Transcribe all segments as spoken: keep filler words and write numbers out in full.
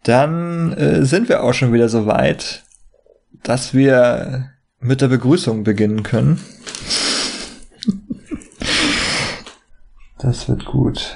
Dann äh, sind wir auch schon wieder so weit, dass wir mit der Begrüßung beginnen können. Das wird gut.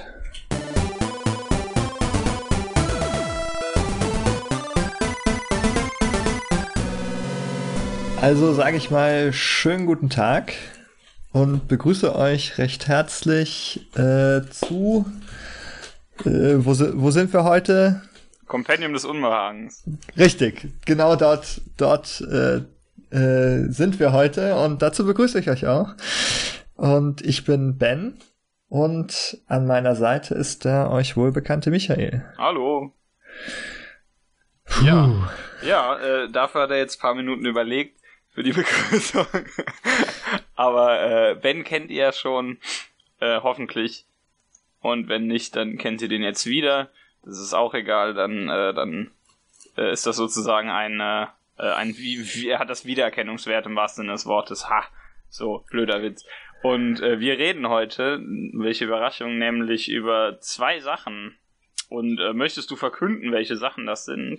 Also sage ich mal, schönen guten Tag und begrüße euch recht herzlich äh, zu, äh, wo, wo sind wir heute? Kompendium des Unbehagens. Richtig, genau dort, dort äh, äh, sind wir heute und dazu begrüße ich euch auch. Und ich bin Ben und an meiner Seite ist der euch wohlbekannte Michael. Hallo. Puh. Ja, ja äh, dafür hat er jetzt ein paar Minuten überlegt für die Begrüßung. Aber äh, Ben kennt ihr ja schon, äh, hoffentlich. Und wenn nicht, dann kennt ihr den jetzt wieder. Das ist auch egal, dann äh, dann äh, ist das sozusagen ein, äh, ein wie, wie, er hat das Wiedererkennungswert im wahrsten Sinne des Wortes. Ha, so, blöder Witz. Und äh, wir reden heute, welche Überraschung, nämlich über zwei Sachen. Und äh, möchtest du verkünden, welche Sachen das sind?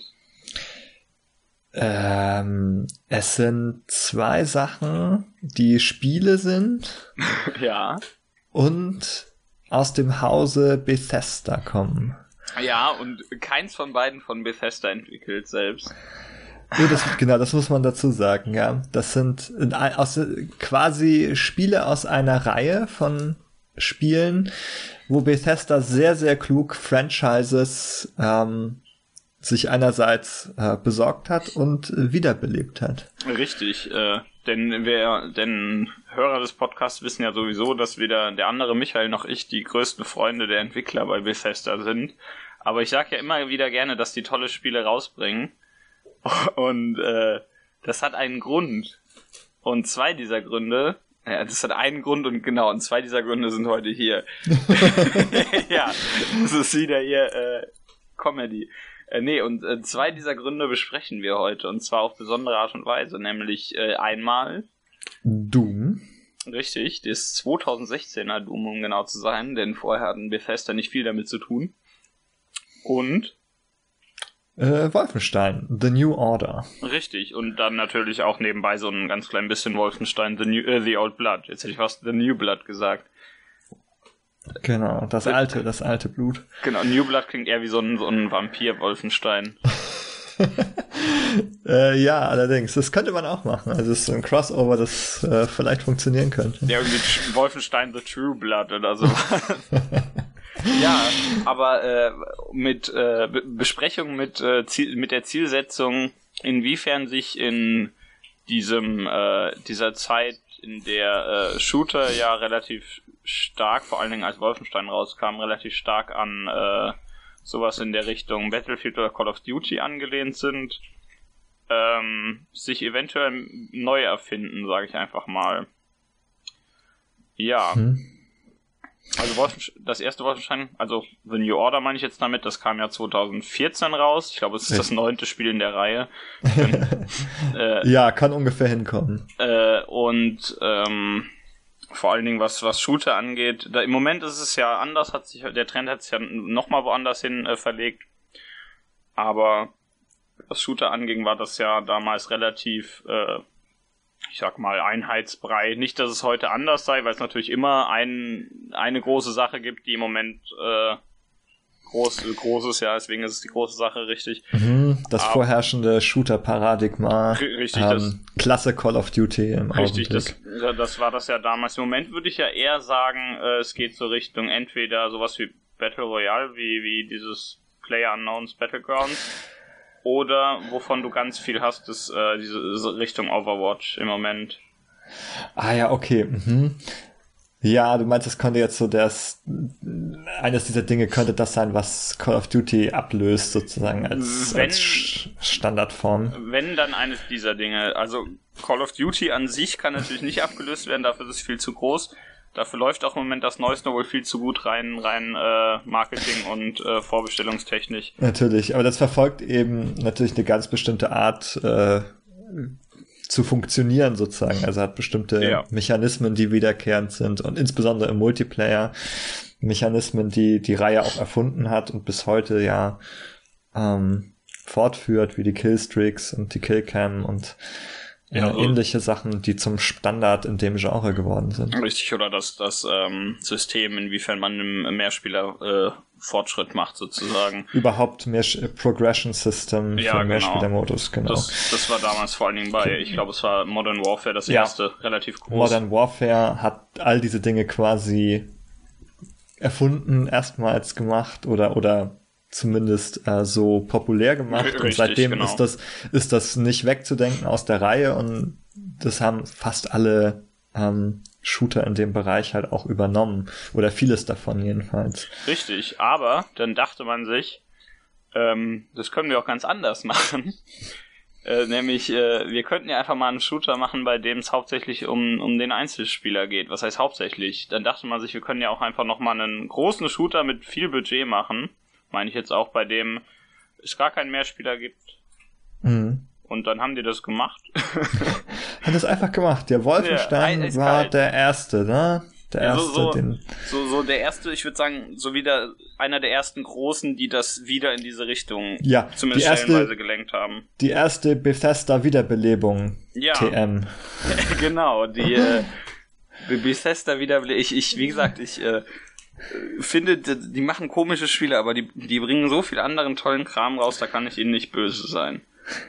Ähm, es sind zwei Sachen, die Spiele sind. Ja. Und aus dem Hause Bethesda kommen. Ja, und keins von beiden von Bethesda entwickelt selbst. Nee, das, genau, das muss man dazu sagen, ja. Das sind aus, quasi Spiele aus einer Reihe von Spielen, wo Bethesda sehr, sehr klug Franchises ähm, sich einerseits äh, besorgt hat und äh, wiederbelebt hat. Richtig, äh, denn wir, denn Hörer des Podcasts wissen ja sowieso, dass weder der andere Michael noch ich die größten Freunde der Entwickler bei Bethesda sind. Aber ich sag ja immer wieder gerne, dass die tolle Spiele rausbringen. Und äh, das hat einen Grund. Und zwei dieser Gründe, ja, das hat einen Grund und genau, und zwei dieser Gründe sind heute hier. Ja, das ist wieder ihr äh, Comedy. Äh, nee, und äh, zwei dieser Gründe besprechen wir heute, und zwar auf besondere Art und Weise, nämlich äh, einmal Doom. Richtig, das zweitausendsechzehner Doom, um genau zu sein, denn vorher hatten Bethesda nicht viel damit zu tun. Und Äh, Wolfenstein, The New Order. Richtig, und dann natürlich auch nebenbei so ein ganz klein bisschen Wolfenstein, The, New, äh, The Old Blood. Jetzt hätte ich fast The New Blood gesagt. Genau, das alte, das alte Blut. Genau, New Blood klingt eher wie so ein, so ein Vampir-Wolfenstein. äh, ja, allerdings, das könnte man auch machen. Also es ist so ein Crossover, das äh, vielleicht funktionieren könnte. Ja, irgendwie Wolfenstein The True Blood oder so. Ja, aber äh, mit äh, Be- Besprechung mit äh, Ziel- mit der Zielsetzung, inwiefern sich in diesem äh, dieser Zeit, in der äh, Shooter ja relativ stark, vor allen Dingen als Wolfenstein rauskam, relativ stark an äh, sowas in der Richtung Battlefield oder Call of Duty angelehnt sind, ähm, sich eventuell neu erfinden, sage ich einfach mal. Ja. Hm. Also Wolfenstein, das erste Wolfenstein, also The New Order meine ich jetzt damit, das kam ja zweitausendvierzehn raus. Ich glaube, es ist ja das neunte Spiel in der Reihe. äh, ja, kann ungefähr hinkommen. Äh, und ähm, vor allen Dingen, was was Shooter angeht, da, im Moment ist es ja anders, hat sich der Trend hat sich ja nochmal woanders hin äh, verlegt. Aber was Shooter anging, war das ja damals relativ äh, ich sag mal, Einheitsbrei. Nicht, dass es heute anders sei, weil es natürlich immer ein, eine große Sache gibt, die im Moment äh, groß, groß ist, ja, deswegen ist es die große Sache, richtig. Mhm, das Aber, vorherrschende Shooter-Paradigma. Richtig, ähm, das. Klasse Call of Duty im Richtig, Augenblick. das, das war das ja damals. Im Moment würde ich ja eher sagen, äh, es geht so Richtung entweder sowas wie Battle Royale, wie, wie dieses PlayerUnknown's Battlegrounds, oder wovon du ganz viel hast, ist äh, diese, diese Richtung Overwatch im Moment. Ah ja, okay. Mhm. Ja, du meinst, es könnte jetzt so das, eines dieser Dinge könnte das sein, was Call of Duty ablöst, sozusagen als, wenn, als Standardform. Wenn, dann eines dieser Dinge. Also Call of Duty an sich kann natürlich nicht abgelöst werden, dafür ist es viel zu groß. Dafür läuft auch im Moment das Neueste wohl viel zu gut rein, rein äh, Marketing und äh, Vorbestellungstechnisch. Natürlich, aber das verfolgt eben natürlich eine ganz bestimmte Art äh, zu funktionieren sozusagen. Also hat bestimmte ja. Mechanismen, die wiederkehrend sind und insbesondere im Multiplayer Mechanismen, die die Reihe auch erfunden hat und bis heute ja ähm, fortführt, wie die Killstreaks und die Killcam und äh, ja, ähnliche Sachen, die zum Standard in dem Genre geworden sind. Richtig, oder das, das ähm, System, inwiefern man im Mehrspieler äh, Fortschritt macht sozusagen. Überhaupt mehr Progression System ja, für genau. Mehrspielermodus, genau. Das, das war damals vor allen Dingen bei, ich glaube, es war Modern Warfare das ja. erste, relativ groß. Modern Warfare hat all diese Dinge quasi erfunden, erstmals gemacht oder oder zumindest äh, so populär gemacht. Richtig, und seitdem genau. ist das ist das nicht wegzudenken aus der Reihe und das haben fast alle ähm, Shooter in dem Bereich halt auch übernommen. Oder vieles davon jedenfalls. Richtig, aber dann dachte man sich, ähm, das können wir auch ganz anders machen. Äh, nämlich, äh, wir könnten ja einfach mal einen Shooter machen, bei dem es hauptsächlich um um den Einzelspieler geht. Was heißt hauptsächlich? Dann dachte man sich, wir können ja auch einfach nochmal einen großen Shooter mit viel Budget machen. Meine ich jetzt auch, bei dem es gar keinen Mehrspieler gibt. Mhm. Und dann haben die das gemacht. Haben das einfach gemacht. Der Wolfenstein ja, war kalt. Der erste, ne? Der ja, erste, so, so, den... So, so der erste, ich würde sagen, so wieder einer der ersten Großen, die das wieder in diese Richtung ja, zumindest die erste, stellenweise gelenkt haben. Die erste Bethesda-Wiederbelebung. Ja. T M. Genau, die äh, Bethesda-Wiederbelebung. Ich, ich, wie gesagt, ich äh, finde, die machen komische Spiele, aber die, die bringen so viel anderen tollen Kram raus, da kann ich ihnen nicht böse sein.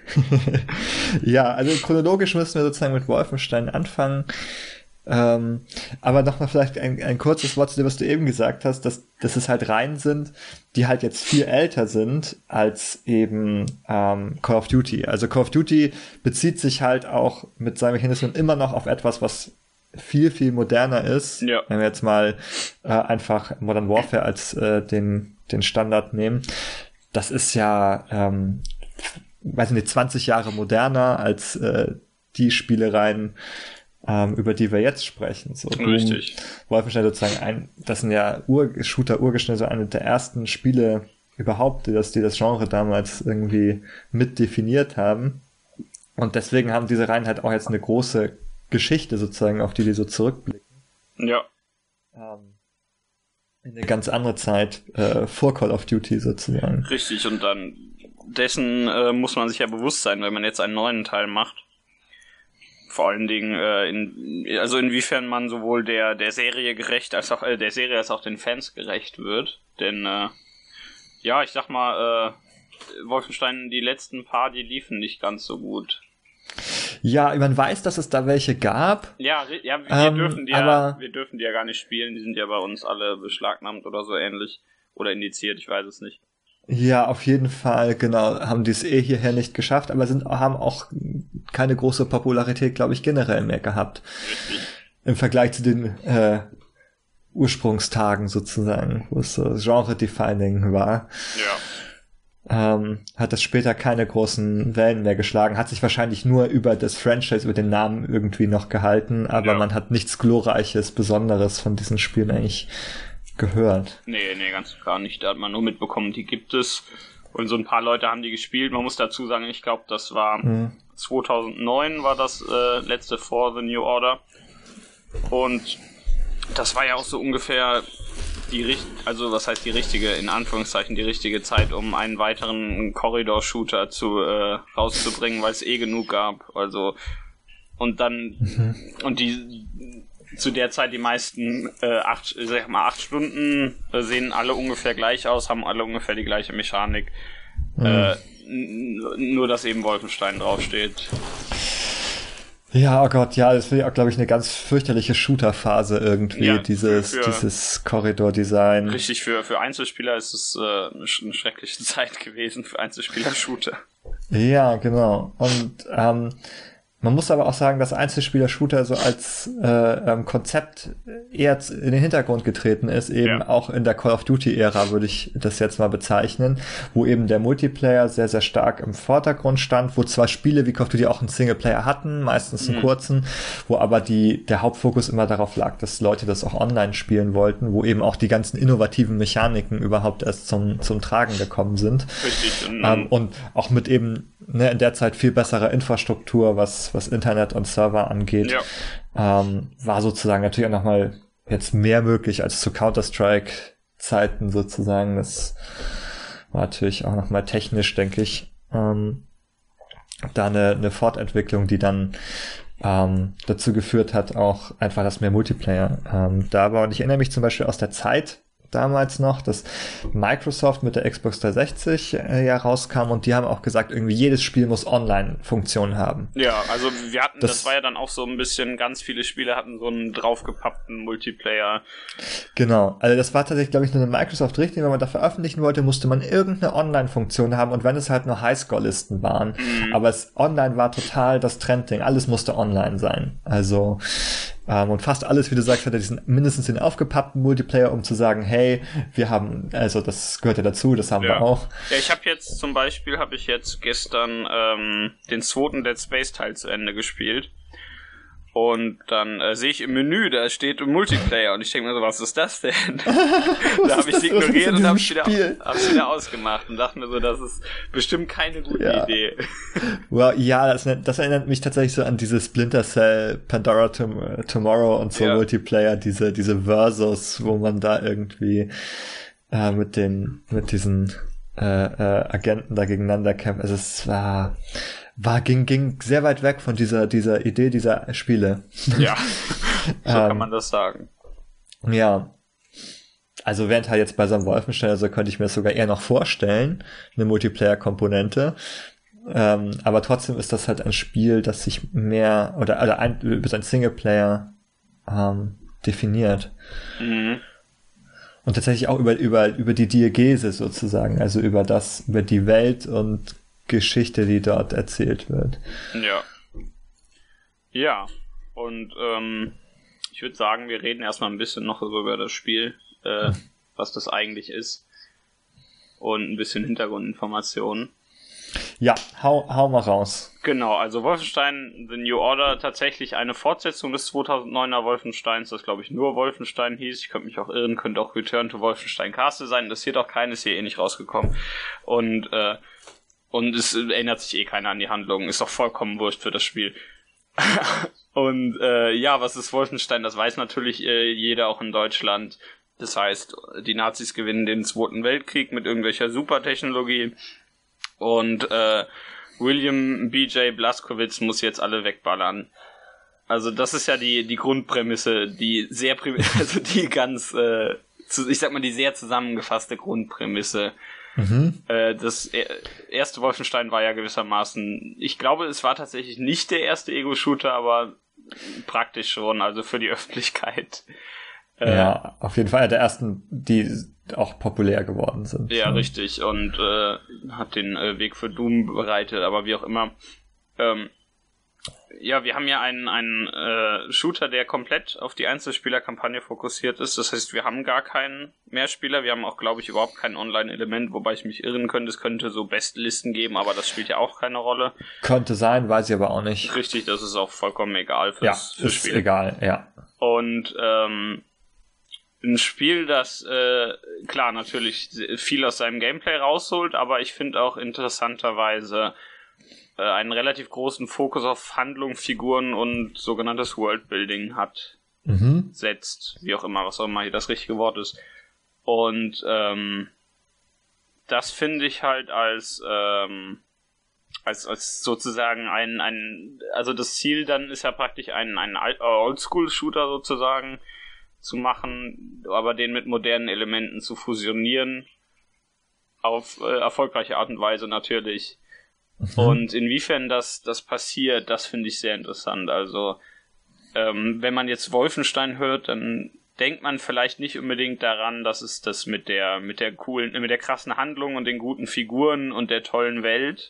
Ja, also chronologisch müssen wir sozusagen mit Wolfenstein anfangen. Ähm, aber nochmal vielleicht ein, ein kurzes Wort zu dem, was du eben gesagt hast, dass, dass es halt Reihen sind, die halt jetzt viel älter sind als eben ähm, Call of Duty. Also Call of Duty bezieht sich halt auch mit seinem Mechanismus immer noch auf etwas, was viel, viel moderner ist. Ja. Wenn wir jetzt mal äh, einfach Modern Warfare als äh, den, den Standard nehmen. Das ist ja, ähm, weiß nicht, zwanzig Jahre moderner als äh, die Spielereien, ähm, über die wir jetzt sprechen. So, richtig. Doom, Wolfenstein sozusagen ein, das sind ja Ur Shooter, Urgesteine, so eine der ersten Spiele überhaupt, die das, die das Genre damals irgendwie mit definiert haben. Und deswegen haben diese Reihen halt auch jetzt eine große Geschichte sozusagen, auf die die so zurückblicken. Ja. Ähm, in eine ganz andere Zeit, äh, vor Call of Duty sozusagen. Richtig, und dann dessen äh, muss man sich ja bewusst sein, wenn man jetzt einen neuen Teil macht. Vor allen Dingen, äh, in, also inwiefern man sowohl der der Serie gerecht, als auch äh, der Serie als auch den Fans gerecht wird. Denn, äh, ja, ich sag mal, äh, Wolfenstein, die letzten paar, die liefen nicht ganz so gut. Ja, man weiß, dass es da welche gab. Ja, ja wir, ähm, dürfen die aber ja, wir dürfen die ja gar nicht spielen. Die sind ja bei uns alle beschlagnahmt oder so ähnlich. Oder indiziert, ich weiß es nicht. Ja, auf jeden Fall, genau, haben die es eh hierher nicht geschafft, aber sind haben auch keine große Popularität, glaube ich, generell mehr gehabt. Richtig. Im Vergleich zu den äh, Ursprungstagen sozusagen, wo es so Genre-defining war. Ja. Ähm, hat das später keine großen Wellen mehr geschlagen, hat sich wahrscheinlich nur über das Franchise, über den Namen irgendwie noch gehalten, aber ja. Man hat nichts Glorreiches, Besonderes von diesen Spielen eigentlich gehört. Nee, nee, ganz gar nicht. Da hat man nur mitbekommen, die gibt es. Und so ein paar Leute haben die gespielt. Man muss dazu sagen, ich glaube, das war mhm. zweitausendneun war das äh, letzte For the New Order. Und das war ja auch so ungefähr die richtige, also was heißt die richtige, in Anführungszeichen die richtige Zeit, um einen weiteren Corridor-Shooter zu äh, rauszubringen, weil es eh genug gab. Also und dann mhm. und die zu der Zeit die meisten äh, acht, sag mal, acht Stunden äh, sehen alle ungefähr gleich aus, haben alle ungefähr die gleiche Mechanik. Mhm. Äh, n- nur, dass eben Wolfenstein draufsteht. Ja, oh Gott, ja, das wäre auch, glaube ich, eine ganz fürchterliche Shooter-Phase irgendwie, ja, dieses, für, dieses Korridor-Design. Richtig, für, für Einzelspieler ist es äh, eine, eine schreckliche Zeit gewesen, für Einzelspieler-Shooter. Ja, genau. Und ähm, man muss aber auch sagen, dass Einzelspieler-Shooter so als äh, ähm, Konzept eher in den Hintergrund getreten ist, eben ja. Auch in der Call of Duty-Ära würde ich das jetzt mal bezeichnen, wo eben der Multiplayer sehr, sehr stark im Vordergrund stand, wo zwar Spiele wie Call of Duty auch einen Singleplayer hatten, meistens einen mhm. kurzen, wo aber die der Hauptfokus immer darauf lag, dass Leute das auch online spielen wollten, wo eben auch die ganzen innovativen Mechaniken überhaupt erst zum zum Tragen gekommen sind. Richtig. Ähm, und auch mit eben ne, in der Zeit viel bessere Infrastruktur, was was Internet und Server angeht, ja. ähm, war sozusagen natürlich auch nochmal jetzt mehr möglich als zu Counter-Strike-Zeiten sozusagen. Das war natürlich auch nochmal technisch, denke ich, ähm, da eine, eine Fortentwicklung, die dann ähm, dazu geführt hat, auch einfach, dass mehr Multiplayer ähm, da war. Und ich erinnere mich zum Beispiel aus der Zeit damals noch, dass Microsoft mit der Xbox dreihundertsechzig äh, ja rauskam und die haben auch gesagt, irgendwie jedes Spiel muss Online-Funktionen haben. Ja, also wir hatten, das, das war ja dann auch so ein bisschen, ganz viele Spiele hatten so einen draufgepappten Multiplayer. Genau, also das war tatsächlich, glaube ich, nur eine Microsoft-Richtlinie, wenn man da veröffentlichen wollte, musste man irgendeine Online-Funktion haben und wenn es halt nur Highscore-Listen waren, mhm. aber es online war total das Trendding, alles musste online sein. Also Um, und fast alles, wie du sagst, hat er diesen mindestens den aufgepappten Multiplayer, um zu sagen, hey, wir haben, also das gehört ja dazu, das haben ja. wir auch. Ja, ich habe jetzt zum Beispiel, habe ich jetzt gestern ähm, den zweiten Dead Space Teil zu Ende gespielt. Und dann äh, sehe ich im Menü, da steht Multiplayer und ich denke mir so, was ist das denn? Da habe ich es ignoriert und habe es wieder, wieder ausgemacht und dachte mir so, das ist bestimmt keine gute ja. Idee. Well, ja, das, das erinnert mich tatsächlich so an diese Splinter Cell, Pandora Tom- Tomorrow und so ja. Multiplayer, diese diese Versus, wo man da irgendwie äh, mit den mit diesen äh, äh, Agenten da gegeneinander kämpft. Also es war war ging ging sehr weit weg von dieser dieser Idee dieser Spiele. Ja, so kann ähm, man das sagen. Ja, also während halt jetzt bei so einem Wolfenstein, also könnte ich mir das sogar eher noch vorstellen, eine Multiplayer-Komponente. Ähm, aber trotzdem ist das halt ein Spiel, das sich mehr oder, oder ein, über sein Singleplayer ähm, definiert. Mhm. Und tatsächlich auch über über über die Diegese sozusagen, also über das über die Welt und Geschichte, die dort erzählt wird. Ja. Ja, und ähm, ich würde sagen, wir reden erstmal ein bisschen noch so über das Spiel, äh, was das eigentlich ist und ein bisschen Hintergrundinformationen. Ja, hau, hau mal raus. Genau, also Wolfenstein The New Order, tatsächlich eine Fortsetzung des zweitausenddeuner Wolfensteins, das glaube ich nur Wolfenstein hieß. Ich könnte mich auch irren, könnte auch Return to Wolfenstein Castle sein. Das hier doch keines, hier eh nicht rausgekommen. Und äh, und es erinnert sich eh keiner an die Handlung. Ist doch vollkommen wurscht für das Spiel. Und äh, ja, was ist Wolfenstein? Das weiß natürlich äh, jeder auch in Deutschland. Das heißt, die Nazis gewinnen den Zweiten Weltkrieg mit irgendwelcher Supertechnologie. Und äh, William B J Blazkowicz muss jetzt alle wegballern. Also das ist ja die die Grundprämisse, die sehr prim- also die ganz äh, zu, ich sag mal die sehr zusammengefasste Grundprämisse. Mhm. Äh, das erste Wolfenstein war ja gewissermaßen, ich glaube, es war tatsächlich nicht der erste Ego-Shooter, aber praktisch schon, also für die Öffentlichkeit. Ja, äh, auf jeden Fall der ersten, die auch populär geworden sind. Ja, ja. Richtig. Und äh, hat den äh, Weg für Doom bereitet, aber wie auch immer. Ähm, ja, wir haben ja einen, einen äh, Shooter, der komplett auf die Einzelspielerkampagne fokussiert ist. Das heißt, wir haben gar keinen Mehrspieler. Wir haben auch, glaube ich, überhaupt kein Online-Element, wobei ich mich irren könnte. Es könnte so Bestlisten geben, aber das spielt ja auch keine Rolle. Könnte sein, weiß ich aber auch nicht. Richtig, das ist auch vollkommen egal fürs, ja, fürs ist Spiel. egal, ja. Und ähm, ein Spiel, das äh, klar natürlich viel aus seinem Gameplay rausholt, aber ich finde auch interessanterweise äh, einen relativ großen Fokus auf Handlung, Figuren und sogenanntes Worldbuilding hat, mhm. setzt, wie auch immer, was auch immer hier das richtige Wort ist. Und ähm, das finde ich halt als ähm, als als sozusagen ein ein also das Ziel dann ist ja praktisch ein ein Oldschool-Shooter sozusagen zu machen, aber den mit modernen Elementen zu fusionieren, auf äh, erfolgreiche Art und Weise natürlich. Mhm. Und inwiefern das das passiert, das finde ich sehr interessant. Also ähm, wenn man jetzt Wolfenstein hört, dann denkt man vielleicht nicht unbedingt daran, dass es das mit der mit der coolen, mit der krassen Handlung und den guten Figuren und der tollen Welt.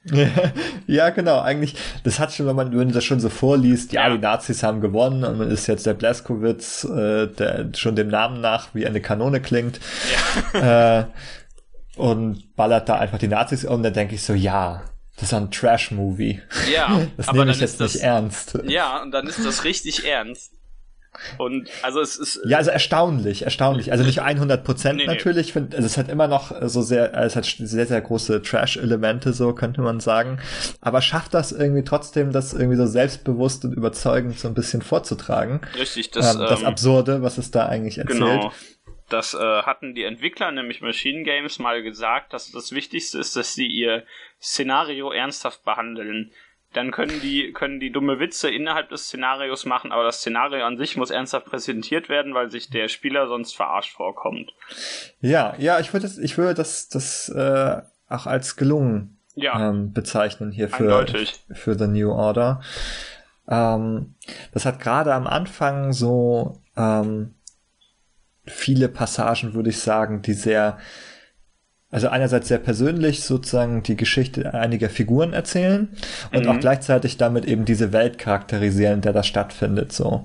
Ja, genau, eigentlich, das hat schon, wenn man, wenn du das schon so vorliest, ja, ja, die Nazis haben gewonnen und man ist jetzt der Blazkowicz, äh, der schon dem Namen nach wie eine Kanone klingt, ja. äh, und ballert da einfach die Nazis um, dann denke ich so, ja, das ist ein Trash-Movie. Ja, das aber nehme dann ich jetzt ist das, nicht ernst. Ja, und dann ist das richtig ernst. Und also es ist ja, also erstaunlich, erstaunlich. Also nicht hundert Prozent nee, natürlich. Ich finde, also es hat immer noch so sehr, es hat sehr, sehr große Trash-Elemente, so könnte man sagen. Aber schafft das irgendwie trotzdem, das irgendwie so selbstbewusst und überzeugend so ein bisschen vorzutragen. Richtig, das, ähm, das ähm, Absurde, was es da eigentlich erzählt. Genau. das äh, hatten die Entwickler, nämlich Machine Games, mal gesagt, dass das Wichtigste ist, dass sie ihr Szenario ernsthaft behandeln. Dann können die können die dumme Witze innerhalb des Szenarios machen, aber das Szenario an sich muss ernsthaft präsentiert werden, weil sich der Spieler sonst verarscht vorkommt. Ja, ja, ich würde das, ich würde das, das äh, auch als gelungen ja. ähm, bezeichnen hier für, für The New Order. Ähm, das hat gerade am Anfang so ähm, viele Passagen, würde ich sagen, die sehr, also einerseits sehr persönlich sozusagen die Geschichte einiger Figuren erzählen und mhm. auch gleichzeitig damit eben diese Welt charakterisieren, in der das stattfindet, so.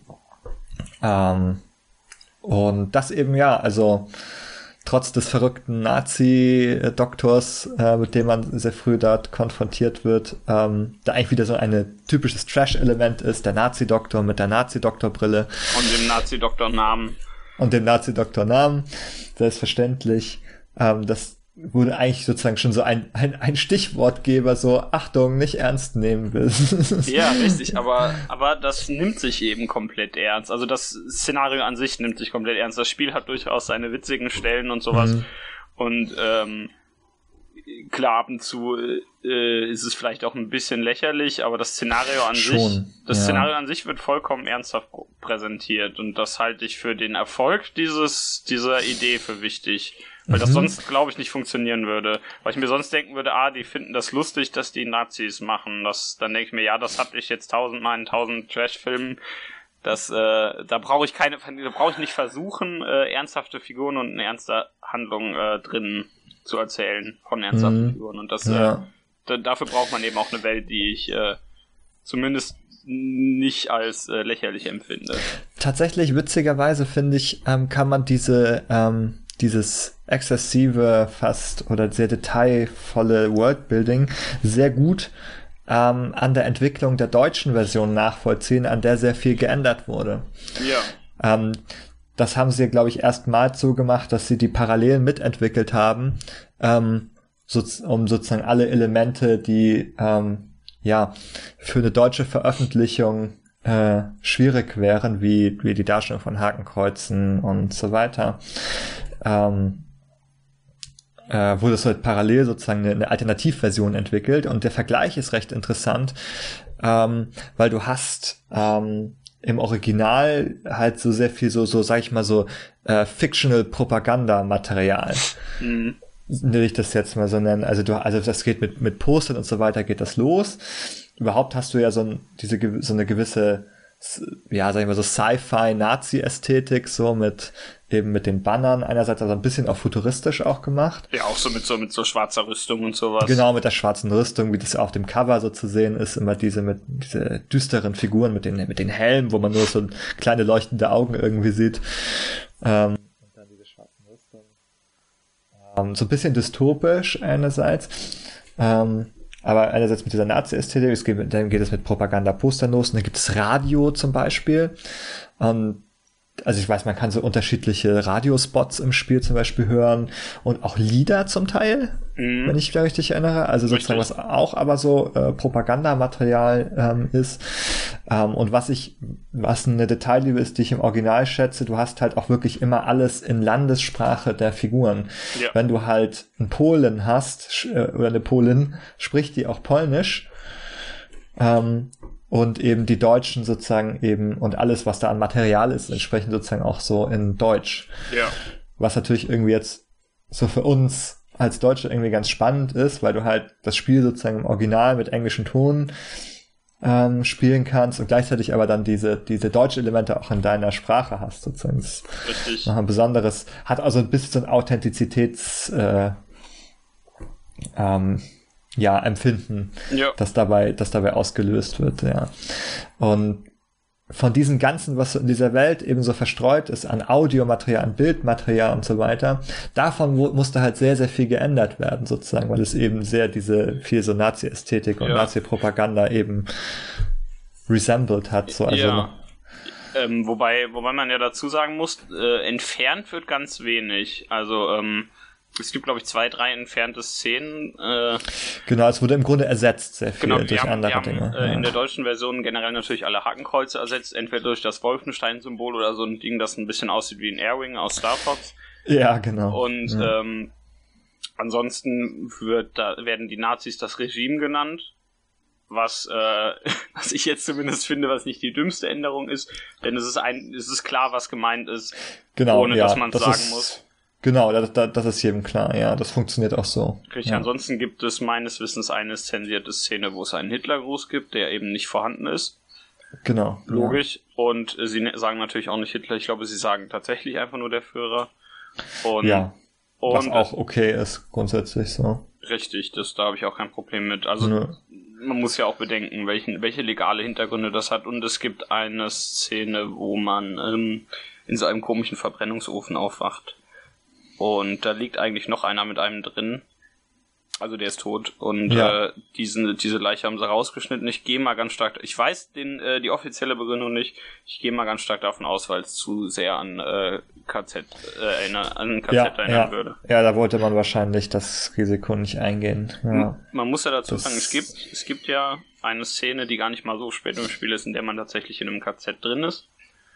Ähm, und das eben, ja, also trotz des verrückten Nazi-Doktors, äh, mit dem man sehr früh dort konfrontiert wird, ähm, da eigentlich wieder so ein typisches Trash-Element ist, der Nazi-Doktor mit der Nazi-Doktor-Brille. Und dem Nazi-Doktor-Namen. Und dem Nazi-Doktor-Namen, selbstverständlich. Ähm, das wurde eigentlich sozusagen schon so ein, ein, ein Stichwortgeber, so Achtung, nicht ernst nehmen will. Ja, richtig, aber, aber das nimmt sich eben komplett ernst. Also das Szenario an sich nimmt sich komplett ernst. Das Spiel hat durchaus seine witzigen Stellen und sowas. Mhm. Und ähm, klar, ab und zu äh, ist es vielleicht auch ein bisschen lächerlich, aber das Szenario an schon, sich, das ja. Szenario an sich wird vollkommen ernsthaft präsentiert. Und das halte ich für den Erfolg dieses dieser Idee für wichtig. Weil das mhm. sonst, glaube ich, nicht funktionieren würde. Weil ich mir sonst denken würde, ah, die finden das lustig, dass die Nazis machen. Das, dann denke ich mir, ja, das hatte ich jetzt tausendmal in tausend Trash-Filmen. Das, äh, da brauche ich keine, da brauche ich nicht versuchen, äh, ernsthafte Figuren und eine ernste Handlung äh, drin zu erzählen von ernsthaften mhm. Figuren. Und das, ja. äh, d- dafür braucht man eben auch eine Welt, die ich äh, zumindest nicht als äh, lächerlich empfinde. Tatsächlich, witzigerweise, finde ich, ähm, kann man diese, ähm, dieses exzessive, fast oder sehr detailvolle Worldbuilding sehr gut ähm, an der Entwicklung der deutschen Version nachvollziehen, an der sehr viel geändert wurde. Ja. Ähm, das haben sie, glaube ich, erstmals so gemacht, dass sie die Parallelen mitentwickelt haben, ähm, so, um sozusagen alle Elemente, die ähm, ja für eine deutsche Veröffentlichung äh, schwierig wären, wie, wie die Darstellung von Hakenkreuzen und so weiter, ähm, äh, wurde es halt parallel sozusagen eine, eine Alternativversion entwickelt, und der Vergleich ist recht interessant, ähm, weil du hast ähm, im Original halt so sehr viel so, so sag ich mal so, äh, fictional Propaganda-Material. Mhm. Will ich das jetzt mal so nennen. Also du, also das geht mit, mit Postern und so weiter geht das los. Überhaupt hast du ja so, ein, diese, so eine gewisse, ja, sag ich mal so Sci-Fi-Nazi-Ästhetik, so mit, eben mit den Bannern einerseits, also ein bisschen auch futuristisch auch gemacht. Ja, auch so mit so, mit so schwarzer Rüstung und sowas. Genau, mit der schwarzen Rüstung, wie das auf dem Cover so zu sehen ist, immer diese, mit, diese düsteren Figuren mit den, mit den Helmen, wo man nur so kleine leuchtende Augen irgendwie sieht. Ähm, und dann diese schwarzen Rüstung. Ähm, so ein bisschen dystopisch einerseits. Ähm, Aber einerseits mit dieser Nazi-Ästhetik, es geht, dann geht es mit Propaganda-Postern los, und dann gibt es Radio zum Beispiel. Und also ich weiß, man kann so unterschiedliche Radiospots im Spiel zum Beispiel hören und auch Lieder zum Teil, mhm. wenn ich mich da richtig erinnere. Also sozusagen, was auch aber so äh, Propagandamaterial ähm, ist. Ähm, und was ich, was eine Detailliebe ist, die ich im Original schätze, du hast halt auch wirklich immer alles in Landessprache der Figuren. Ja. Wenn du halt einen Polen hast, sch- äh, oder eine Polin, spricht die auch Polnisch. Ähm, Und eben die Deutschen sozusagen eben, und alles, was da an Material ist, entsprechend sozusagen auch so in Deutsch. Ja. Was natürlich irgendwie jetzt so für uns als Deutsche irgendwie ganz spannend ist, weil du halt das Spiel sozusagen im Original mit englischen Ton ähm, spielen kannst und gleichzeitig aber dann diese diese deutsche Elemente auch in deiner Sprache hast, sozusagen. Das Richtig. ist noch ein besonderes, hat also ein bisschen so ein Authentizitäts äh, ähm, ja, Empfinden, ja. das dabei, das dabei ausgelöst wird, ja. Und von diesem Ganzen, was so in dieser Welt eben so verstreut ist, an Audiomaterial, an Bildmaterial und so weiter, davon wo, musste halt sehr, sehr viel geändert werden, sozusagen, weil es eben sehr diese, viel so Nazi-Ästhetik und ja. Nazi-Propaganda eben resembled hat, so, also. Ja. Ähm, wobei, wobei man ja dazu sagen muss, äh, entfernt wird ganz wenig, also, ähm, es gibt, glaube ich, zwei, drei entfernte Szenen. Äh, genau, es wurde im Grunde ersetzt, sehr viel genau, durch haben, andere haben, Dinge. Äh, ja. In der deutschen Version generell natürlich alle Hakenkreuze ersetzt, entweder durch das Wolfenstein-Symbol oder so ein Ding, das ein bisschen aussieht wie ein Airwing aus Star Fox. Ja, genau. Und ja. ähm, ansonsten wird da, werden die Nazis das Regime genannt, was, äh, was ich jetzt zumindest finde, was nicht die dümmste Änderung ist, denn es ist ein, es ist klar, was gemeint ist, genau, ohne ja, dass man es das sagen ist, muss. Genau, das, das, das ist jedem klar, ja, das funktioniert auch so. Richtig, ja. Ansonsten gibt es meines Wissens eine zensierte Szene, wo es einen Hitlergruß gibt, der eben nicht vorhanden ist. Genau. Logisch. Ja. Und äh, sie sagen natürlich auch nicht Hitler, ich glaube, sie sagen tatsächlich einfach nur der Führer. Und, ja, was und, auch okay ist, grundsätzlich so. Richtig, das, da habe ich auch kein Problem mit. Also, Nö. man muss ja auch bedenken, welchen, welche legale Hintergründe das hat. Und es gibt eine Szene, wo man ähm, in so einem komischen Verbrennungsofen aufwacht. Und da liegt eigentlich noch einer mit einem drin. Also der ist tot. Und ja. äh, diesen, diese Leiche haben sie rausgeschnitten. Ich gehe mal ganz stark... Ich weiß den, äh, die offizielle Begründung nicht. Ich gehe mal ganz stark davon aus, weil es zu sehr an äh, K Z, äh, erinner, an K Z ja, erinnern ja. würde. Ja, da wollte man wahrscheinlich das Risiko nicht eingehen. Ja. Man muss ja dazu das sagen, es gibt, es gibt ja eine Szene, die gar nicht mal so spät im Spiel ist, in der man tatsächlich in einem K Z drin ist.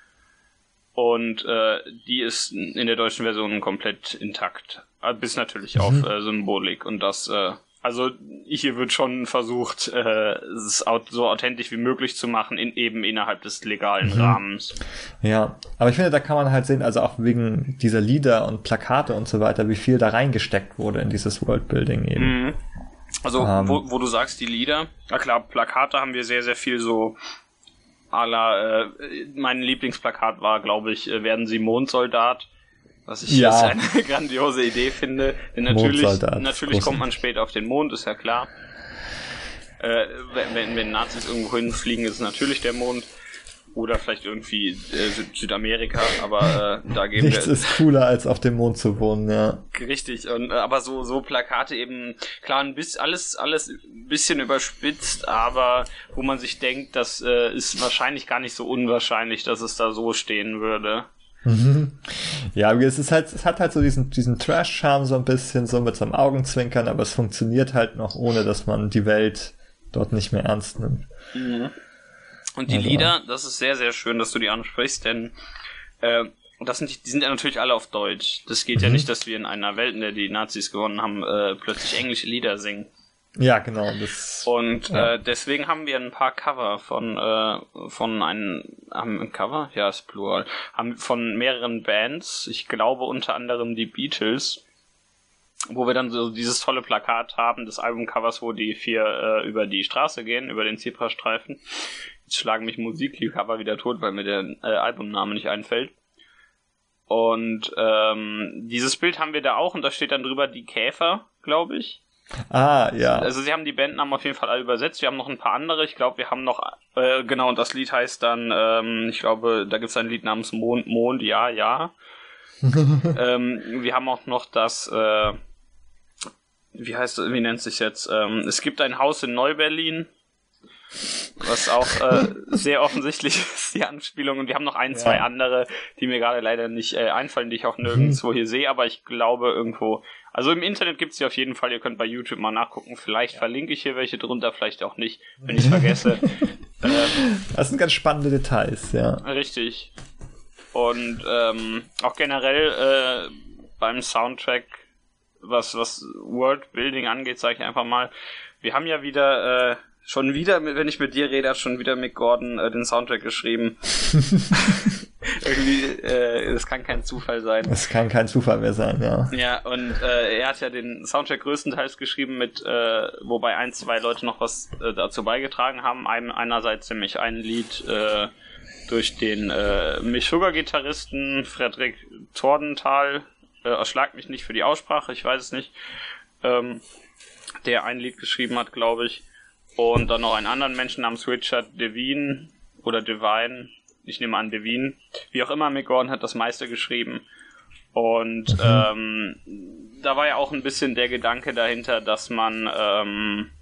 Und äh, die ist in der deutschen Version komplett intakt. Bis natürlich mhm. auf äh, Symbolik. Und das, äh, also hier wird schon versucht, äh, es so authentisch wie möglich zu machen, in, eben innerhalb des legalen mhm. Rahmens. Ja, aber ich finde, da kann man halt sehen, also auch wegen dieser Lieder und Plakate und so weiter, wie viel da reingesteckt wurde in dieses Worldbuilding eben. Mhm. Also, ähm, wo, wo du sagst, die Lieder, na klar, Plakate haben wir sehr, sehr viel so à la, äh, mein Lieblingsplakat war, glaube ich, äh, werden Sie Mondsoldat, was ich ja. jetzt eine grandiose Idee finde, denn natürlich, natürlich kommt man später auf den Mond, ist ja klar. Äh, wenn, wenn Nazis irgendwo hinfliegen, ist es natürlich der Mond. Oder vielleicht irgendwie äh, Süd- Südamerika, aber äh, da geben Nichts wir... ist cooler, als auf dem Mond zu wohnen, ja. Richtig, und, äh, aber so so Plakate eben, klar, ein bisschen, alles alles ein bisschen überspitzt, aber wo man sich denkt, das äh, ist wahrscheinlich gar nicht so unwahrscheinlich, dass es da so stehen würde. Ja, es ist halt, es hat halt so diesen, diesen Trash-Charme so ein bisschen, so mit so einem Augenzwinkern, aber es funktioniert halt noch, ohne dass man die Welt dort nicht mehr ernst nimmt. Mhm. Und die also. Lieder, das ist sehr, sehr schön, dass du die ansprichst, denn äh, das sind, die sind ja natürlich alle auf Deutsch. Das geht mhm. ja nicht, dass wir in einer Welt, in der die Nazis gewonnen haben, äh, plötzlich englische Lieder singen. Ja, genau. Das, Und ja. äh, deswegen haben wir ein paar Cover von äh, von einem haben ein Cover, ja, ist plural, haben von mehreren Bands, ich glaube unter anderem die Beatles, wo wir dann so dieses tolle Plakat haben des Albumcovers, wo die vier äh, über die Straße gehen, über den Zebrastreifen. Jetzt schlagen mich Musikliebhaber wieder tot, weil mir der äh, Albumname nicht einfällt. Und ähm, dieses Bild haben wir da auch und da steht dann drüber die Käfer, glaube ich. Ah, ja. Also sie haben die Bandnamen auf jeden Fall alle übersetzt. Wir haben noch ein paar andere. Ich glaube, wir haben noch, äh, genau, und das Lied heißt dann, ähm, ich glaube, da gibt es ein Lied namens Mond, Mond, ja, ja. ähm, wir haben auch noch das, äh, wie heißt das, wie nennt es sich jetzt? Ähm, es gibt ein Haus in Neu-Berlin, was auch äh, sehr offensichtlich ist, die Anspielung. Und wir haben noch ein, ja. zwei andere, die mir gerade leider nicht äh, einfallen, die ich auch nirgendwo mhm. hier sehe, aber ich glaube irgendwo... Also im Internet gibt's die auf jeden Fall, ihr könnt bei YouTube mal nachgucken, vielleicht ja. verlinke ich hier welche drunter, vielleicht auch nicht, wenn ich vergesse. ähm, das sind ganz spannende Details, ja. Richtig. Und ähm, auch generell äh, beim Soundtrack, was was Worldbuilding angeht, sage ich einfach mal, wir haben ja wieder, äh, schon wieder, wenn ich mit dir rede, hat schon wieder Mick Gordon äh, den Soundtrack geschrieben. Irgendwie, äh, das kann kein Zufall sein. Das kann kein Zufall mehr sein, ja. Ja, und äh, er hat ja den Soundtrack größtenteils geschrieben mit, äh, wobei ein, zwei Leute noch was äh, dazu beigetragen haben. Ein, einerseits nämlich ein Lied äh, durch den äh, Meshuggah-Gitarristen Fredrik Tordenthal, äh, erschlagt mich nicht für die Aussprache, ich weiß es nicht, ähm, der ein Lied geschrieben hat, glaube ich. Und dann noch einen anderen Menschen namens Richard Devine oder Devine, ich nehme an Devine, wie auch immer, Mick Gordon hat das meiste geschrieben. Und mhm. ähm, da war ja auch ein bisschen der Gedanke dahinter, dass man ähm,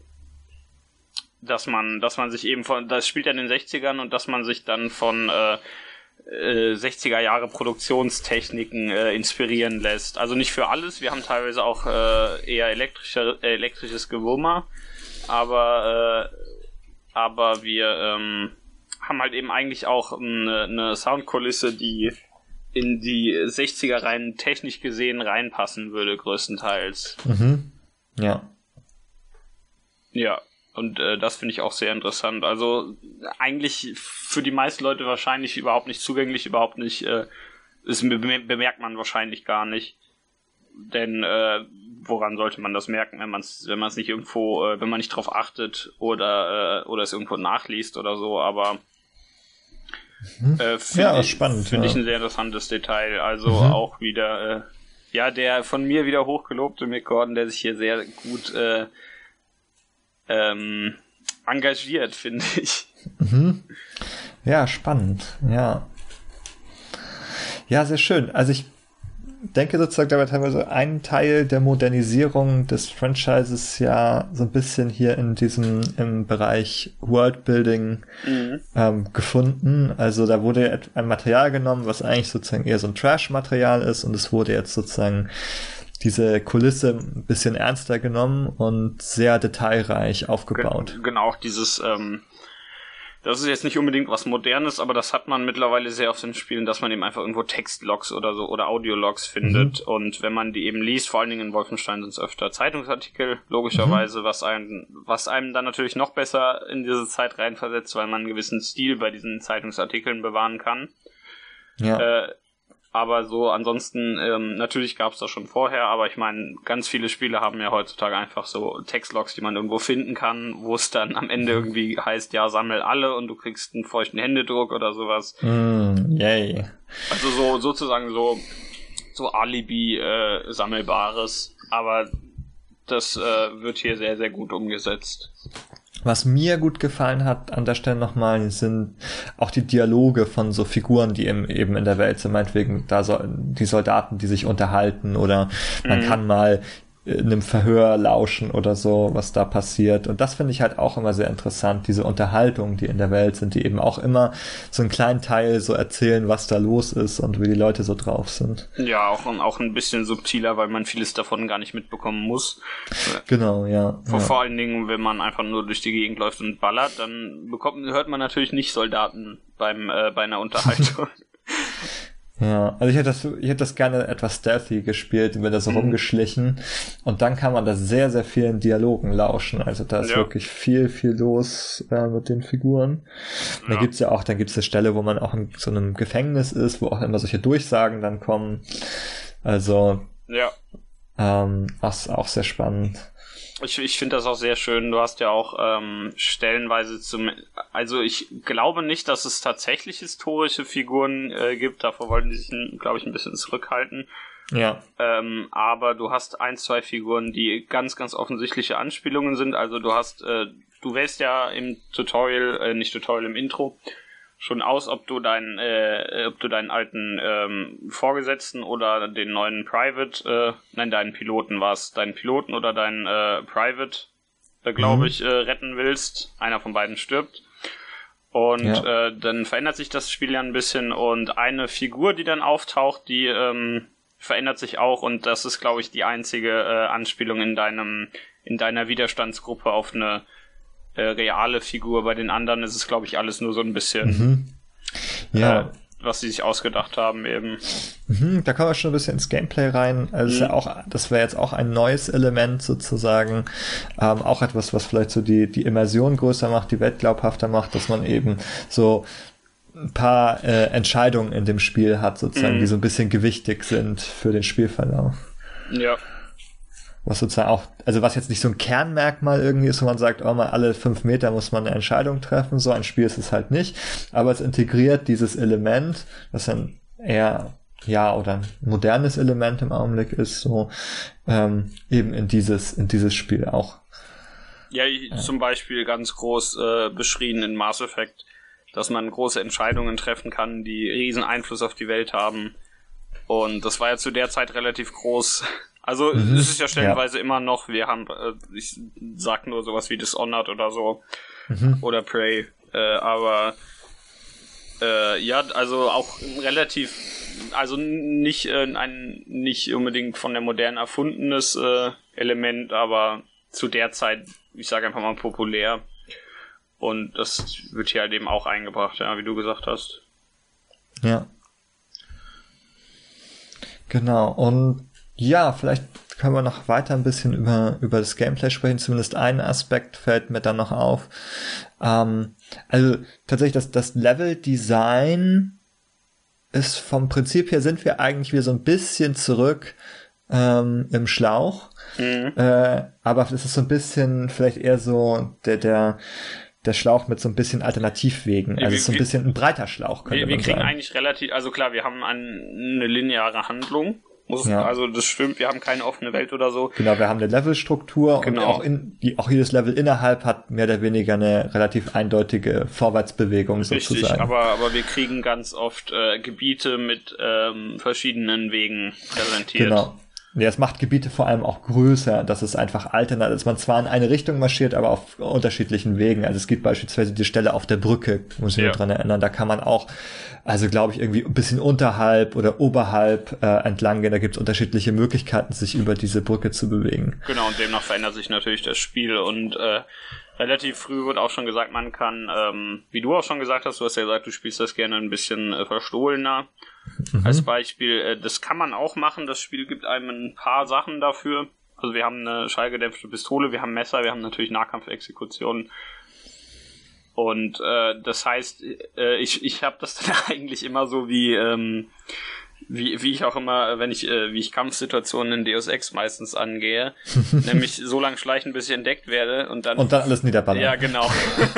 dass man, dass man sich eben von, das spielt ja in den sechzigern und dass man sich dann von äh, äh, sechziger Jahre Produktionstechniken äh, inspirieren lässt. Also nicht für alles, wir haben teilweise auch äh, eher elektrische, äh, elektrisches Gewummer, aber, äh, aber wir ähm, haben halt eben eigentlich auch eine, eine Soundkulisse, die in die sechziger Reihen technisch gesehen reinpassen würde, größtenteils. Mhm. Ja. Ja, und äh, das finde ich auch sehr interessant. Also eigentlich für die meisten Leute wahrscheinlich überhaupt nicht zugänglich, überhaupt nicht, äh, das bemerkt man wahrscheinlich gar nicht. Denn äh, woran sollte man das merken, wenn man es wenn man es nicht irgendwo, äh, wenn man nicht drauf achtet oder, äh, oder es irgendwo nachliest oder so, aber Äh, ja, ich, spannend. Finde ja. ich ein sehr interessantes Detail. Also mhm. auch wieder, äh, ja, der von mir wieder hochgelobte Mick Gordon, der sich hier sehr gut äh, ähm, engagiert, finde ich. Mhm. Ja, spannend. Ja. Ja, sehr schön. Also ich denke sozusagen dabei teilweise ein Teil der Modernisierung des Franchises ja so ein bisschen hier in diesem im Bereich Worldbuilding mhm. ähm, gefunden. Also da wurde ein Material genommen, was eigentlich sozusagen eher so ein Trash-Material ist und es wurde jetzt sozusagen diese Kulisse ein bisschen ernster genommen und sehr detailreich aufgebaut. Genau, auch dieses ähm das ist jetzt nicht unbedingt was Modernes, aber das hat man mittlerweile sehr auf den Spielen, dass man eben einfach irgendwo Textlogs oder so oder Audiologs findet. Mhm. Und wenn man die eben liest, vor allen Dingen in Wolfenstein sind es öfter Zeitungsartikel, logischerweise, mhm. was einem, was einem dann natürlich noch besser in diese Zeit reinversetzt, weil man einen gewissen Stil bei diesen Zeitungsartikeln bewahren kann. Ja. Äh, aber so ansonsten, ähm, natürlich gab es das schon vorher, aber ich meine, ganz viele Spiele haben ja heutzutage einfach so Textlogs, die man irgendwo finden kann, wo es dann am Ende irgendwie heißt, ja, sammel alle und du kriegst einen feuchten Händedruck oder sowas. Mm, yay. Also so sozusagen so so Alibi äh, sammelbares, aber das äh, wird hier sehr, sehr gut umgesetzt. Was mir gut gefallen hat an der Stelle nochmal, sind auch die Dialoge von so Figuren, die eben in der Welt sind, meinetwegen da so, die Soldaten, die sich unterhalten oder man mhm. kann mal in einem Verhör lauschen oder so, was da passiert. Und das finde ich halt auch immer sehr interessant, diese Unterhaltungen, die in der Welt sind, die eben auch immer so einen kleinen Teil so erzählen, was da los ist und wie die Leute so drauf sind. Ja, auch, auch ein bisschen subtiler, weil man vieles davon gar nicht mitbekommen muss. Genau, ja. Vor, ja. vor allen Dingen, wenn man einfach nur durch die Gegend läuft und ballert, dann bekommt, hört man natürlich nicht Soldaten beim äh, bei einer Unterhaltung. Ja, also ich hätte das, ich hätte das gerne etwas stealthy gespielt, bin da so mhm. rumgeschlichen und dann kann man da sehr, sehr vielen Dialogen lauschen. Also da ist ja. wirklich viel, viel los äh, mit den Figuren. Und ja. da gibt's ja auch, dann gibt's eine Stelle, wo man auch in so einem Gefängnis ist, wo auch immer solche Durchsagen dann kommen. Also ja, ähm, das ist auch sehr spannend. Ich, ich finde das auch sehr schön. Du hast ja auch ähm, stellenweise zum... Also ich glaube nicht, dass es tatsächlich historische Figuren äh, gibt. Davor wollten die sich, glaube ich, ein bisschen zurückhalten. Ja. Ähm, aber du hast ein, zwei Figuren, die ganz, ganz offensichtliche Anspielungen sind. Also du hast... Äh, du wählst ja im Tutorial, äh, nicht Tutorial, im Intro schon aus, ob du deinen, äh, ob du deinen alten ähm, Vorgesetzten oder den neuen Private, äh, nein, deinen Piloten war's, deinen Piloten oder deinen äh, Private, äh, glaube mhm. ich, äh, retten willst. Einer von beiden stirbt. Und ja. äh, dann verändert sich das Spiel ja ein bisschen und eine Figur, die dann auftaucht, die ähm, verändert sich auch und das ist, glaube ich, die einzige äh, Anspielung in deinem, in deiner Widerstandsgruppe auf eine reale Figur. Bei den anderen ist es, glaube ich, alles nur so ein bisschen, mhm. ja. äh, was sie sich ausgedacht haben eben. Mhm, da kommen wir schon ein bisschen ins Gameplay rein. Also mhm. ist ja auch, das wäre jetzt auch ein neues Element sozusagen. Ähm, auch etwas, was vielleicht so die, die Immersion größer macht, die Welt glaubhafter macht, dass man eben so ein paar äh, Entscheidungen in dem Spiel hat, sozusagen, mhm. die so ein bisschen gewichtig sind für den Spielverlauf. Ja. Was sozusagen auch, also was jetzt nicht so ein Kernmerkmal irgendwie ist, wo man sagt, oh mal, alle fünf Meter muss man eine Entscheidung treffen, so ein Spiel ist es halt nicht, aber es integriert dieses Element, das dann eher, ja, oder ein modernes Element im Augenblick ist, so, ähm, eben in dieses, in dieses Spiel auch. Ja, ich, ja. zum Beispiel ganz groß äh, beschrieben in Mass Effect, dass man große Entscheidungen treffen kann, die riesen Einfluss auf die Welt haben, und das war ja zu der Zeit relativ groß. Also mhm. es ist ja stellenweise ja. immer noch, wir haben, äh, ich sag nur sowas wie Dishonored oder so, mhm. oder Prey, äh, aber Äh, ja, also auch relativ, also nicht äh, ein nicht unbedingt von der Moderne erfundenes äh, Element, aber zu der Zeit, ich sage einfach mal populär. Und das wird hier halt eben auch eingebracht, ja, wie du gesagt hast. Ja. Genau, und ja, vielleicht können wir noch weiter ein bisschen über, über das Gameplay sprechen. Zumindest ein Aspekt fällt mir dann noch auf. Ähm, also tatsächlich, das, das Level-Design ist vom Prinzip her, sind wir eigentlich wieder so ein bisschen zurück ähm, im Schlauch. Mhm. Äh, aber es ist so ein bisschen vielleicht eher so der, der der Schlauch mit so ein bisschen Alternativwegen. Also es ist so ein bisschen ein breiter Schlauch, könnte wir, man wir kriegen sagen. eigentlich relativ, also klar, wir haben ein, eine lineare Handlung. Muss, ja. Also das stimmt, wir haben keine offene Welt oder so. Genau, wir haben eine Levelstruktur genau. und auch, in, die, auch jedes Level innerhalb hat mehr oder weniger eine relativ eindeutige Vorwärtsbewegung Richtig, sozusagen. aber aber wir kriegen ganz oft äh, Gebiete mit ähm, verschiedenen Wegen präsentiert. Genau. Ja, es macht Gebiete vor allem auch größer, dass es einfach alternativ, dass man zwar in eine Richtung marschiert, aber auf unterschiedlichen Wegen. Also es gibt beispielsweise die Stelle auf der Brücke, muss ich ja. mich dran erinnern, da kann man auch, also glaube ich, irgendwie ein bisschen unterhalb oder oberhalb äh, entlang gehen. Da gibt es unterschiedliche Möglichkeiten, sich über diese Brücke zu bewegen. Genau, und demnach verändert sich natürlich das Spiel und äh, relativ früh wird auch schon gesagt, man kann, ähm, wie du auch schon gesagt hast, du hast ja gesagt, du spielst das gerne ein bisschen äh, verstohlener. Mhm. Als Beispiel, äh, das kann man auch machen, das Spiel gibt einem ein paar Sachen dafür. Also wir haben eine schallgedämpfte Pistole, wir haben Messer, wir haben natürlich Nahkampfexekutionen. Und äh, das heißt, äh, ich, ich habe das dann eigentlich immer so wie... Ähm, Wie, wie ich auch immer, wenn ich, äh, wie ich Kampfsituationen in Deus Ex meistens angehe, nämlich so lange schleichen, bis ich entdeckt werde und dann... Und dann alles niederballern. Ja, genau.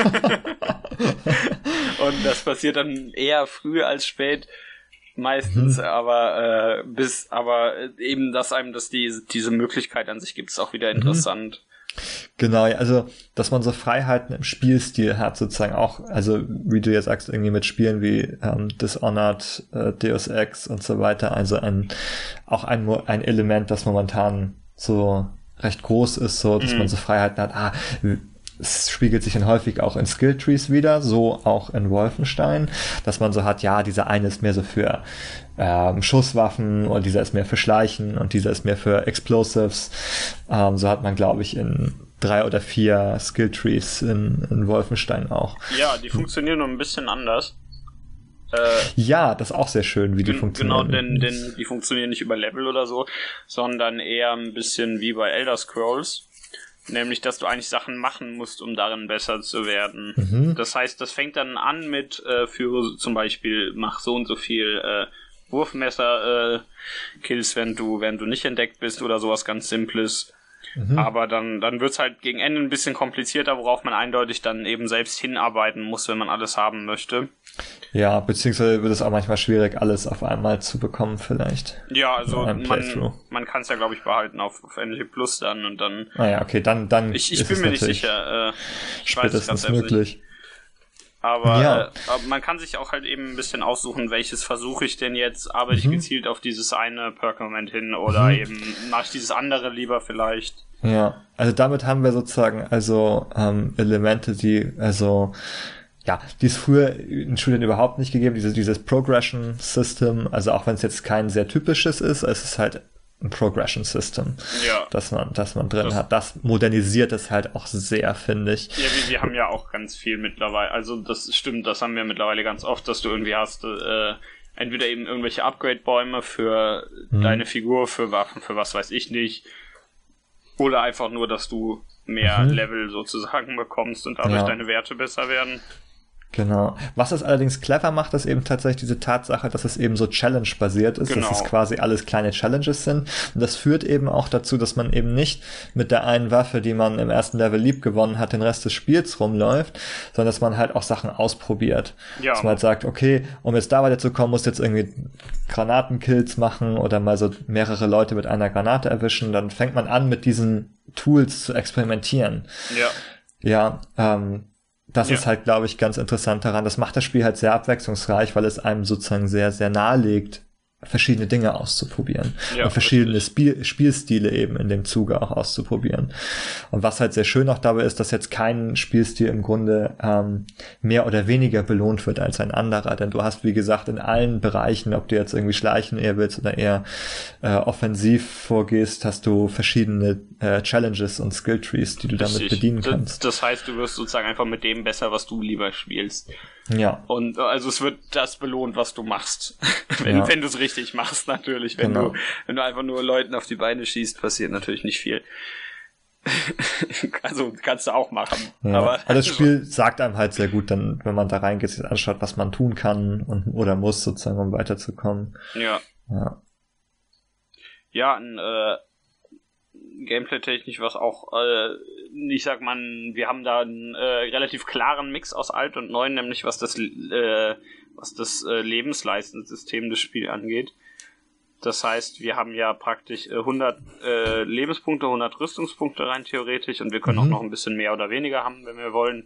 Und das passiert dann eher früh als spät, meistens, mhm. aber äh, bis, aber eben, dass einem das die, diese Möglichkeit an sich gibt, ist auch wieder interessant. Mhm. Genau, also, dass man so Freiheiten im Spielstil hat, sozusagen auch, also, wie du jetzt sagst, irgendwie mit Spielen wie ähm, Dishonored, äh, Deus Ex und so weiter, also ein, auch ein, ein Element, das momentan so recht groß ist, so, dass mhm. man so Freiheiten hat, ah, es spiegelt sich dann häufig auch in Skilltrees wieder, so auch in Wolfenstein, dass man so hat, ja, dieser eine ist mehr so für ähm, Schusswaffen und dieser ist mehr für Schleichen und dieser ist mehr für Explosives. Ähm, so hat man, glaube ich, in drei oder vier Skilltrees in, in Wolfenstein auch. Ja, die funktionieren nur ein bisschen anders. Äh, ja, das ist auch sehr schön, wie die gen- funktionieren. Genau, denn, denn die funktionieren nicht über Level oder so, sondern eher ein bisschen wie bei Elder Scrolls. Nämlich, dass du eigentlich Sachen machen musst, um darin besser zu werden. Mhm. Das heißt, das fängt dann an mit, äh, für zum Beispiel, mach so und so viel äh, Wurfmesser-Kills, äh, wenn du, wenn du nicht entdeckt bist oder sowas ganz Simples. Mhm. Aber dann, dann wird's halt gegen Ende ein bisschen komplizierter, worauf man eindeutig dann eben selbst hinarbeiten muss, wenn man alles haben möchte. Ja, beziehungsweise wird es auch manchmal schwierig, alles auf einmal zu bekommen vielleicht. Ja, also man, man kann es ja, glaube ich, behalten auf, auf N G Plus dann und dann... Ah ja, okay, dann, dann Ich, ich bin mir nicht sicher. Äh, ich weiß es ganz möglich. Nicht. Aber, ja. äh, aber man kann sich auch halt eben ein bisschen aussuchen, welches versuche ich denn jetzt. Arbeite mhm. ich gezielt auf dieses eine Perk-Moment hin oder mhm. eben mache ich dieses andere lieber vielleicht. Ja, also damit haben wir sozusagen also ähm, Elemente, die also ja, die es früher in Studien überhaupt nicht gegeben, dieses, dieses Progression System, also auch wenn es jetzt kein sehr typisches ist, es ist halt ein Progression System, ja. das man, das man drin das hat. Das modernisiert es halt auch sehr, finde ich. Ja, wir, wir haben ja auch ganz viel mittlerweile, also das stimmt, das haben wir mittlerweile ganz oft, dass du irgendwie hast, äh, entweder eben irgendwelche Upgrade-Bäume für hm. deine Figur, für Waffen, für was weiß ich nicht, oder einfach nur, dass du mehr mhm. Level sozusagen bekommst und dadurch ja. deine Werte besser werden. Genau. Was es allerdings clever macht, ist eben tatsächlich diese Tatsache, dass es eben so Challenge-basiert ist, genau. dass es quasi alles kleine Challenges sind. Und das führt eben auch dazu, dass man eben nicht mit der einen Waffe, die man im ersten Level lieb gewonnen hat, den Rest des Spiels rumläuft, sondern dass man halt auch Sachen ausprobiert. Ja. Dass man halt sagt, okay, um jetzt da weiterzukommen, musst du jetzt irgendwie Granatenkills machen oder mal so mehrere Leute mit einer Granate erwischen. Dann fängt man an, mit diesen Tools zu experimentieren. Ja. Ja, ähm, Das ja. ist halt, glaube ich, ganz interessant daran. Das macht das Spiel halt sehr abwechslungsreich, weil es einem sozusagen sehr, sehr nahelegt, verschiedene Dinge auszuprobieren ja, und verschiedene Spiel- Spielstile eben in dem Zuge auch auszuprobieren. Und was halt sehr schön auch dabei ist, dass jetzt kein Spielstil im Grunde ähm, mehr oder weniger belohnt wird als ein anderer, denn du hast, wie gesagt, in allen Bereichen, ob du jetzt irgendwie schleichen eher willst oder eher äh, offensiv vorgehst, hast du verschiedene äh, Challenges und Skilltrees, die du damit Richtig. bedienen das, kannst. Das heißt, du wirst sozusagen einfach mit dem besser, was du lieber spielst. Ja. Und also es wird das belohnt, was du machst. wenn ja. wenn du es richtig machst, natürlich. Wenn genau. du wenn du einfach nur Leuten auf die Beine schießt, passiert natürlich nicht viel. Also kannst du auch machen. Ja. Aber, aber das Spiel sagt einem halt sehr gut, dann, wenn man da reingeht, sich anschaut, was man tun kann und oder muss, sozusagen, um weiterzukommen. Ja. Ja, ja ein äh, Gameplay-technisch, was auch, äh, ich sag mal, wir haben da einen äh, relativ klaren Mix aus alt und neu, nämlich was das äh, was das äh, Lebensleistensystem des Spiels angeht. Das heißt, wir haben ja praktisch äh, hundert äh, Lebenspunkte, hundert Rüstungspunkte rein theoretisch und wir können mhm. auch noch ein bisschen mehr oder weniger haben, wenn wir wollen.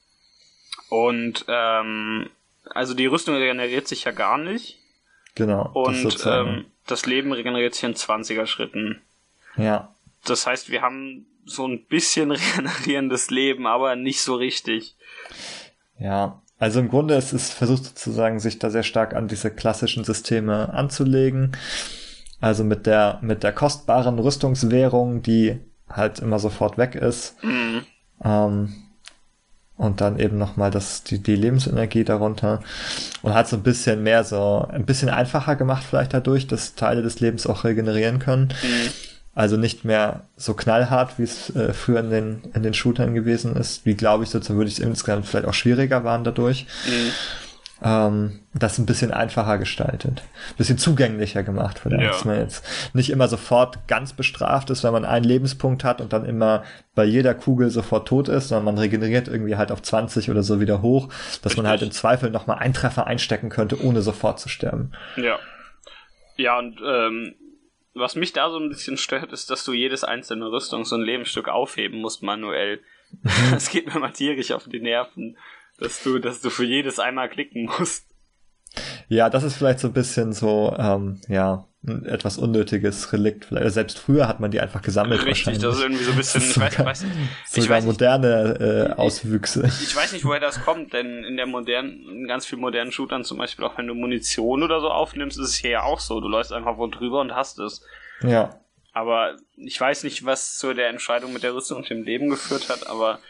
Und ähm, also die Rüstung regeneriert sich ja gar nicht. Genau. Und das, ähm, das Leben regeneriert sich in zwanziger Schritten. Ja. Das heißt, wir haben so ein bisschen regenerierendes Leben, aber nicht so richtig. Ja, also im Grunde ist es versucht sozusagen, sich da sehr stark an diese klassischen Systeme anzulegen. Also mit der mit der kostbaren Rüstungswährung, die halt immer sofort weg ist. Mhm. Ähm, und dann eben nochmal das, die, die Lebensenergie darunter. Und hat so ein bisschen mehr so, ein bisschen einfacher gemacht vielleicht dadurch, dass Teile des Lebens auch regenerieren können. Mhm. Also nicht mehr so knallhart, wie es äh, früher in den in den Shootern gewesen ist. Wie glaube ich, sozusagen würde ich es insgesamt vielleicht auch schwieriger waren dadurch. Mhm. Ähm, das ein bisschen einfacher gestaltet. Ein bisschen zugänglicher gemacht vielleicht. Ja. Dass man jetzt nicht immer sofort ganz bestraft ist, wenn man einen Lebenspunkt hat und dann immer bei jeder Kugel sofort tot ist, sondern man regeneriert irgendwie halt auf zwanzig oder so wieder hoch, dass Richtig. Man halt im Zweifel nochmal einen Treffer einstecken könnte, ohne sofort zu sterben. Ja. Ja, und ähm was mich da so ein bisschen stört, ist, dass du jedes einzelne Rüstungs- und Lebensstück aufheben musst manuell. Mhm. Das geht mir mal tierisch auf die Nerven, dass du, dass du für jedes einmal klicken musst. Ja, das ist vielleicht so ein bisschen so, ähm, ja, ein etwas unnötiges Relikt. Vielleicht. Selbst früher hat man die einfach gesammelt. Richtig, das ist irgendwie so ein bisschen, ich weiß, weiß nicht. Sogar ich weiß nicht, moderne äh, Auswüchse. Ich, ich weiß nicht, woher das kommt, denn in der modernen, in ganz vielen modernen Shootern zum Beispiel, auch wenn du Munition oder so aufnimmst, ist es hier ja auch so. Du läufst einfach wo drüber und hast es. Ja. Aber ich weiß nicht, was zu der Entscheidung mit der Rüstung und dem Leben geführt hat, aber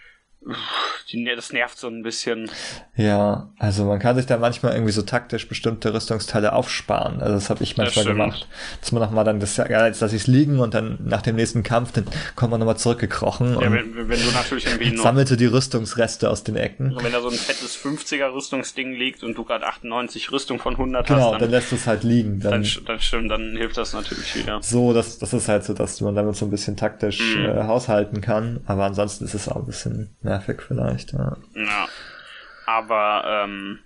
die, das nervt so ein bisschen. Ja, also man kann sich da manchmal irgendwie so taktisch bestimmte Rüstungsteile aufsparen. Also das habe ich manchmal das gemacht. Dass man nochmal dann, das, ja, jetzt lasse ich es liegen und dann nach dem nächsten Kampf, dann kommt man nochmal zurückgekrochen. Ja, und wenn, wenn du natürlich irgendwie noch sammelte die Rüstungsreste aus den Ecken. Wenn da so ein fettes fünfziger Rüstungsding liegt und du gerade achtundneunzig Rüstung von hundert genau, hast, dann, dann, dann lässt es halt liegen. Dann, dann, dann stimmt, dann hilft das natürlich wieder. So, das, das ist halt so, dass man damit so ein bisschen taktisch mm. äh, haushalten kann. Aber ansonsten ist es auch ein bisschen nervig vielleicht. Ja, ja. Aber ähm,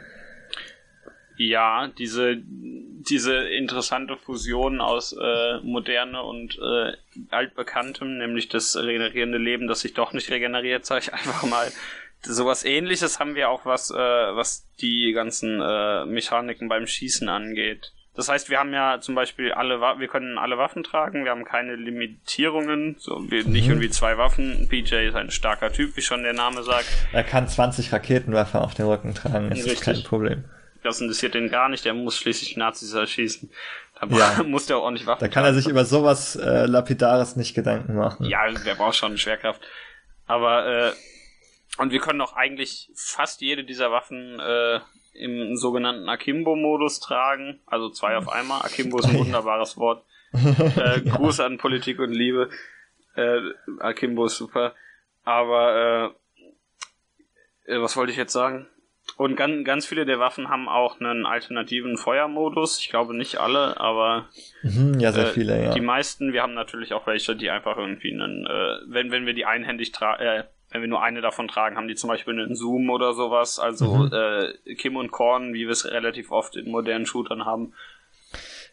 ja, diese diese interessante Fusion aus äh, Moderne und äh, Altbekanntem, nämlich das regenerierende Leben, das sich doch nicht regeneriert, sage ich einfach mal. Sowas Ähnliches haben wir auch, was äh, was die ganzen äh, Mechaniken beim Schießen angeht. Das heißt, wir haben ja zum Beispiel alle, Wa- wir können alle Waffen tragen, wir haben keine Limitierungen, so wir nicht Mhm. irgendwie zwei Waffen. P J ist ein starker Typ, wie schon der Name sagt. Er kann zwanzig Raketenwerfer auf dem Rücken tragen, das ist kein Problem. Das interessiert den gar nicht, der muss schließlich Nazis erschießen. Da Ja. muss der auch nicht Waffen Da kann er tragen. sich über sowas äh, Lapidares nicht Gedanken machen. Ja, der braucht schon Schwerkraft. Aber, äh, und wir können auch eigentlich fast jede dieser Waffen äh, im sogenannten Akimbo-Modus tragen. Also zwei auf einmal. Akimbo ist ein wunderbares Wort. Äh, Ja. Gruß an Politik und Liebe. Äh, Akimbo ist super. Aber, äh, äh, was wollte ich jetzt sagen? Und ganz, ganz viele der Waffen haben auch einen alternativen Feuermodus. Ich glaube nicht alle, aber Mhm, ja, sehr äh, viele, ja. die meisten. Wir haben natürlich auch welche, die einfach irgendwie einen, äh, wenn wenn wir die einhändig tragen, äh, wenn wir nur eine davon tragen, haben die zum Beispiel einen Zoom oder sowas. Also Mhm. äh, Kim und Korn, wie wir es relativ oft in modernen Shootern haben.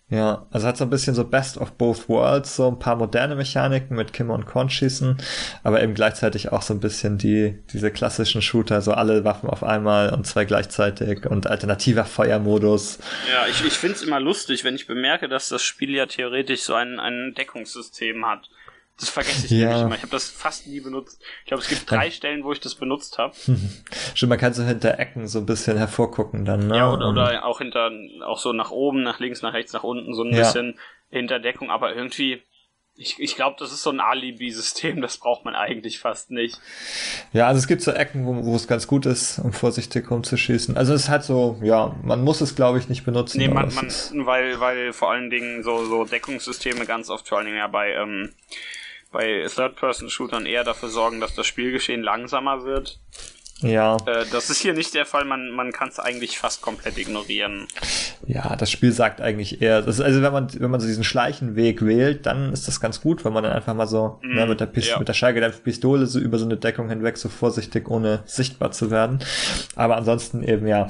Ja, also hat so ein bisschen so Best of Both Worlds, so ein paar moderne Mechaniken mit Kimmer und Korn schießen, aber eben gleichzeitig auch so ein bisschen die diese klassischen Shooter, so alle Waffen auf einmal und zwei gleichzeitig und alternativer Feuermodus. Ja, ich, ich find's immer lustig, wenn ich bemerke, dass das Spiel ja theoretisch so ein, ein Deckungssystem hat. Das vergesse ich ja. nämlich immer. Ich habe das fast nie benutzt. Ich glaube, es gibt drei Stellen, wo ich das benutzt habe. Stimmt, man kann so hinter Ecken so ein bisschen hervorgucken dann, ne? Ja, oder, oder auch hinter, auch so nach oben, nach links, nach rechts, nach unten, so ein ja. bisschen Hinterdeckung. Aber irgendwie, ich, ich glaube, das ist so ein Alibi-System, das braucht man eigentlich fast nicht. Ja, also es gibt so Ecken, wo, wo es ganz gut ist, um vorsichtig rumzuschießen. Also es ist halt so, ja, man muss es, glaube ich, nicht benutzen. Nee, man, man weil, weil vor allen Dingen so, so Deckungssysteme ganz oft, vor allen Dingen ja bei, ähm, bei Third-Person-Shootern eher dafür sorgen, dass das Spielgeschehen langsamer wird. Ja. Äh, das ist hier nicht der Fall, man, man kann es eigentlich fast komplett ignorieren. Ja, das Spiel sagt eigentlich eher, das ist, also wenn man wenn man so diesen Schleichenweg wählt, dann ist das ganz gut, weil man dann einfach mal so mm, ne, mit der Pist- ja. mit der schallgedämpften Pistole so über so eine Deckung hinweg so vorsichtig, ohne sichtbar zu werden. Aber ansonsten eben, ja,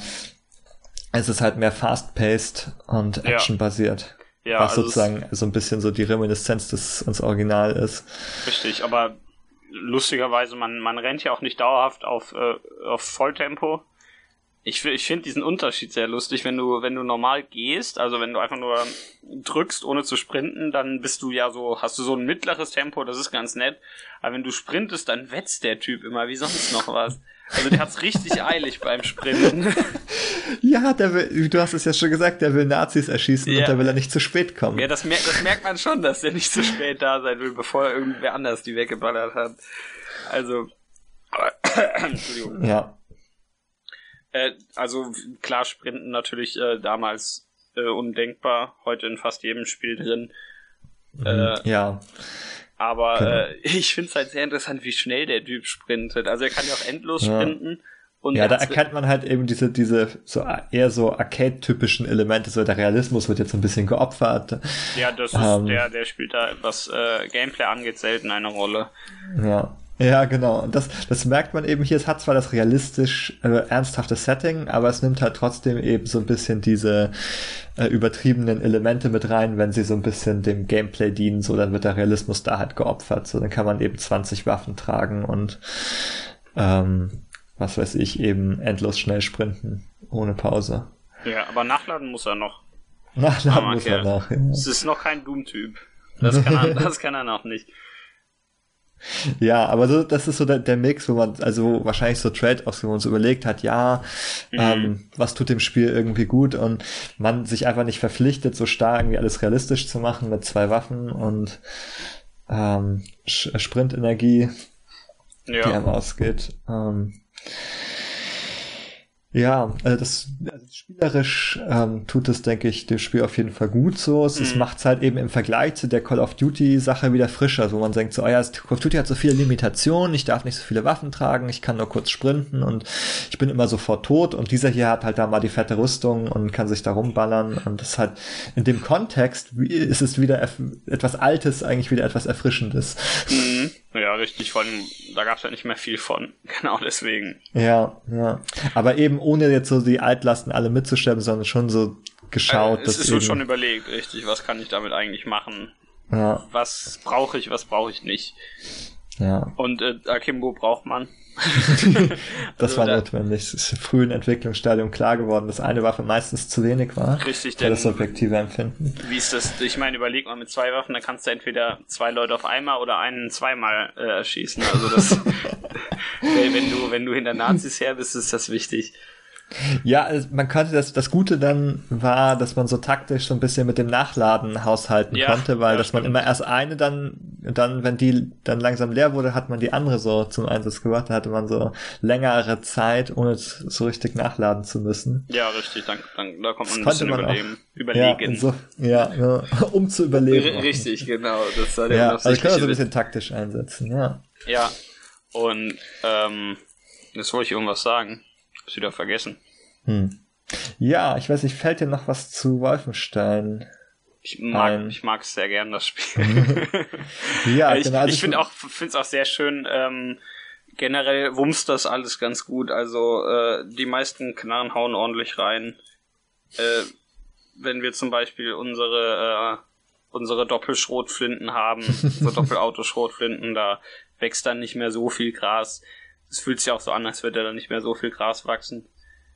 es ist halt mehr fast-paced und actionbasiert. Ja, was also sozusagen so ein bisschen so die Reminiszenz des ins Original ist. Richtig, aber lustigerweise, man, man rennt ja auch nicht dauerhaft auf, äh, auf Volltempo. Ich, ich finde diesen Unterschied sehr lustig, wenn du, wenn du normal gehst, also wenn du einfach nur drückst, ohne zu sprinten, dann bist du ja so, hast du so ein mittleres Tempo, das ist ganz nett. Aber wenn du sprintest, dann wetzt der Typ immer wie sonst noch was. Also der hat's richtig eilig beim Sprinten. Ja, der will, du hast es ja schon gesagt, der will Nazis erschießen ja. und der will ja nicht zu spät kommen. Ja, das, mer- das merkt man schon, dass der nicht zu spät da sein will, bevor irgendwer anders die weggeballert hat. Also, Entschuldigung. Ja. Äh, also klar, Sprinten natürlich äh, damals äh, undenkbar, heute in fast jedem Spiel drin. Äh, ja. Aber genau. äh, ich finde es halt sehr interessant, wie schnell der Typ sprintet. Also er kann ja auch endlos ja. sprinten. Und ja, da erkennt man halt eben diese, diese so eher so Arcade-typischen Elemente, so der Realismus wird jetzt ein bisschen geopfert. Ja, das ist ähm, der, der spielt da, was äh, Gameplay angeht, selten eine Rolle. Ja. Ja, genau. Und das, das merkt man eben hier. Es hat zwar das realistisch äh, ernsthafte Setting, aber es nimmt halt trotzdem eben so ein bisschen diese äh, übertriebenen Elemente mit rein, wenn sie so ein bisschen dem Gameplay dienen. So, dann wird der Realismus da halt geopfert. So, dann kann man eben zwanzig Waffen tragen und ähm, was weiß ich, eben endlos schnell sprinten, ohne Pause. Ja, aber nachladen muss er noch. Nachladen muss er noch, ja. Es ist noch kein Doom-Typ. Das kann er, das kann er noch nicht. Ja, aber so, das ist so der, der Mix, wo man, also wahrscheinlich so Trade-offs, wo man uns überlegt hat, ja, mhm. ähm, was tut dem Spiel irgendwie gut und man sich einfach nicht verpflichtet, so stark irgendwie alles realistisch zu machen mit zwei Waffen und ähm, Sprintenergie, ja. die einem ausgeht. Ähm, Ja, also das also spielerisch ähm, tut es, denke ich, dem Spiel auf jeden Fall gut so. Es mhm. macht es halt eben im Vergleich zu der Call of Duty Sache wieder frischer, wo man denkt so, oh ja, Call of Duty hat so viele Limitationen, ich darf nicht so viele Waffen tragen, ich kann nur kurz sprinten und ich bin immer sofort tot und dieser hier hat halt da mal die fette Rüstung und kann sich da rumballern und das halt in dem Kontext ist es wieder erf- etwas Altes, eigentlich wieder etwas Erfrischendes. Mhm. Ja, richtig, vor allem, da gab es ja nicht mehr viel von, genau deswegen. Ja, ja, aber eben ohne jetzt so die Altlasten alle mitzustemmen, sondern schon so geschaut. Also, es ist so schon überlegt, richtig, was kann ich damit eigentlich machen? Ja. Was brauche ich, was brauche ich nicht? Ja. Und äh, Akimbo braucht man. Das also war da, notwendig. Es ist im frühen Entwicklungsstadium klar geworden, dass eine Waffe meistens zu wenig war. Richtig, denn das subjektive Empfinden. Wie ist das? Ich meine, überleg mal, mit zwei Waffen, da kannst du entweder zwei Leute auf einmal oder einen zweimal äh, erschießen. Also das, wenn du wenn du hinter Nazis her bist, ist das wichtig. Ja, also man konnte das, das Gute dann war, dass man so taktisch so ein bisschen mit dem Nachladen haushalten ja, konnte, weil ja, dass man immer erst eine dann, dann, wenn die dann langsam leer wurde, hat man die andere so zum Einsatz gebracht, da hatte man so längere Zeit, ohne so richtig nachladen zu müssen. Ja, richtig, dann, dann da kommt man ein bisschen überleben, auch, überlegen. Ja, so, ja, ja, um zu überleben. R- richtig, genau. Das war der ja, also ich kann das so ein bisschen taktisch einsetzen, ja. Ja, und ähm, jetzt wollte ich irgendwas sagen. Hab's wieder vergessen. Hm. Ja, ich weiß nicht, fällt dir noch was zu Wolfenstein? Ich mag, ich mag es sehr gern, das Spiel. Ja, ich, genau. Also ich finde auch, finde es auch sehr schön, ähm, generell wumst das alles ganz gut. Also, äh, die meisten Knarren hauen ordentlich rein. Äh, wenn wir zum Beispiel unsere, äh, unsere Doppelschrotflinten haben, so Doppelautoschrotflinten, da wächst dann nicht mehr so viel Gras. Es fühlt sich auch so an, als würde da nicht mehr so viel Gras wachsen.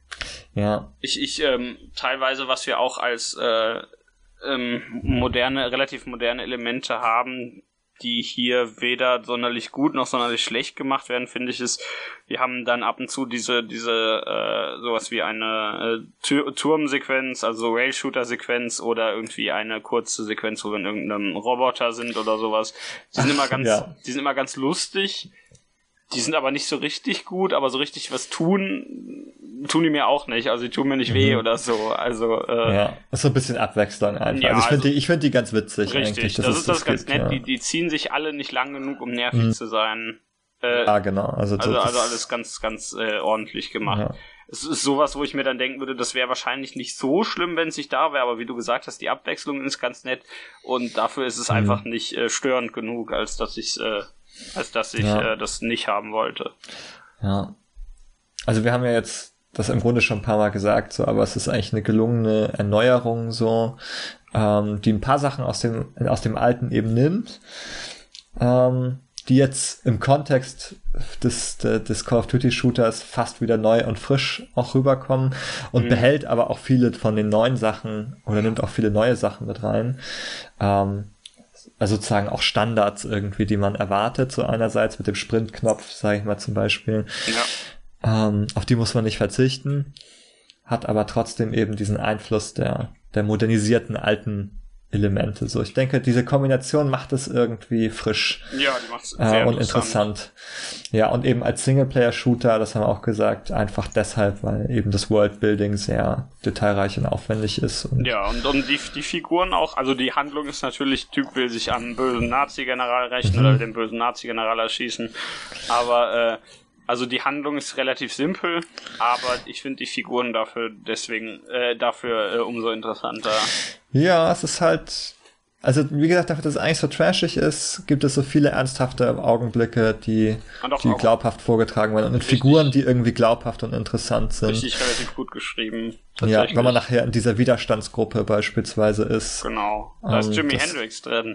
Ja. Ich, ich, ähm, teilweise, was wir auch als äh, ähm, moderne, relativ moderne Elemente haben, die hier weder sonderlich gut noch sonderlich schlecht gemacht werden, finde ich, ist, wir haben dann ab und zu diese, diese, äh, sowas wie eine äh, Tür- Turmsequenz, also Rail-Shooter-Sequenz oder irgendwie eine kurze Sequenz, wo wir in irgendeinem Roboter sind oder sowas. Die sind immer ganz, ja. die sind immer ganz lustig. Die sind aber nicht so richtig gut, aber so richtig was tun, tun die mir auch nicht. Also die tun mir nicht weh mhm. oder so. Also äh, ja, ist so ein bisschen Abwechslung einfach. Ja, also ich finde also, die, ich finde die ganz witzig richtig, eigentlich. Das, das ist das, das ganz gibt, nett. Ja. Die, die ziehen sich alle nicht lang genug, um nervig mhm. zu sein. Äh, ja, genau. Also, also, das, also alles ganz, ganz äh, ordentlich gemacht. Ja. Es ist sowas, wo ich mir dann denken würde, das wäre wahrscheinlich nicht so schlimm, wenn es nicht da wäre, aber wie du gesagt hast, die Abwechslung ist ganz nett und dafür ist es mhm. einfach nicht äh, störend genug, als dass ich äh, als dass ich ja. äh, das nicht haben wollte. Ja. Also wir haben ja jetzt das im Grunde schon ein paar Mal gesagt, so, aber es ist eigentlich eine gelungene Erneuerung so, ähm, die ein paar Sachen aus dem aus dem Alten eben nimmt, ähm, die jetzt im Kontext des, des Call of Duty Shooters fast wieder neu und frisch auch rüberkommen und mhm. behält aber auch viele von den neuen Sachen oder nimmt auch viele neue Sachen mit rein. Ähm, Also sozusagen auch Standards irgendwie, die man erwartet, so einerseits mit dem Sprintknopf, sage ich mal zum Beispiel. Ja. Ähm, auf die muss man nicht verzichten, hat aber trotzdem eben diesen Einfluss der, der modernisierten alten Elemente. So, ich denke, diese Kombination macht es irgendwie frisch ja, die macht's äh, sehr und interessant. Ja, und eben als Singleplayer-Shooter, das haben wir auch gesagt, einfach deshalb, weil eben das Worldbuilding sehr detailreich und aufwendig ist. Und ja, und, und die, die Figuren auch, also die Handlung ist natürlich, Typ will sich an einen bösen Nazi-General rächen mhm. oder den bösen Nazi-General erschießen, aber äh, also die Handlung ist relativ simpel, aber ich finde die Figuren dafür deswegen äh, dafür äh, umso interessanter. Ja, es ist halt, also wie gesagt, dafür, dass es eigentlich so trashig ist, gibt es so viele ernsthafte Augenblicke, die, die glaubhaft vorgetragen werden und mit Figuren, die irgendwie glaubhaft und interessant sind. Richtig, relativ gut geschrieben. Ja, wenn man nachher in dieser Widerstandsgruppe beispielsweise ist. Genau, da ähm, ist Jimi das, Hendrix drin.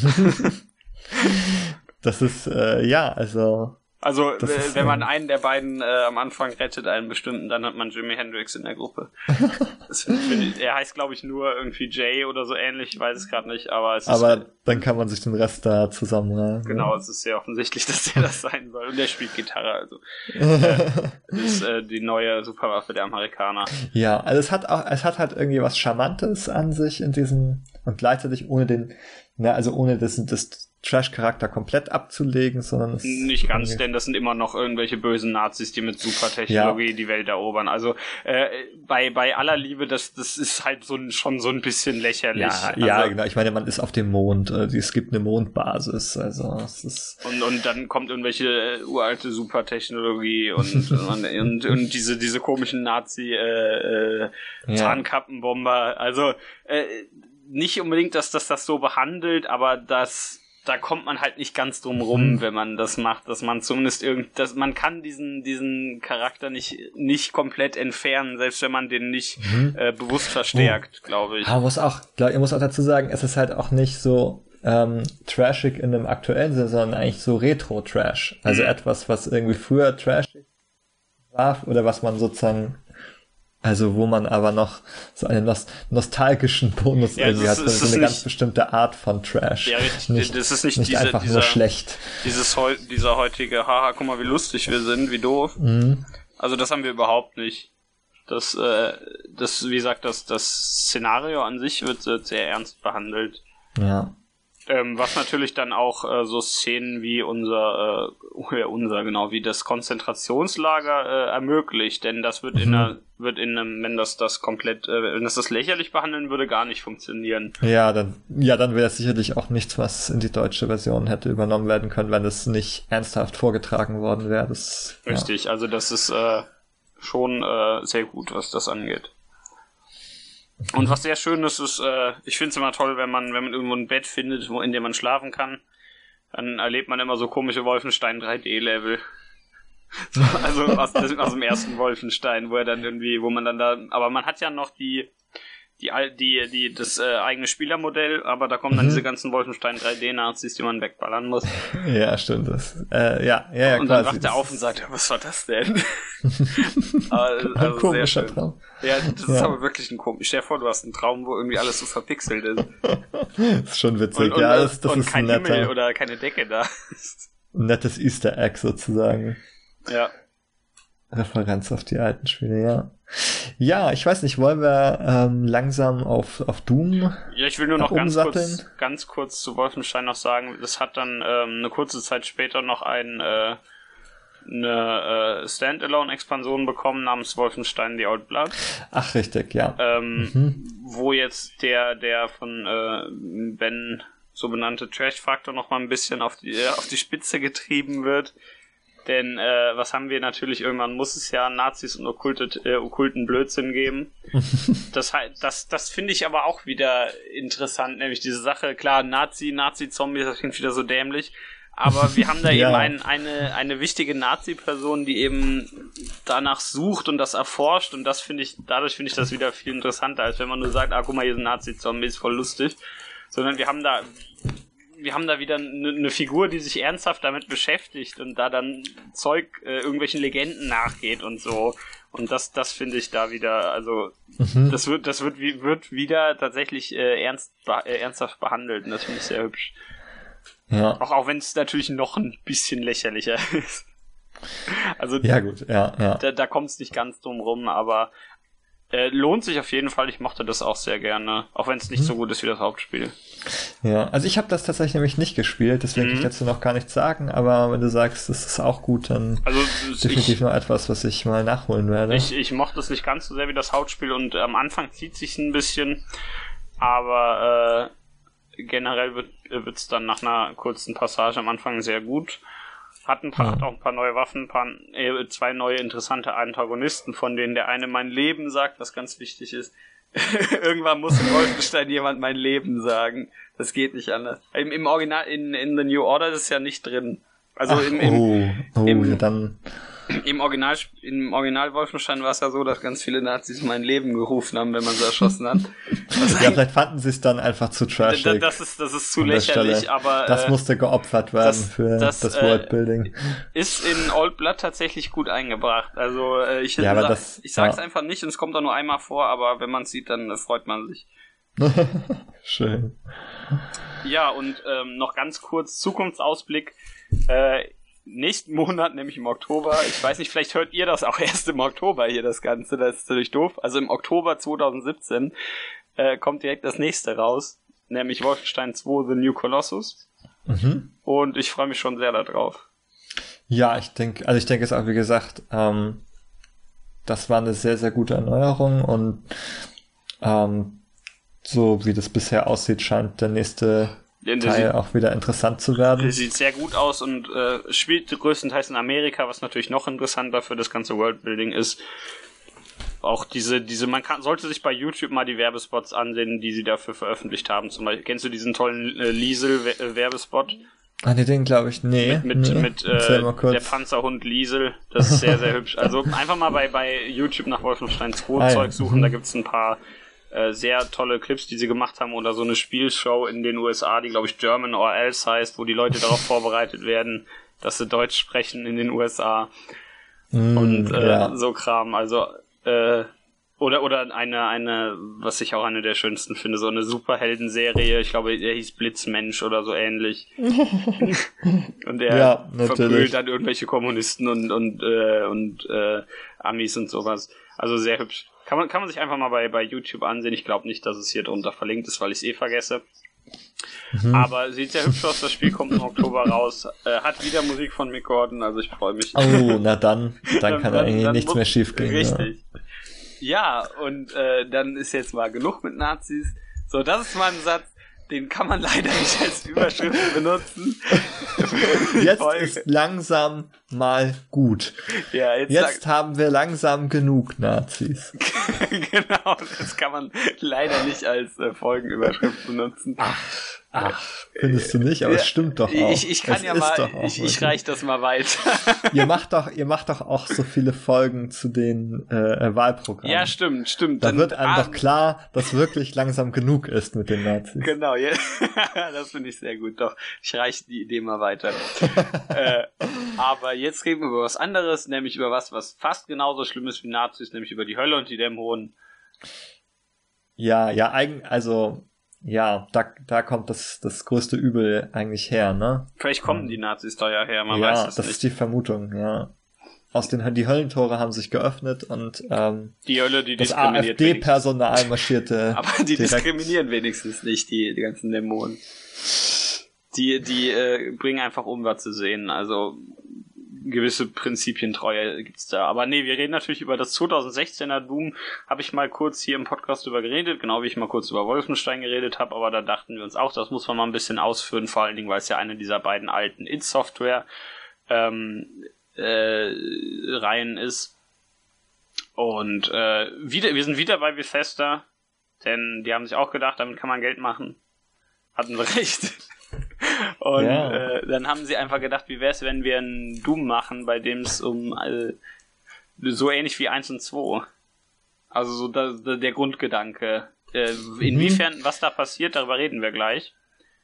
Das ist, äh, ja, also... Also, äh, ist, wenn man einen der beiden äh, am Anfang rettet, einen bestimmten, dann hat man Jimi Hendrix in der Gruppe. Das find, find, er heißt, glaube ich, nur irgendwie Jay oder so ähnlich, ich weiß es gerade nicht, aber es aber ist... Aber dann kann man sich den Rest da zusammenreimen. Genau, es ist sehr offensichtlich, dass er das sein soll. Und der spielt Gitarre, also. äh, das ist äh, die neue Superwaffe der Amerikaner. Ja, also es hat auch, es hat halt irgendwie was Charmantes an sich in diesem, und gleichzeitig ohne den, na, also ohne das, das Trash-Charakter komplett abzulegen, sondern es nicht ganz, denn das sind immer noch irgendwelche bösen Nazis, die mit Supertechnologie ja. die Welt erobern. Also äh, bei bei aller Liebe, das das ist halt so ein, schon so ein bisschen lächerlich. Ja, also, ja, genau. Ich meine, man ist auf dem Mond, es gibt eine Mondbasis, also es ist und und dann kommt irgendwelche äh, uralte Supertechnologie und und, und und diese diese komischen Nazi äh, äh, Tarnkappenbomber. Also äh, nicht unbedingt, dass das das so behandelt, aber das da kommt man halt nicht ganz drum rum, mhm. wenn man das macht, dass man zumindest irgend, dass man kann diesen diesen Charakter nicht nicht komplett entfernen, selbst wenn man den nicht mhm. äh, bewusst verstärkt, oh. glaube ich. Aber muss auch, glaub, ich muss auch dazu sagen, es ist halt auch nicht so ähm, trashig in einem aktuellen Sinne, sondern eigentlich so Retro-Trash. Also mhm. etwas, was irgendwie früher trashig war oder was man sozusagen Also wo man aber noch so einen nost- nostalgischen Bonus ja, irgendwie hat, so, so eine nicht, ganz bestimmte Art von Trash. Ja, richtig, nicht, das ist nicht, nicht diese, einfach dieser, nur schlecht. Dieses heu, dieser heutige, haha, guck mal, wie lustig wir sind, wie doof. Mhm. Also das haben wir überhaupt nicht. Das, äh, das, wie gesagt, das, das Szenario an sich wird, wird sehr ernst behandelt. Ja. Ähm, was natürlich dann auch äh, so Szenen wie unser, äh, unser genau, wie das Konzentrationslager äh, ermöglicht, denn das wird mhm. in einer, wird in einem, wenn das das komplett, äh, wenn das das lächerlich behandeln würde, gar nicht funktionieren. Ja, dann, ja, dann wäre es sicherlich auch nichts, was in die deutsche Version hätte übernommen werden können, wenn es nicht ernsthaft vorgetragen worden wäre. Das, Richtig, ja. Also das ist äh, schon äh, sehr gut, was das angeht. Und was sehr schön ist, ist, äh, ich finde es immer toll, wenn man, wenn man irgendwo ein Bett findet, wo in dem man schlafen kann, dann erlebt man immer so komische Wolfenstein drei D Level. So, also aus, aus dem ersten Wolfenstein, wo er dann irgendwie, wo man dann da, aber man hat ja noch die, die, die, die, das äh, eigene Spielermodell, aber da kommen dann mhm. diese ganzen Wolfenstein drei D-Nazis, die man wegballern muss. Ja, stimmt. Das, äh, ja, ja, ja, und dann wacht er auf und sagt, ja, was war das denn? also, ein komischer Traum. Ja, das ja. ist aber wirklich ein komisch. Stell dir vor, du hast einen Traum, wo irgendwie alles so verpixelt ist. Das ist schon witzig, und, und, ja. Das, das und ist kein ein netter, Himmel oder keine Decke da ist. Ein nettes Easter Egg sozusagen. Ja. Referenz auf die alten Spiele, ja. Ja, ich weiß nicht, wollen wir ähm, langsam auf, auf Doom Ja, ich will nur noch ganz kurz, ganz kurz zu Wolfenstein noch sagen, das hat dann ähm, eine kurze Zeit später noch ein, äh, eine äh, Standalone-Expansion bekommen namens Wolfenstein The Old Blood. Ach, richtig, ja. Ähm, mhm. Wo jetzt der, der von äh, Ben so benannte Trash-Faktor noch mal ein bisschen auf die, auf die Spitze getrieben wird. Denn äh, was haben wir natürlich, irgendwann muss es ja Nazis und okkulte, äh, okkulten Blödsinn geben. das das, das finde ich aber auch wieder interessant, nämlich diese Sache, klar, Nazi, Nazi-Zombies, das klingt wieder so dämlich, aber wir haben da ja. eben ein, eine, eine wichtige Nazi-Person, die eben danach sucht und das erforscht und das finde ich, dadurch finde ich das wieder viel interessanter, als wenn man nur sagt, ah, guck mal, hier sind Nazi-Zombies, voll lustig. Sondern wir haben da wir haben da wieder eine, eine Figur, die sich ernsthaft damit beschäftigt und da dann Zeug, äh, irgendwelchen Legenden nachgeht und so. Und das, das finde ich da wieder, also, mhm. das wird, das wird, wird wieder tatsächlich äh, ernst, äh, ernsthaft behandelt und das finde ich sehr hübsch. Ja. Auch, auch wenn es natürlich noch ein bisschen lächerlicher ist. Also, ja, gut, ja, ja. Da, da kommt es nicht ganz drum rum, aber Äh, lohnt sich auf jeden Fall, ich mochte das auch sehr gerne, auch wenn es nicht mhm. so gut ist wie das Hauptspiel. Ja, also ich habe das tatsächlich nämlich nicht gespielt, deswegen mhm. kann ich dazu noch gar nichts sagen, aber wenn du sagst, das ist auch gut, dann also, definitiv ich, noch etwas, was ich mal nachholen werde. Ich, ich mochte es nicht ganz so sehr wie das Hauptspiel und äh, am Anfang zieht sich ein bisschen, aber äh, generell wird es dann nach einer kurzen Passage am Anfang sehr gut. Hat, ein paar, ja. hat auch ein paar neue Waffen, ein paar, äh, zwei neue interessante Antagonisten, von denen der eine mein Leben sagt, was ganz wichtig ist. Irgendwann muss in Wolfenstein jemand mein Leben sagen. Das geht nicht anders. Im, im Original, in, in The New Order ist es ja nicht drin. Also Ach, im, im, oh, oh, im, ja, dann... im Original, im Original Wolfenstein war es ja so, dass ganz viele Nazis mein Leben gerufen haben, wenn man sie erschossen hat. Also ja, vielleicht fanden sie es dann einfach zu trashig. Das ist, das ist zu lächerlich, aber... Das äh, musste geopfert werden das, für das, das äh, Worldbuilding. Ist in Old Blood tatsächlich gut eingebracht. Also äh, ich, ja, sag, das, ich sag's ja. einfach nicht und es kommt auch nur einmal vor, aber wenn man es sieht, dann äh, freut man sich. Schön. Ja, und ähm, noch ganz kurz Zukunftsausblick. Äh, nächsten Monat, nämlich im Oktober, ich weiß nicht, vielleicht hört ihr das auch erst im Oktober hier, das Ganze, das ist natürlich doof. Also im Oktober zwanzig siebzehn äh, kommt direkt das nächste raus, nämlich Wolfenstein zwei The New Colossus. Mhm. Und ich freue mich schon sehr darauf. Ja, ich denke, also ich denke es auch, wie gesagt, ähm, das war eine sehr, sehr gute Erneuerung und ähm, so wie das bisher aussieht, scheint der nächste ja, der Teil sieht, auch wieder interessant zu werden. Der sieht sehr gut aus und äh, spielt größtenteils in Amerika, was natürlich noch interessanter für das ganze Worldbuilding ist. Auch diese, diese, man kann, sollte sich bei YouTube mal die Werbespots ansehen, die sie dafür veröffentlicht haben. Zum Beispiel, kennst du diesen tollen äh, Liesel-Werbespot? Ah, nee, den glaube ich, nee. Mit, mit, nee. mit äh, der Panzerhund Liesel, das ist sehr, sehr hübsch. Also einfach mal bei, bei YouTube nach Wolfenstein zwei ah, Zeug suchen, ja. Da gibt's ein paar äh, sehr tolle Clips, die sie gemacht haben oder so eine Spielshow in den U S A, die glaube ich German or Else heißt, wo die Leute darauf vorbereitet werden, dass sie Deutsch sprechen in den U S A mm, und äh, ja. so Kram, also äh, oder oder eine eine was ich auch eine der schönsten finde, so eine Superhelden-Serie, ich glaube, der hieß Blitzmensch oder so ähnlich. Und der ja, verprügelt dann irgendwelche Kommunisten und und äh, und äh, Amis und sowas. Also sehr hübsch. Kann man kann man sich einfach mal bei bei YouTube ansehen. Ich glaube nicht, dass es hier drunter verlinkt ist, weil ich es eh vergesse. Mhm. Aber sieht sehr hübsch aus, das Spiel kommt im Oktober raus. Äh, hat wieder Musik von Mick Gordon, also ich freue mich. Oh, na dann, dann kann dann, eigentlich dann nichts muss, mehr schief gehen. Richtig. Ja, ja und äh, dann ist jetzt mal genug mit Nazis. So, das ist mal ein Satz, den kann man leider nicht als Überschrift benutzen. Jetzt ist langsam mal gut. Ja, jetzt jetzt haben wir langsam genug Nazis. Genau, das kann man leider nicht als äh, Folgenüberschrift benutzen. Ach. Ach, findest du nicht? Aber es stimmt doch auch. Ich, ich kann es ja mal, ich, ich reich das mal weiter. ihr macht doch, ihr macht doch auch so viele Folgen zu den äh, Wahlprogrammen. Ja, stimmt, stimmt. Da Dann, wird einem ah, doch klar, dass wirklich langsam genug ist mit den Nazis. Genau, ja. Das finde ich sehr gut. Doch, ich reiche die Idee mal weiter. äh, aber jetzt reden wir über was anderes, nämlich über was, was fast genauso schlimm ist wie Nazis, nämlich über die Hölle und die Dämonen. Ja, ja, eigen, also ja, da, da kommt das, das größte Übel eigentlich her, ne? Vielleicht kommen die Nazis da ja her, man ja, weiß es das nicht. ist die Vermutung, ja. Aus den, die Höllentore haben sich geöffnet und ähm, die Hölle, die das diskriminiert AfD-Personal marschierte. Aber die direkt. Diskriminieren wenigstens nicht, die, die ganzen Dämonen. Die, die äh, bringen einfach um, was zu sehen, also gewisse Prinzipientreue gibt's da. Aber nee, wir reden natürlich über das zweitausendsechzehner Doom. Habe ich mal kurz hier im Podcast drüber geredet, genau wie ich mal kurz über Wolfenstein geredet habe, aber da dachten wir uns auch, das muss man mal ein bisschen ausführen, vor allen Dingen, weil es ja eine dieser beiden alten id-Software ähm, äh, Reihen ist. Und äh, wieder, wir sind wieder bei Bethesda, denn die haben sich auch gedacht, damit kann man Geld machen. Hatten wir recht. Und ja. äh, dann haben sie einfach gedacht, wie wäre es, wenn wir einen Doom machen, bei dem es um äh, so ähnlich wie eins und zwei. Also so da, da, der Grundgedanke. Äh, inwiefern, mhm. was da passiert, darüber reden wir gleich.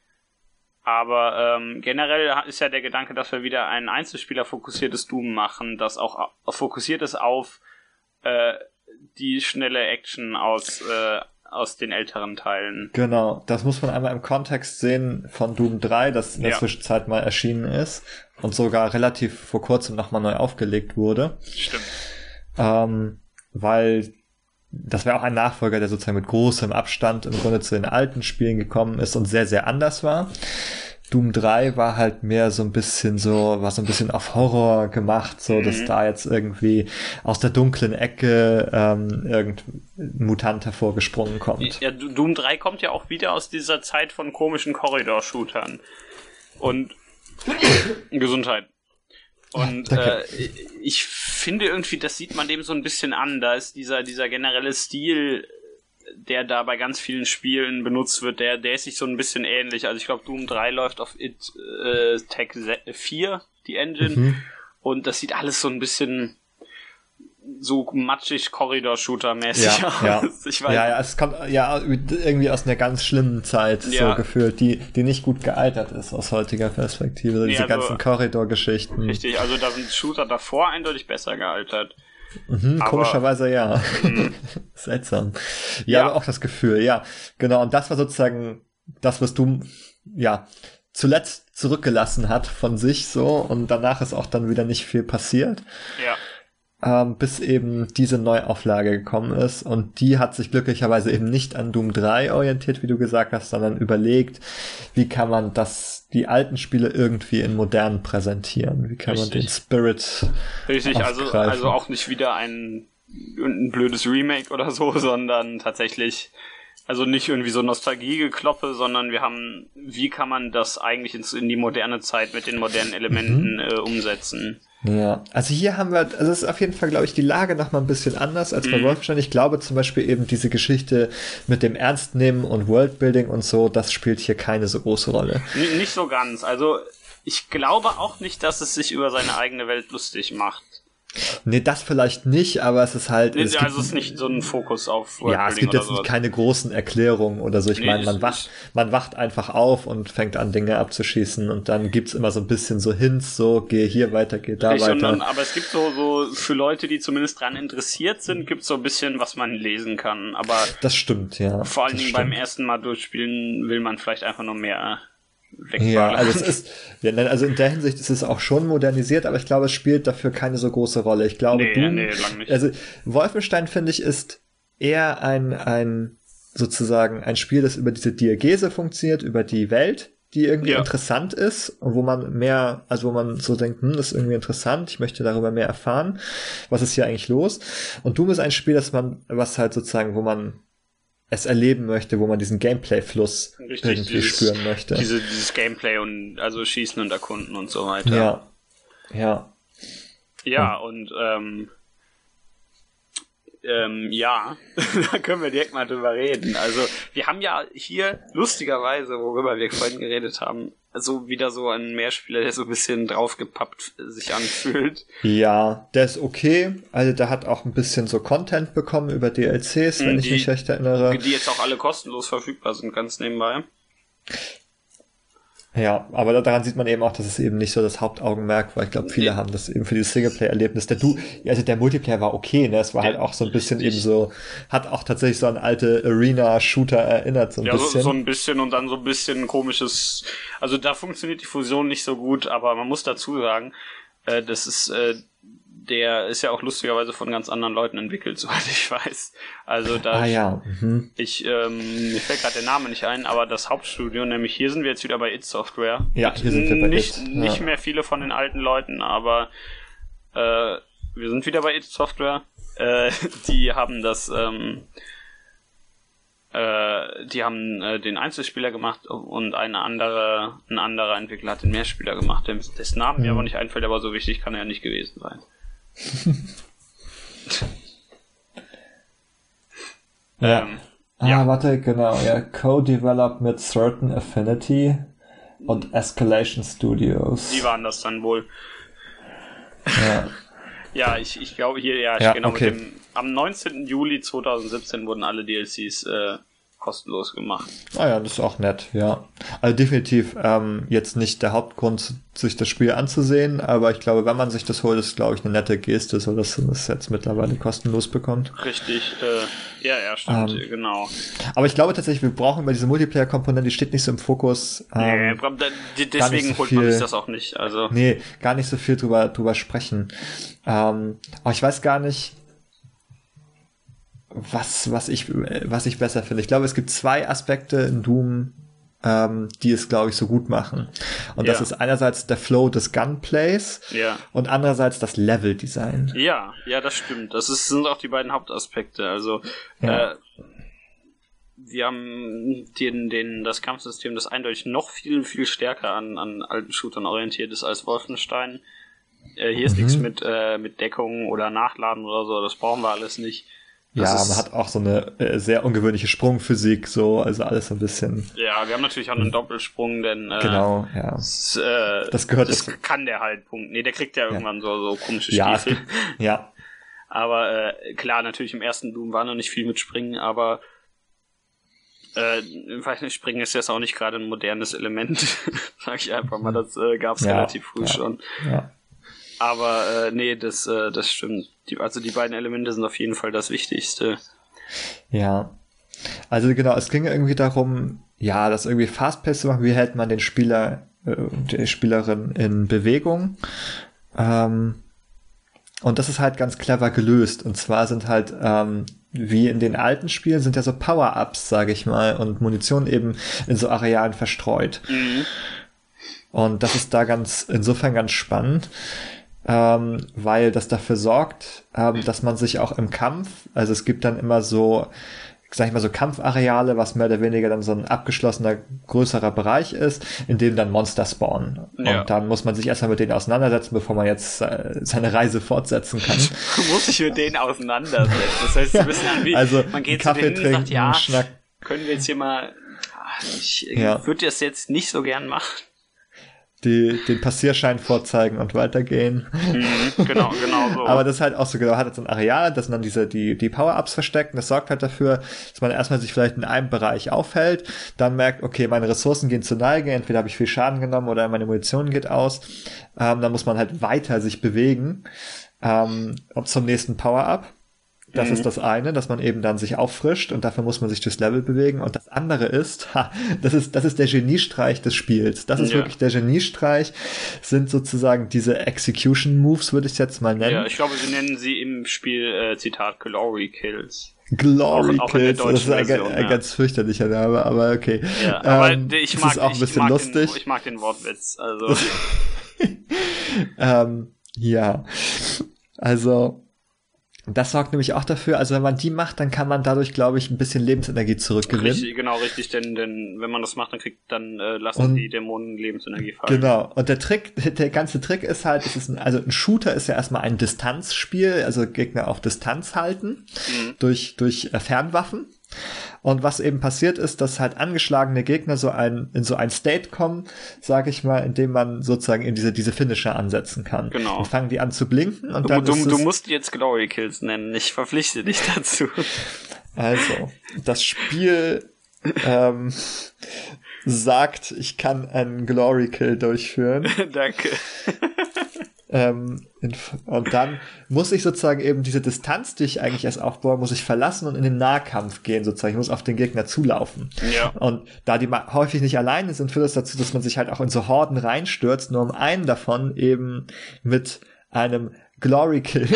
Aber ähm, generell ist ja der Gedanke, dass wir wieder ein Einzelspieler-fokussiertes Doom machen, das auch fokussiert ist auf äh, die schnelle Action aus äh, aus den älteren Teilen. Genau, das muss man einmal im Kontext sehen von Doom drei, das in der ja. Zwischenzeit mal erschienen ist und sogar relativ vor kurzem nochmal neu aufgelegt wurde. Stimmt. Ähm, weil das wäre auch ein Nachfolger, der sozusagen mit großem Abstand im Grunde zu den alten Spielen gekommen ist und sehr, sehr anders war. Doom drei war halt mehr so ein bisschen so, war so ein bisschen auf Horror gemacht, so, mhm. dass da jetzt irgendwie aus der dunklen Ecke ähm, irgendein Mutant hervorgesprungen kommt. Ja, Doom drei kommt ja auch wieder aus dieser Zeit von komischen Corridor-Shootern. Und Gesundheit. Und äh, ich finde irgendwie, das sieht man dem so ein bisschen an. Da ist dieser, dieser generelle Stil, der da bei ganz vielen Spielen benutzt wird, der, der ist sich so ein bisschen ähnlich. Also ich glaube, Doom drei läuft auf id äh, Tech vier, die Engine, mhm. und das sieht alles so ein bisschen so matschig Corridor-Shooter-mäßig ja, aus. Ja. Ich weiß. Ja, ja, es kommt ja irgendwie aus einer ganz schlimmen Zeit, ja. so gefühlt, die, die nicht gut gealtert ist aus heutiger Perspektive. Nee, diese also, ganzen Corridor-Geschichten. Richtig, also da sind Shooter davor eindeutig besser gealtert. Mhm, aber, komischerweise ja. Mhm. Seltsam. Ja, ja, aber auch das Gefühl, ja. Genau, und das war sozusagen das, was du, ja, zuletzt zurückgelassen hat von sich so, und danach ist auch dann wieder nicht viel passiert. Ja. Ähm, bis eben diese Neuauflage gekommen ist, und die hat sich glücklicherweise eben nicht an Doom drei orientiert, wie du gesagt hast, sondern überlegt, wie kann man das, die alten Spiele irgendwie in modern präsentieren, wie kann Richtig. man den Spirit Richtig, also, also auch nicht wieder ein, ein blödes Remake oder so, sondern tatsächlich, also nicht irgendwie so Nostalgiegekloppe, sondern wir haben, wie kann man das eigentlich ins, in die moderne Zeit mit den modernen Elementen mhm. äh, umsetzen. Ja, also hier haben wir, also es ist auf jeden Fall, glaube ich, die Lage noch mal ein bisschen anders als bei mm. Wolfenstein. Ich glaube zum Beispiel eben diese Geschichte mit dem Ernstnehmen und Worldbuilding und so, das spielt hier keine so große Rolle. N- nicht so ganz. Also ich glaube auch nicht, dass es sich über seine eigene Welt lustig macht. Nee, das vielleicht nicht, aber es ist halt... Nee, es also gibt, es ist nicht so ein Fokus auf Worldbuilding. Ja, es gibt jetzt keine großen Erklärungen oder so. Ich nee, meine, man wacht, man wacht einfach auf und fängt an, Dinge abzuschießen, und dann gibt's immer so ein bisschen so Hints, so, geh hier weiter, geh da weiter. Sondern, aber es gibt so, so, für Leute, die zumindest dran interessiert sind, gibt's so ein bisschen, was man lesen kann. Aber das stimmt, ja. Vor allen Dingen beim ersten Mal durchspielen will man vielleicht einfach nur mehr... Ja, also es ist, ja, also in der Hinsicht ist es auch schon modernisiert, aber ich glaube, es spielt dafür keine so große Rolle. Ich glaube, nee, Doom, nee, lang nicht. Also Wolfenstein, finde ich, ist eher ein, ein, sozusagen ein Spiel, das über diese Diegese funktioniert, über die Welt, die irgendwie ja. interessant ist und wo man mehr, also wo man so denkt, hm, das ist irgendwie interessant, ich möchte darüber mehr erfahren, was ist hier eigentlich los? Und Doom ist ein Spiel, das man, was halt sozusagen, wo man es erleben möchte, wo man diesen Gameplay-Fluss Richtig, irgendwie dieses, spüren möchte. Diese, dieses Gameplay und also Schießen und Erkunden und so weiter. Ja, ja. Ja, hm. und ähm, Ähm, ja, da können wir direkt mal drüber reden. Also, wir haben ja hier lustigerweise, worüber wir vorhin geredet haben, so wieder so ein Mehrspieler, der so ein bisschen draufgepappt sich anfühlt. Ja, der ist okay. Also, der hat auch ein bisschen so Content bekommen über D L Cs, wenn die, ich mich recht erinnere. Die jetzt auch alle kostenlos verfügbar sind, ganz nebenbei. Ja, aber daran sieht man eben auch, dass es eben nicht so das Hauptaugenmerk war. Ich glaube, viele nee. haben das eben für dieses Singleplayer-Erlebnis. Der du, also der Multiplayer war okay, ne? Es war ja, halt auch so ein bisschen eben so, hat auch tatsächlich so an alte Arena-Shooter erinnert, so ein ja, bisschen. Ja, so, so ein bisschen und dann so ein bisschen komisches, also da funktioniert die Fusion nicht so gut, aber man muss dazu sagen, äh, das ist, äh, der ist ja auch lustigerweise von ganz anderen Leuten entwickelt, soweit ich weiß. Also da ah, ja. mhm. ich, ähm, mir fällt gerade der Name nicht ein, aber das Hauptstudio, nämlich hier sind wir jetzt wieder bei id Software. Ja, hier sind wir bei nicht, id. Nicht ja. mehr viele von den alten Leuten, aber äh, wir sind wieder bei id Software. Äh, die haben das, ähm, äh, die haben äh, den Einzelspieler gemacht und eine andere, ein anderer Entwickler hat den Mehrspieler gemacht, dessen Namen mir mhm. aber nicht einfällt, aber so wichtig kann er ja nicht gewesen sein. ja. Ähm, ah, ja. warte, genau, ja. Co-developed mit Certain Affinity und Escalation Studios. Die waren das dann wohl. Ja. ja, ich, ich glaube hier, ja, ja genau, okay. mit dem, am neunzehnten Juli zweitausendsiebzehn wurden alle D L Cs äh, kostenlos gemacht. Ah ja, das ist auch nett, ja. Also definitiv ähm, jetzt nicht der Hauptgrund, sich das Spiel anzusehen, aber ich glaube, wenn man sich das holt, ist, glaube ich, eine nette Geste, so dass man es jetzt mittlerweile kostenlos bekommt. Richtig, äh, ja, ja, stimmt, ähm, genau. Aber ich glaube tatsächlich, wir brauchen bei dieser Multiplayer-Komponente, die steht nicht so im Fokus. Ähm, nee, deswegen so holt viel, man sich das auch nicht. Also. Nee, gar nicht so viel drüber, drüber sprechen. Ähm, aber ich weiß gar nicht, was, was ich, was ich besser finde. Ich glaube, es gibt zwei Aspekte in Doom, ähm, die es, glaube ich, so gut machen. Und ja. das ist einerseits der Flow des Gunplays ja. und andererseits das Leveldesign. Ja, ja, das stimmt. Das ist, sind auch die beiden Hauptaspekte. Also, ja. äh, wir haben den, den, das Kampfsystem, das eindeutig noch viel, viel stärker an, an alten Shootern orientiert ist als Wolfenstein. Äh, hier ist mhm. nichts mit, äh, mit Deckung oder Nachladen oder so. Das brauchen wir alles nicht. Das ja, man hat auch so eine äh, sehr ungewöhnliche Sprungphysik, so, also alles so ein bisschen. Ja, wir haben natürlich auch einen Doppelsprung, denn äh, genau, ja. Das, äh, das gehört das jetzt. Kann der halt Punkt. Nee, der kriegt ja irgendwann ja. so so komische ja, Stiefel. Gibt, ja. Aber äh, klar, natürlich im ersten Doom war noch nicht viel mit Springen, aber äh, ich weiß nicht, Springen ist jetzt auch nicht gerade ein modernes Element, sag ich einfach mal. Das äh, gab's ja, relativ früh ja, schon. Ja. Aber äh, nee, das, äh, das stimmt. Die, also die beiden Elemente sind auf jeden Fall das Wichtigste. Ja. Also genau, es ging irgendwie darum, ja, das irgendwie fast-paced zu machen. Wie hält man den Spieler, äh, die Spielerin in Bewegung? Ähm, und das ist halt ganz clever gelöst. Und zwar sind halt, ähm, wie in den alten Spielen, sind ja so Power-Ups, sage ich mal, und Munition eben in so Arealen verstreut. Mhm. Und das ist da ganz, insofern ganz spannend. Ähm, weil das dafür sorgt, ähm, dass man sich auch im Kampf, also es gibt dann immer so, sag ich mal, so Kampfareale, was mehr oder weniger dann so ein abgeschlossener, größerer Bereich ist, in dem dann Monster spawnen. Ja. Und dann muss man sich erstmal mit denen auseinandersetzen, bevor man jetzt äh, seine Reise fortsetzen kann. Muss ich mit denen auseinandersetzen. Das heißt, sie müssen irgendwie, also man geht Kaffee zu denen trinken, und sagt, ja, Schnack. Können wir jetzt hier mal, ich ja. würde das jetzt nicht so gern machen. Die, den Passierschein vorzeigen und weitergehen. Mhm, genau, genau so. Aber das ist halt auch so, genau, hat jetzt so ein Areal, das sind dann diese, die, die Power-Ups verstecken. Das sorgt halt dafür, dass man erstmal sich vielleicht in einem Bereich aufhält, dann merkt, okay, meine Ressourcen gehen zur Neige, entweder habe ich viel Schaden genommen oder meine Munition geht aus. Ähm, dann muss man halt weiter sich bewegen, ähm, zum nächsten Power-Up. Das mhm. ist das eine, dass man eben dann sich auffrischt und dafür muss man sich durchs Level bewegen. Und das andere ist, ha, das ist, das ist der Geniestreich des Spiels. Das ist ja. wirklich der Geniestreich, sind sozusagen diese Execution Moves, würde ich jetzt mal nennen. Ja, ich glaube, sie nennen sie im Spiel, äh, Zitat, Glory Kills. Glory auch, auch Kills, das ist ein, Version, ein ja. ganz fürchterlicher Name, aber okay. Ja, aber ähm, ich mag, ist auch ein bisschen ich mag lustig. Den, ich mag den Wortwitz, also. ähm, ja, also Das sorgt nämlich auch dafür, also wenn man die macht, dann kann man dadurch, glaube ich, ein bisschen Lebensenergie zurückgewinnen. Richtig, genau, richtig, denn, denn wenn man das macht, dann kriegt, dann äh, lassen und, die Dämonen Lebensenergie fallen. Genau, und der Trick, der ganze Trick ist halt, es ist ein, also ein Shooter ist ja erstmal ein Distanzspiel, also Gegner auf Distanz halten, mhm. durch, durch äh, Fernwaffen. Und was eben passiert ist, dass halt angeschlagene Gegner so ein, in so ein State kommen, sag ich mal, in dem man sozusagen in diese, diese Finisher ansetzen kann. Genau. Und fangen die an zu blinken und du, dann du, ist du es, musst jetzt Glory Kills nennen, ich verpflichte dich dazu. Also, das Spiel ähm, sagt, ich kann einen Glory Kill durchführen. Danke. Ähm, in, und dann muss ich sozusagen eben diese Distanz, die ich eigentlich erst aufbaue, muss ich verlassen und in den Nahkampf gehen sozusagen. Ich muss auf den Gegner zulaufen. Ja. Und da die ma- häufig nicht alleine sind, führt das dazu, dass man sich halt auch in so Horden reinstürzt, nur um einen davon eben mit einem Glory Kill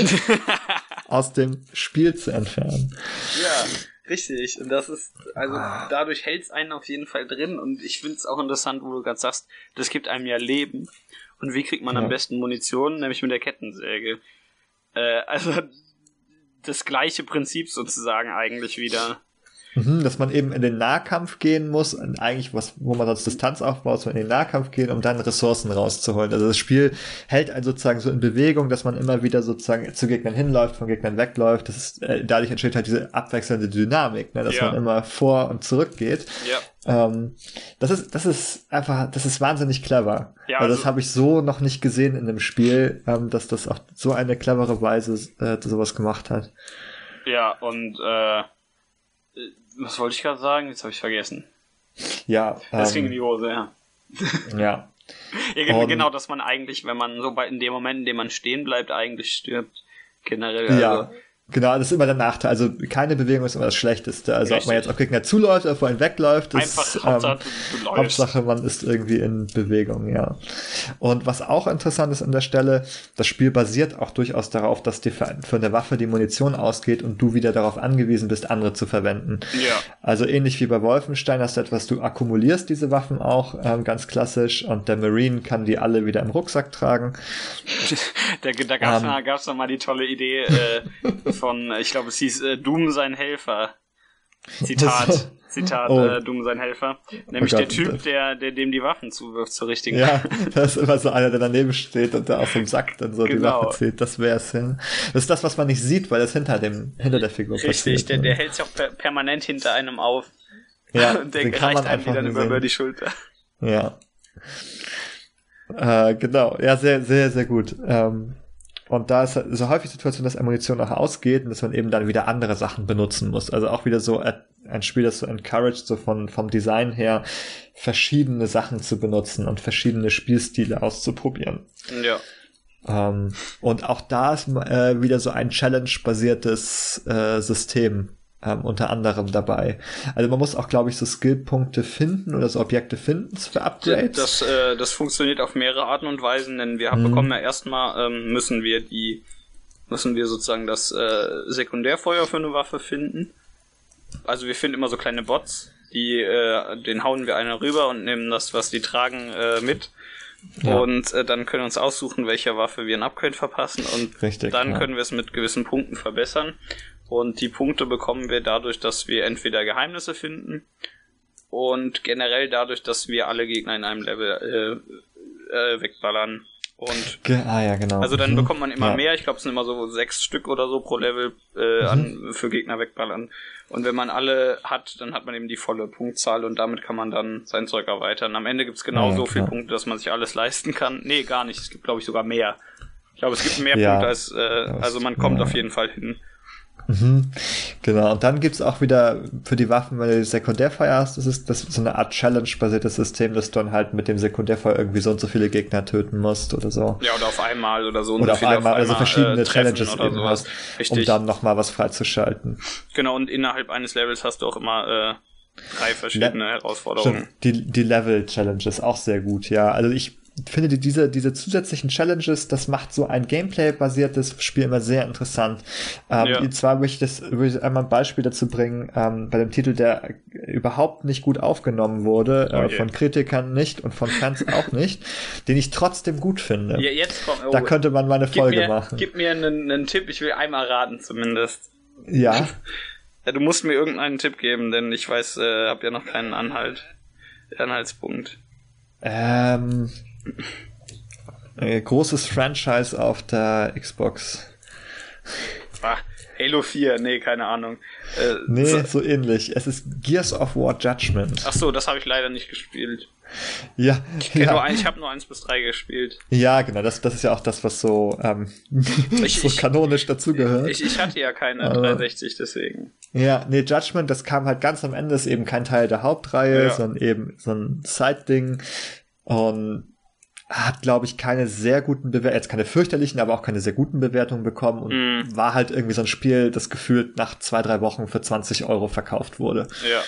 aus dem Spiel zu entfernen. Ja, richtig. Und das ist, also dadurch hält es einen auf jeden Fall drin. Und ich finde es auch interessant, wo du gerade sagst, das gibt einem ja Leben. Und wie kriegt man ja. am besten Munition? Nämlich mit der Kettensäge. Äh, also das gleiche Prinzip sozusagen eigentlich wieder. Mhm, dass man eben in den Nahkampf gehen muss, und eigentlich was, wo man sonst Distanz aufbaut, muss man in den Nahkampf gehen, um dann Ressourcen rauszuholen. Also das Spiel hält einen sozusagen so in Bewegung, dass man immer wieder sozusagen zu Gegnern hinläuft, von Gegnern wegläuft. Das ist, äh, dadurch entsteht halt diese abwechselnde Dynamik, ne, dass ja. man immer vor und zurück geht. Ja. Ähm, das ist, das ist einfach, das ist wahnsinnig clever. Ja, also, also das habe ich so noch nicht gesehen in einem Spiel, ähm, dass das auf so eine clevere Weise äh, sowas gemacht hat. Ja, und äh was wollte ich gerade sagen? Jetzt habe ich vergessen. Ja. Das ähm, ging in die Hose, ja. Ja. ja um, genau, dass man eigentlich, wenn man so bei in dem Moment, in dem man stehen bleibt, eigentlich stirbt. Generell. Ja. Also, genau, das ist immer der Nachteil. Also keine Bewegung ist immer das Schlechteste. Also richtig. Ob man jetzt auf Gegner zuläuft oder vorhin wegläuft, ist einfach Hauptsache, ähm, du, du Hauptsache man ist irgendwie in Bewegung, ja. Und was auch interessant ist an der Stelle, das Spiel basiert auch durchaus darauf, dass dir für, für eine Waffe die Munition ausgeht und du wieder darauf angewiesen bist, andere zu verwenden. Ja. Also ähnlich wie bei Wolfenstein hast du etwas, du akkumulierst diese Waffen auch, ähm, ganz klassisch, und der Marine kann die alle wieder im Rucksack tragen. da da gab's, um, mal, gab's noch mal die tolle Idee äh, von, ich glaube, es hieß äh, Doom sein Helfer. Zitat, Zitat, oh. äh, Doom sein Helfer. Nämlich oh Gott, der Typ, der, der dem die Waffen zuwirft zur richtigen Ja, das ist immer so einer, der daneben steht und da auf dem Sack dann so genau. die Waffe zählt. Das wär's, ja. Das ist das, was man nicht sieht, weil das hinter dem, hinter der Figur Richtig, passiert. Richtig, der, der hält sich auch per- permanent hinter einem auf. Ja, und der reicht einem wieder über, über die Schulter. Ja. Äh, genau, ja, sehr, sehr, sehr gut. Ähm, Und da ist so häufig die Situation, dass Ammunition auch ausgeht und dass man eben dann wieder andere Sachen benutzen muss. Also auch wieder so ein Spiel, das so encouraged, so von, vom Design her, verschiedene Sachen zu benutzen und verschiedene Spielstile auszuprobieren. Ja. Ähm, und auch da ist äh, wieder so ein Challenge-basiertes äh, System ähm, unter anderem dabei. Also man muss auch, glaube ich, so Skillpunkte finden oder so Objekte finden für Upgrades. Das, äh, das funktioniert auf mehrere Arten und Weisen, denn wir mhm. bekommen ja erstmal, ähm, müssen wir die, müssen wir sozusagen das äh, Sekundärfeuer für eine Waffe finden. Also wir finden immer so kleine Bots, die, äh, den hauen wir einer rüber und nehmen das, was die tragen, äh, mit. Ja. Und äh, dann können wir uns aussuchen, welcher Waffe wir ein Upgrade verpassen und Richtig, dann ja. können wir es mit gewissen Punkten verbessern. Und die Punkte bekommen wir dadurch, dass wir entweder Geheimnisse finden und generell dadurch, dass wir alle Gegner in einem Level äh, äh, wegballern. Und Ge- ah, ja, genau. Also dann mhm. bekommt man immer ja. mehr. Ich glaube, es sind immer so sechs Stück oder so pro Level äh, an, mhm. für Gegner wegballern. Und wenn man alle hat, dann hat man eben die volle Punktzahl und damit kann man dann sein Zeug erweitern. Am Ende gibt's genau ja, so viele klar. Punkte, dass man sich alles leisten kann. Nee, gar nicht. Es gibt, glaube ich, sogar mehr. Ich glaube, es gibt mehr ja, Punkte als, äh, also man kommt ja. auf jeden Fall hin. Mhm. Genau, und dann gibt's auch wieder für die Waffen, wenn du die Sekundärfeuer hast, das ist, das ist so eine Art Challenge-basiertes System, dass du dann halt mit dem Sekundärfeuer irgendwie so und so viele Gegner töten musst oder so. Ja, oder auf einmal oder so. Und oder so auf einmal, also verschiedene äh, Challenges oder eben sowas. hast, Richtig. um dann nochmal was freizuschalten. Genau, und innerhalb eines Levels hast du auch immer äh, drei verschiedene Le- Herausforderungen. Die, die Level-Challenge ist auch sehr gut, ja. Also ich finde die, diese, diese zusätzlichen Challenges, das macht so ein Gameplay-basiertes Spiel immer sehr interessant. Ähm, ja. Und zwar möchte ich, das, würde ich einmal ein Beispiel dazu bringen, ähm, bei dem Titel, der überhaupt nicht gut aufgenommen wurde, okay. äh, von Kritikern nicht und von Fans auch nicht, den ich trotzdem gut finde. Ja, jetzt komm, oh, da könnte man mal eine Folge mir, machen. Gib mir einen, einen Tipp, ich will einmal raten zumindest. Ja. Ja, du musst mir irgendeinen Tipp geben, denn ich weiß, äh, hab ja noch keinen Anhalt. Anhaltspunkt. Ähm, äh, großes Franchise auf der Xbox. Ah, Halo vier, nee, keine Ahnung. Äh, nee, so, so ähnlich. Es ist Gears of War Judgment. Ach so, das habe ich leider nicht gespielt. Ja, ich kenn ja. nur ein, ich habe nur eins bis drei gespielt. Ja, genau, das, das ist ja auch das, was so, ähm, ich, so ich, kanonisch dazugehört. Ich, ich hatte ja keine Aber, dreihundertsechzig, deswegen. Ja, nee, Judgment, das kam halt ganz am Ende, ist eben kein Teil der Hauptreihe, ja. sondern eben so ein Side-Ding und hat, glaube ich, keine sehr guten Bewertungen, jetzt keine fürchterlichen, aber auch keine sehr guten Bewertungen bekommen und mm. war halt irgendwie so ein Spiel, das gefühlt nach zwei, drei Wochen für zwanzig Euro verkauft wurde.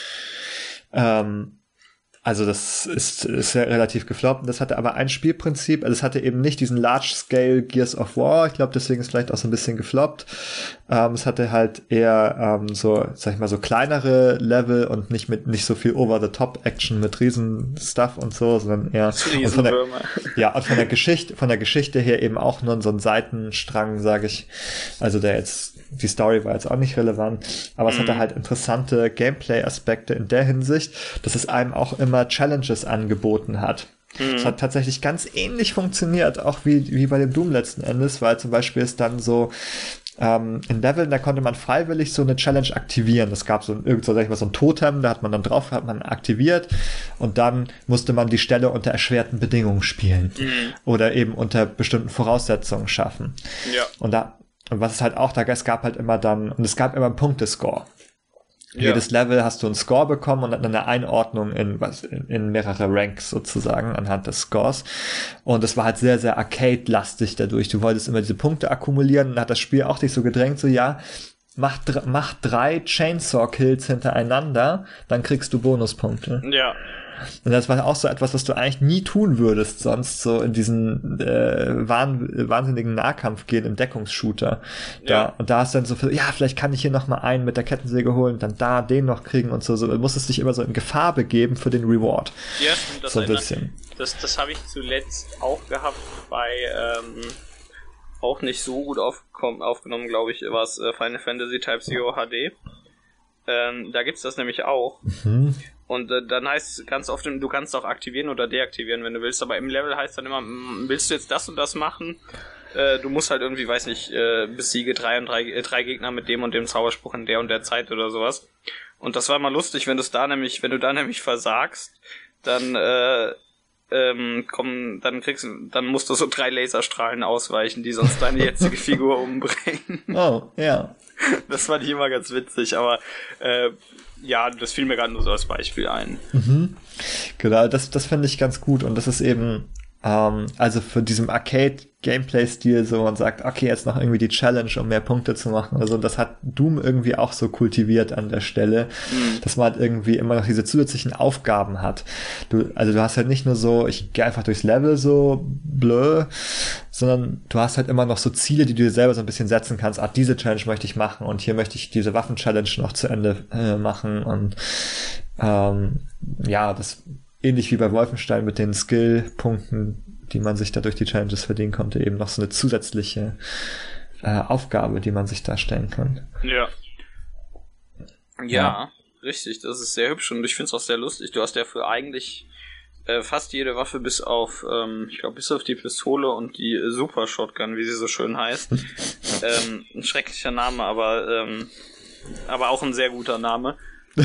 Ja. Ähm, Also das ist, ist ja relativ gefloppt. Das hatte aber ein Spielprinzip. Also es hatte eben nicht diesen Large-Scale Gears of War. Ich glaube, deswegen ist es vielleicht auch so ein bisschen gefloppt. Ähm, es hatte halt eher ähm, so, sag ich mal, so kleinere Level und nicht mit nicht so viel Over-the-Top-Action mit Riesen-Stuff und so, sondern eher und von der, ja, und von der Geschichte, von der Geschichte her eben auch nur so ein Seitenstrang, sage ich. Also der jetzt, die Story war jetzt auch nicht relevant, aber mm. es hatte halt interessante Gameplay-Aspekte in der Hinsicht, dass es einem auch immer Challenges angeboten hat. Es mhm. hat tatsächlich ganz ähnlich funktioniert, auch wie, wie bei dem Doom letzten Endes, weil zum Beispiel es dann so ähm, in Leveln, da konnte man freiwillig so eine Challenge aktivieren. Es gab so ein, irgend so, sag ich mal, so ein Totem, da hat man dann drauf, hat man aktiviert und dann musste man die Stelle unter erschwerten Bedingungen spielen mhm. oder eben unter bestimmten Voraussetzungen schaffen. Ja. Und da, und was es halt auch, da es gab halt immer dann, und es gab immer einen Punktescore. Ja. Jedes Level hast du einen Score bekommen und dann eine Einordnung in was in, in mehrere Ranks sozusagen anhand des Scores. Und es war halt sehr, sehr Arcade-lastig dadurch. Du wolltest immer diese Punkte akkumulieren und dann hat das Spiel auch dich so gedrängt, so ja, mach, mach drei Chainsaw-Kills hintereinander, dann kriegst du Bonuspunkte. Ja. Und das war auch so etwas, was du eigentlich nie tun würdest, sonst so in diesen äh, wahn, wahnsinnigen Nahkampf gehen im Deckungsshooter. Da, ja. Und da ist dann so, ja, vielleicht kann ich hier noch mal einen mit der Kettensäge holen, dann da den noch kriegen und so. so. Du musstest dich immer so in Gefahr begeben für den Reward. Ja, stimmt, das so ein bisschen. Das, das habe ich zuletzt auch gehabt bei ähm, auch nicht so gut aufgenommen, aufgenommen glaube ich, war es äh, Final Fantasy Type Zero H D. Ähm, da gibt's das nämlich auch. Mhm. Und äh, dann heißt es ganz oft, du kannst auch aktivieren oder deaktivieren, wenn du willst. Aber im Level heißt dann immer, willst du jetzt das und das machen? Äh, du musst halt irgendwie, weiß nicht, äh, besiege drei und drei, äh, drei Gegner mit dem und dem Zauberspruch in der und der Zeit oder sowas. Und das war mal lustig, wenn du es da nämlich, wenn du da nämlich versagst, dann äh, ähm, komm, dann kriegst du, dann musst du so drei Laserstrahlen ausweichen, die sonst deine jetzige Figur umbringen. Oh, ja. Das fand ich immer ganz witzig, aber äh, ja, das fiel mir gerade nur so als Beispiel ein. Mhm. Genau, das, das finde ich ganz gut und das ist eben, ähm, also für diesem Arcade-Gameplay-Stil so, man sagt, okay, jetzt noch irgendwie die Challenge, um mehr Punkte zu machen. Also das hat Doom irgendwie auch so kultiviert an der Stelle, mhm. dass man halt irgendwie immer noch diese zusätzlichen Aufgaben hat. Du, also du hast halt nicht nur so, ich gehe einfach durchs Level so blö, sondern du hast halt immer noch so Ziele, die du dir selber so ein bisschen setzen kannst. Ah, diese Challenge möchte ich machen und hier möchte ich diese Waffen-Challenge noch zu Ende äh, machen und ähm, ja, das ähnlich wie bei Wolfenstein mit den Skill-Punkten, die man sich da durch die Challenges verdienen konnte, eben noch so eine zusätzliche äh, Aufgabe, die man sich da stellen kann. Ja. Ja, ja. Richtig, das ist sehr hübsch und ich finde es auch sehr lustig. Du hast ja für eigentlich äh, fast jede Waffe bis auf, ähm, ich glaube, bis auf die Pistole und die äh, Super Shotgun, wie sie so schön heißt. ähm, ein schrecklicher Name, aber ähm, aber auch ein sehr guter Name.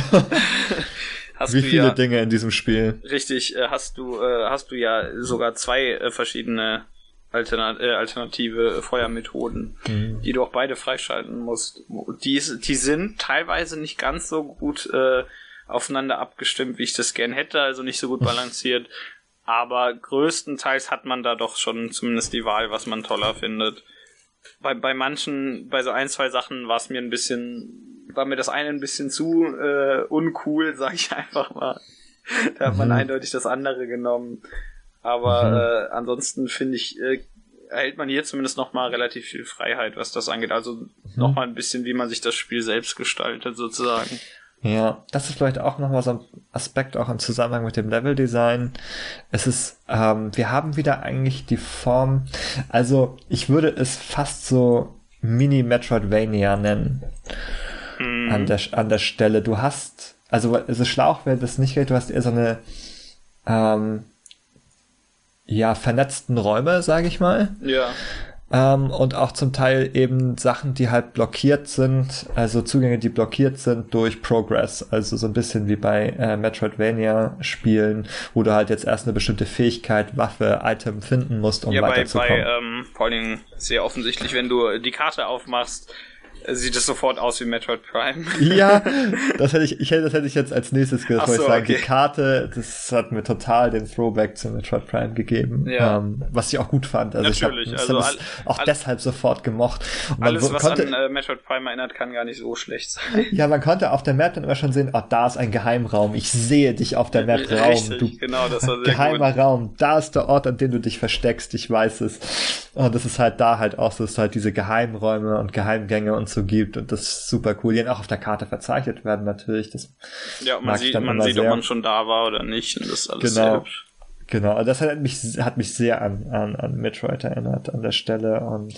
Hast Wie viele ja, Dinge in diesem Spiel. Richtig, äh, hast du äh, hast du ja sogar zwei äh, verschiedene Alternat- äh, alternative Feuermethoden, mhm. die du auch beide freischalten musst. Die, die sind teilweise nicht ganz so gut äh, aufeinander abgestimmt, wie ich das gern hätte, also nicht so gut balanciert. Aber größtenteils hat man da doch schon zumindest die Wahl, was man toller findet. Bei, bei manchen, bei so ein, zwei Sachen war es mir ein bisschen, war mir das eine ein bisschen zu äh, uncool, sag ich einfach mal. Da hat man mhm. eindeutig das andere genommen. Aber Mhm. äh, ansonsten finde ich, äh, erhält man hier zumindest nochmal relativ viel Freiheit, was das angeht. Also mhm. nochmal ein bisschen, wie man sich das Spiel selbst gestaltet, sozusagen. Ja, das ist vielleicht auch nochmal so ein Aspekt auch im Zusammenhang mit dem Leveldesign. Es ist, ähm, wir haben wieder eigentlich die Form, also ich würde es fast so Mini-Metroidvania nennen. Mhm. An der, an der Stelle. Du hast, also es ist schlau, wer das nicht kennt, du hast eher so eine, ähm, ja, vernetzten Räume, sage ich mal. Ja. Ähm, und auch zum Teil eben Sachen, die halt blockiert sind, also Zugänge, die blockiert sind durch Progress, also so ein bisschen wie bei äh, Metroidvania-Spielen, wo du halt jetzt erst eine bestimmte Fähigkeit, Waffe, Item finden musst, um ja, weiterzukommen. Ja, bei, bei ähm, vor allen Dingen sehr offensichtlich, wenn du die Karte aufmachst, sieht es sofort aus wie Metroid Prime. Ja, das hätte ich, ich hätte, das hätte ich jetzt als nächstes gesagt, so, ich sagen, okay. die Karte, das hat mir total den Throwback zu Metroid Prime gegeben, ja. ähm, was ich auch gut fand. Also Natürlich, ich habe also das all, auch all, deshalb sofort gemocht. Und alles, man was konnte, an äh, Metroid Prime erinnert, kann gar nicht so schlecht sein. Ja, man konnte auf der Map dann immer schon sehen, oh, da ist ein Geheimraum, ich sehe dich auf der Map Raum. Richtig, du, genau, das war sehr geheimer gut. Raum, da ist der Ort, an dem du dich versteckst, ich weiß es. Und das ist halt da halt auch so, dass es halt diese Geheimräume und Geheimgänge und so gibt und das ist super cool, die dann auch auf der Karte verzeichnet werden natürlich. Das ja, man sieht, man sieht, ob man schon da war oder nicht und das ist alles genau. sehr hübsch. Genau, also das hat mich, hat mich sehr an, an, an Metroid erinnert an der Stelle und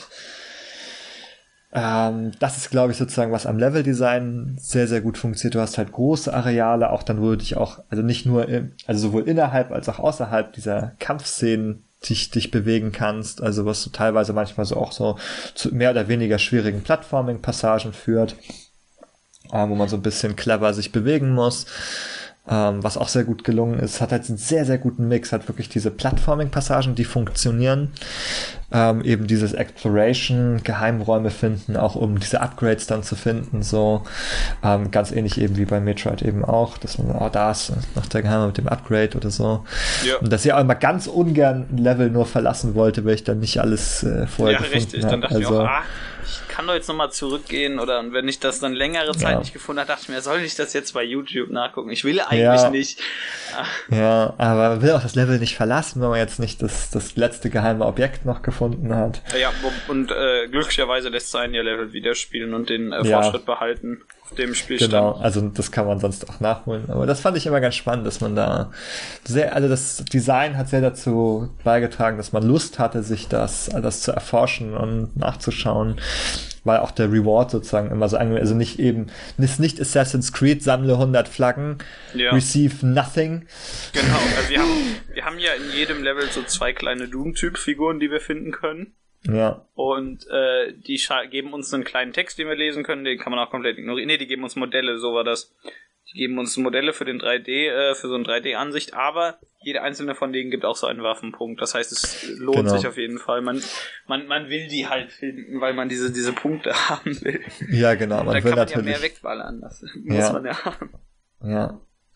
ähm, das ist, glaube ich, sozusagen, was am Leveldesign sehr, sehr gut funktioniert. Du hast halt große Areale, auch dann, wo du dich auch, also nicht nur, im, also sowohl innerhalb als auch außerhalb dieser Kampfszenen dich, dich bewegen kannst, also was du teilweise manchmal so auch so zu mehr oder weniger schwierigen Plattforming-Passagen führt, äh, wo man so ein bisschen clever sich bewegen muss. Ähm, was auch sehr gut gelungen ist, hat halt einen sehr, sehr guten Mix, hat wirklich diese Plattforming-Passagen, die funktionieren, ähm, eben dieses Exploration, Geheimräume finden, auch um diese Upgrades dann zu finden, so, ähm, ganz ähnlich eben wie bei Metroid eben auch, dass man, oh, da ist noch der Geheime mit dem Upgrade oder so. Ja. Und dass ich auch immer ganz ungern ein Level nur verlassen wollte, weil ich dann nicht alles äh, vorher ja, gefunden habe. Ja, richtig, dann dachte also, ich auch, ah, ich kann doch jetzt nochmal zurückgehen oder wenn ich das dann längere Zeit ja. nicht gefunden habe, dachte ich mir, soll ich das jetzt bei YouTube nachgucken? Ich will eigentlich ja. nicht. Ja, aber man will auch das Level nicht verlassen, wenn man jetzt nicht das, das letzte geheime Objekt noch gefunden hat. Ja, und äh, glücklicherweise lässt sein ihr Level wieder spielen und den äh, ja. Fortschritt behalten auf dem Spielstand. Genau, also das kann man sonst auch nachholen. Aber das fand ich immer ganz spannend, dass man da sehr, also das Design hat sehr dazu beigetragen, dass man Lust hatte, sich das, das zu erforschen und nachzuschauen. Weil auch der Reward sozusagen immer so angenehm, also nicht eben, ist nicht Assassin's Creed, sammle hundert Flaggen, ja. receive nothing. Genau, also wir haben, wir haben ja in jedem Level so zwei kleine Doom-Typ-Figuren, die wir finden können. Ja. Und äh, die scha- geben uns einen kleinen Text, den wir lesen können, den kann man auch komplett ignorieren. Nee, die geben uns Modelle, so war das. Die geben uns Modelle für den drei D, äh, für so eine drei D-Ansicht, aber jede einzelne von denen gibt auch so einen Waffenpunkt. Das heißt, es lohnt genau. sich auf jeden Fall. Man, man, man will die halt finden, weil man diese, diese Punkte haben will. Ja, genau. Man da will kann man natürlich ja mehr wegballern. Das muss ja. man ja haben. Ja.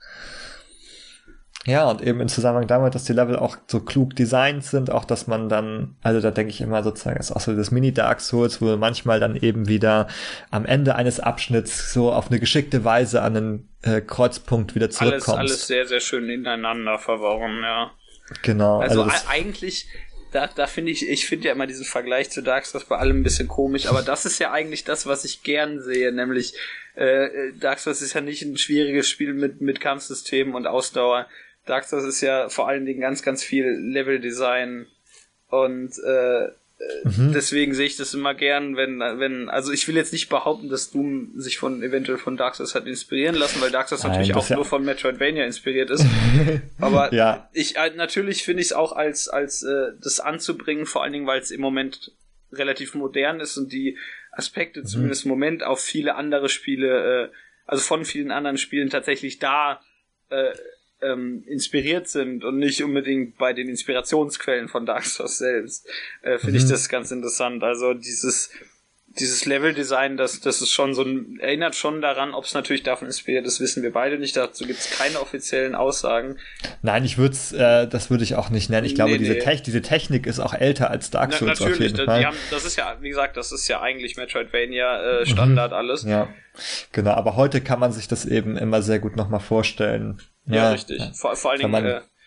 Ja, und eben im Zusammenhang damit, dass die Level auch so klug designt sind, auch dass man dann, also da denke ich immer sozusagen, ist auch so das Mini-Dark Souls, wo du manchmal dann eben wieder am Ende eines Abschnitts so auf eine geschickte Weise an einen äh, Kreuzpunkt wieder zurückkommst. Alles, alles sehr, sehr schön ineinander verworren, ja. Genau. Also, also das, eigentlich, da, da finde ich, ich finde ja immer diesen Vergleich zu Dark Souls bei allem ein bisschen komisch, aber das ist ja eigentlich das, was ich gern sehe, nämlich äh, Dark Souls ist ja nicht ein schwieriges Spiel mit, mit Kampfsystemen und Ausdauer. Dark Souls ist ja vor allen Dingen ganz, ganz viel Leveldesign und äh, mhm. deswegen sehe ich das immer gern, wenn, wenn, also ich will jetzt nicht behaupten, dass Doom sich von eventuell von Dark Souls hat inspirieren lassen, weil Dark Souls Nein, natürlich auch ja nur von Metroidvania inspiriert ist. Aber ja. ich äh, natürlich finde ich es auch als als äh, das anzubringen, vor allen Dingen, weil es im Moment relativ modern ist und die Aspekte mhm. zumindest im Moment auf viele andere Spiele, äh, also von vielen anderen Spielen tatsächlich da äh, Ähm, inspiriert sind und nicht unbedingt bei den Inspirationsquellen von Dark Souls selbst, äh, finde mhm. ich das ganz interessant. Also dieses dieses Leveldesign, das das ist schon so ein, erinnert schon daran, ob es natürlich davon inspiriert ist, wissen wir beide nicht. Dazu gibt es keine offiziellen Aussagen. Nein, ich würde äh, das würde ich auch nicht nennen. Ich glaube, nee, diese, nee. Te- diese Technik ist auch älter als Dark Souls. Na, natürlich, auf jeden Fall. Die haben, das ist ja, wie gesagt, das ist ja eigentlich Metroidvania äh, Standard mhm. alles. Ja, genau. Aber heute kann man sich das eben immer sehr gut nochmal vorstellen. Ja, ja richtig. Ja. Vor, vor allen Dingen, äh,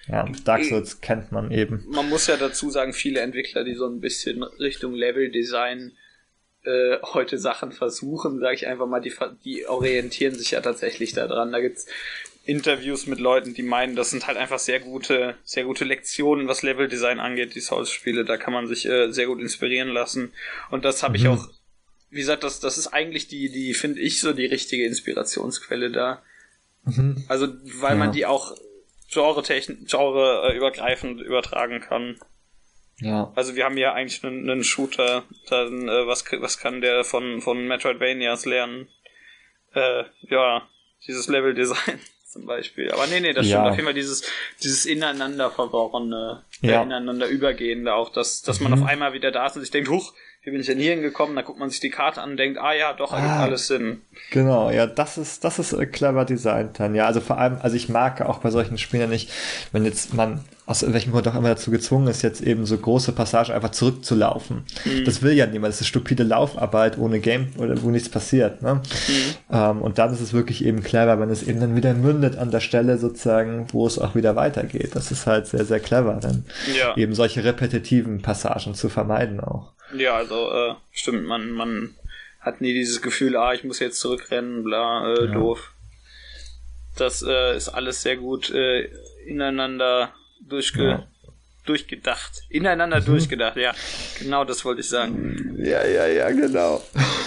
ja, Dark Souls kennt man eben. Man muss ja dazu sagen, viele Entwickler, die so ein bisschen Richtung Level-Design äh, heute Sachen versuchen, sage ich einfach mal, die, die orientieren sich ja tatsächlich daran. Da gibt's Interviews mit Leuten, die meinen, das sind halt einfach sehr gute, sehr gute Lektionen, was Leveldesign angeht, die Souls-Spiele. Da kann man sich äh, sehr gut inspirieren lassen. Und das habe mhm. ich auch, wie gesagt, das, das ist eigentlich die, die finde ich, so die richtige Inspirationsquelle da. Mhm. Also, weil ja. man die auch genre-techn- genre-übergreifend übertragen kann. Ja. Also wir haben ja eigentlich einen, einen Shooter, dann äh, was, was kann der von, von Metroidvanias lernen? Äh, ja, dieses Level-Design. Zum Beispiel. Aber nee, nee, das stimmt ja. auf jeden Fall dieses, dieses ineinander verworrene, ja. äh, ineinander übergehende auch, dass, dass man mhm. auf einmal wieder da ist und sich denkt, huch, wie bin ich denn hier hingekommen? Da guckt man sich die Karte an und denkt, ah ja, doch, ergibt ah, alles Sinn. Genau, ja, das ist, das ist clever designt dann, ja, also vor allem, also ich mag auch bei solchen Spielen nicht, wenn jetzt man aus welchem Grund auch immer dazu gezwungen ist, jetzt eben so große Passagen einfach zurückzulaufen. Mhm. Das will ja niemand, das ist stupide Laufarbeit ohne Game, oder wo nichts passiert, ne? Mhm. Ähm, und dann ist es wirklich eben clever, wenn es eben dann wieder mündet an der Stelle sozusagen, wo es auch wieder weitergeht. Das ist halt sehr, sehr clever, dann ja. eben solche repetitiven Passagen zu vermeiden auch. Ja, also äh, stimmt, man, man hat nie dieses Gefühl, ah, ich muss jetzt zurückrennen, bla, äh, ja. doof. Das äh, ist alles sehr gut äh, ineinander durchge ja. durchgedacht. Ineinander mhm. durchgedacht, ja. Genau das wollte ich sagen. Ja, ja, ja, genau.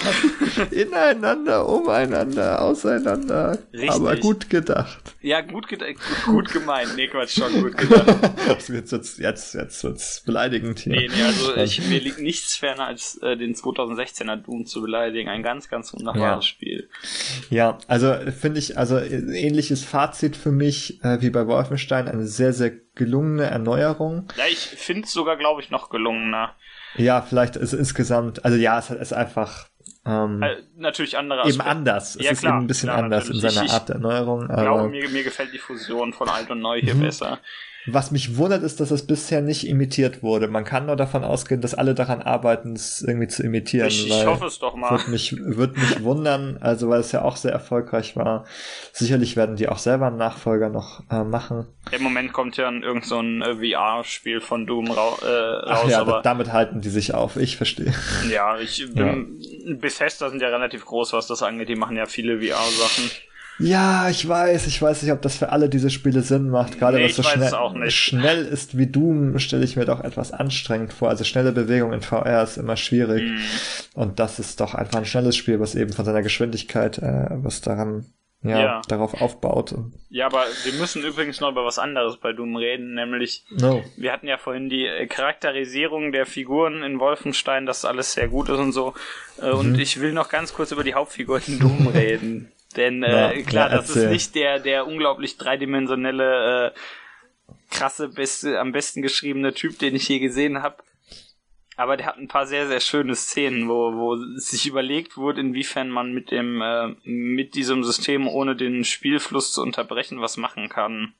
Ineinander, umeinander, auseinander. Richtig. Aber gut gedacht. Ja, gut gedacht, gut, gut gemeint. Nee, Quatsch, schon gut gedacht. jetzt wird's, jetzt, jetzt wird's beleidigend hier. Nee, nee, also ich, mir liegt nichts ferner, als äh, den zweitausendsechzehner Doom zu beleidigen. Ein ganz, ganz wunderbares ja. Spiel. Ja, also finde ich, also ähnliches Fazit für mich äh, wie bei Wolfenstein, eine sehr, sehr gelungene Erneuerung. Ja, ich finde es sogar, glaube ich, noch gelungener. Ja, vielleicht ist insgesamt, also ja, es ist einfach ähm, also, natürlich andere Aspekte. Eben anders. Es ja, ist klar, eben ein bisschen klar, anders natürlich. in seiner ich, Art der Erneuerung. Ich glaube, mir, mir gefällt die Fusion von alt und neu hier mhm. besser. Was mich wundert, ist, dass es bisher nicht imitiert wurde. Man kann nur davon ausgehen, dass alle daran arbeiten, es irgendwie zu imitieren. Ich, ich hoffe es doch mal. Würde mich, würde mich wundern, also weil es ja auch sehr erfolgreich war. Sicherlich werden die auch selber einen Nachfolger noch äh, machen. Im Moment kommt ja irgend so ein äh, V R-Spiel von Doom ra- äh, raus. Ach ja, aber damit halten die sich auf. Ich verstehe. Ja, ich bin, ja. Bethesda sind ja relativ groß, was das angeht. Die machen ja viele V R-Sachen. Ja, ich weiß, ich weiß nicht, ob das für alle diese Spiele Sinn macht. Gerade nee, was so schnell, schnell ist wie Doom, stelle ich mir doch etwas anstrengend vor. Also schnelle Bewegung in V R ist immer schwierig. Mm. Und das ist doch einfach ein schnelles Spiel, was eben von seiner Geschwindigkeit, äh, was daran, ja, ja, darauf aufbaut. Ja, aber wir müssen übrigens noch über was anderes bei Doom reden, nämlich no. wir hatten ja vorhin die Charakterisierung der Figuren in Wolfenstein, dass alles sehr gut ist und so. Mhm. Und ich will noch ganz kurz über die Hauptfigur in Doom reden. Denn äh, ja, klar, ja, das ist nicht der der unglaublich dreidimensionelle, äh, krasse, beste, am besten geschriebene Typ, den ich je gesehen habe. Aber der hat ein paar sehr, sehr schöne Szenen, wo wo sich überlegt wurde, inwiefern man mit dem äh, mit diesem System, ohne den Spielfluss zu unterbrechen, was machen kann.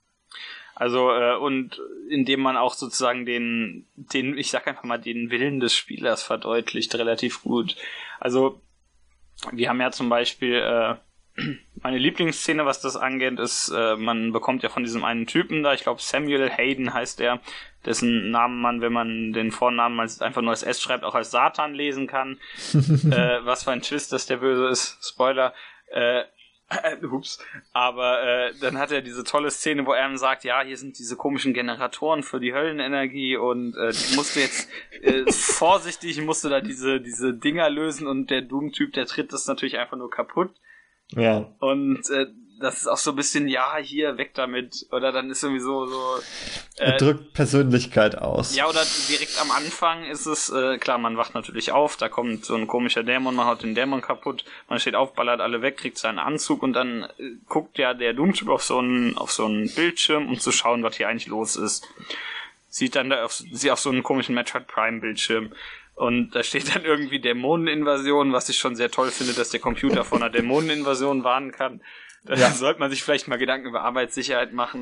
Also, äh, und indem man auch sozusagen den, den, ich sag einfach mal, den Willen des Spielers verdeutlicht, relativ gut. Also, wir haben ja zum Beispiel, äh, meine Lieblingsszene, was das angeht, ist, äh, man bekommt ja von diesem einen Typen da, ich glaube Samuel Hayden heißt der, dessen Namen man, wenn man den Vornamen als einfach nur als S schreibt, auch als Satan lesen kann. äh, was für ein Twist, dass der böse ist. Spoiler. Äh, ups. Aber äh, dann hat er diese tolle Szene, wo er ihm sagt, ja, hier sind diese komischen Generatoren für die Höllenenergie und äh, die musst du jetzt äh, vorsichtig, musst du da diese diese Dinger lösen und der Doom-Typ, der tritt das natürlich einfach nur kaputt. Ja. Und äh, das ist auch so ein bisschen, ja, hier, weg damit. Oder dann ist irgendwie so, so äh, er drückt Persönlichkeit aus. Ja, oder direkt am Anfang ist es, äh, klar, man wacht natürlich auf, da kommt so ein komischer Dämon, man haut den Dämon kaputt, man steht auf, ballert alle weg, kriegt seinen Anzug und dann äh, guckt ja der Doom-Typ auf so einen auf so einen Bildschirm, um zu schauen, was hier eigentlich los ist. Sieht dann da auf, sieht auf so einen komischen Metroid Prime-Bildschirm. Und da steht dann irgendwie Dämoneninvasion, was ich schon sehr toll finde, dass der Computer vor einer Dämoneninvasion warnen kann. Da ja. sollte man sich vielleicht mal Gedanken über Arbeitssicherheit machen.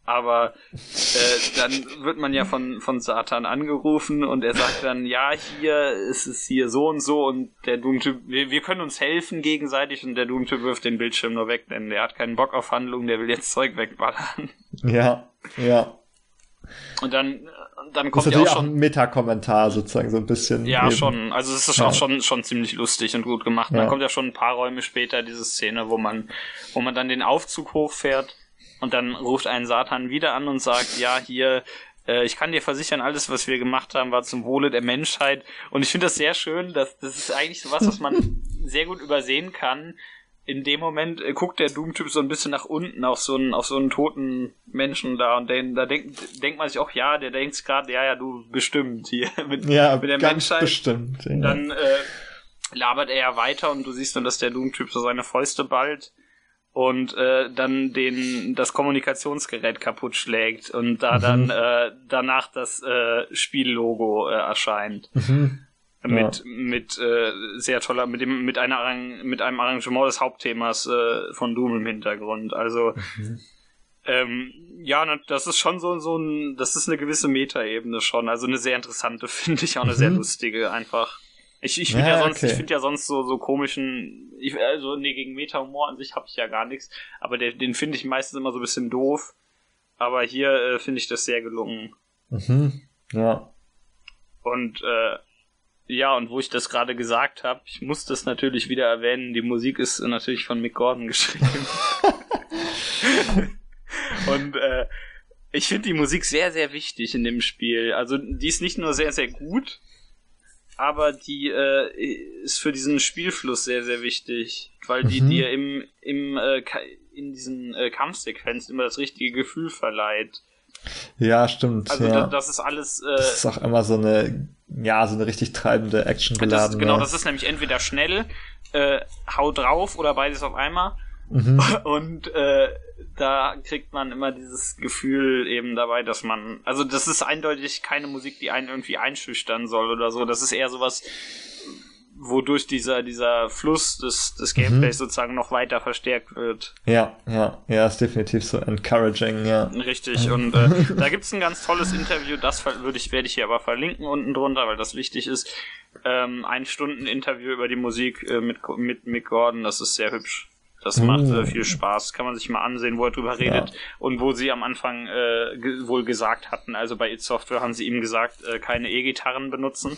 Aber äh, dann wird man ja von, von Satan angerufen und er sagt dann, ja, hier ist es hier so und so und der Doom-Typ, wir, wir können uns helfen gegenseitig und der Doom-Typ wirft den Bildschirm nur weg, denn der hat keinen Bock auf Handlung, der will jetzt Zeug wegballern. Ja, ja. Und dann, dann kommt ja auch schon... Das ist natürlich auch ein Meta-Kommentar sozusagen, so ein bisschen. Ja, eben. schon. Also es ist ja. auch schon, schon ziemlich lustig und gut gemacht. Und ja. Dann kommt ja schon ein paar Räume später diese Szene, wo man, wo man dann den Aufzug hochfährt und dann ruft einen Satan wieder an und sagt, ja, hier, äh, ich kann dir versichern, alles, was wir gemacht haben, war zum Wohle der Menschheit. Und ich finde das sehr schön, dass das ist eigentlich sowas, was man sehr gut übersehen kann. In dem Moment äh, guckt der Doom-Typ so ein bisschen nach unten auf so einen, auf so einen toten Menschen da und den, da denkt, denkt man sich auch, ja, der denkt gerade, ja, ja, du bestimmt hier mit, ja, mit der ganz Menschheit. Bestimmt, ja. Dann äh, labert er ja weiter und du siehst dann, dass der Doom-Typ so seine Fäuste ballt und äh, dann den das Kommunikationsgerät kaputt schlägt und da mhm. dann äh, danach das äh, Spiellogo äh, erscheint. Mhm. Mit, ja. mit äh, sehr toller, mit dem, mit einer Arrang- mit einem Arrangement des Hauptthemas äh, von Doom im Hintergrund. Also mhm. ähm, ja, das ist schon so, so ein, das ist eine gewisse Metaebene schon. Also eine sehr interessante, finde ich, auch eine mhm. sehr lustige einfach. Ich, ich finde ja, ja sonst, okay. ich finde ja sonst so, so komischen, ich, also nee, gegen Meta-Humor an sich habe ich ja gar nichts, aber der, den finde ich meistens immer so ein bisschen doof. Aber hier äh, finde ich das sehr gelungen. Mhm. Ja. Und äh, ja, und wo ich das gerade gesagt habe, ich muss das natürlich wieder erwähnen, die Musik ist natürlich von Mick Gordon geschrieben. Und äh, ich finde die Musik sehr, sehr wichtig in dem Spiel. Also die ist nicht nur sehr, sehr gut, aber die äh, ist für diesen Spielfluss sehr, sehr wichtig, weil die mhm. dir im, im äh, in diesen äh, Kampfsequenzen immer das richtige Gefühl verleiht. Ja, stimmt. Also ja. das, das ist alles... Äh, das ist auch immer so eine, ja, so eine richtig treibende Action geladen. Genau, das ist nämlich entweder schnell, äh, hau drauf oder beides auf einmal. Mhm. Und äh, da kriegt man immer dieses Gefühl eben dabei, dass man... Also das ist eindeutig keine Musik, die einen irgendwie einschüchtern soll oder so. Das ist eher sowas, wodurch dieser dieser Fluss des, des Gameplays mhm. sozusagen noch weiter verstärkt wird. Ja, ja, ja, ist definitiv so encouraging, ja. Richtig, und äh, da gibt's ein ganz tolles Interview, das würde ich, werde ich hier aber verlinken unten drunter, weil das wichtig ist. Ähm, ein Stunden Interview über die Musik äh, mit, mit Mick Gordon, das ist sehr hübsch. Das mm. macht äh, viel Spaß, kann man sich mal ansehen, wo er drüber redet. Ja. Und wo sie am Anfang äh, ge- wohl gesagt hatten, also bei id Software haben sie ihm gesagt, äh, keine E-Gitarren benutzen.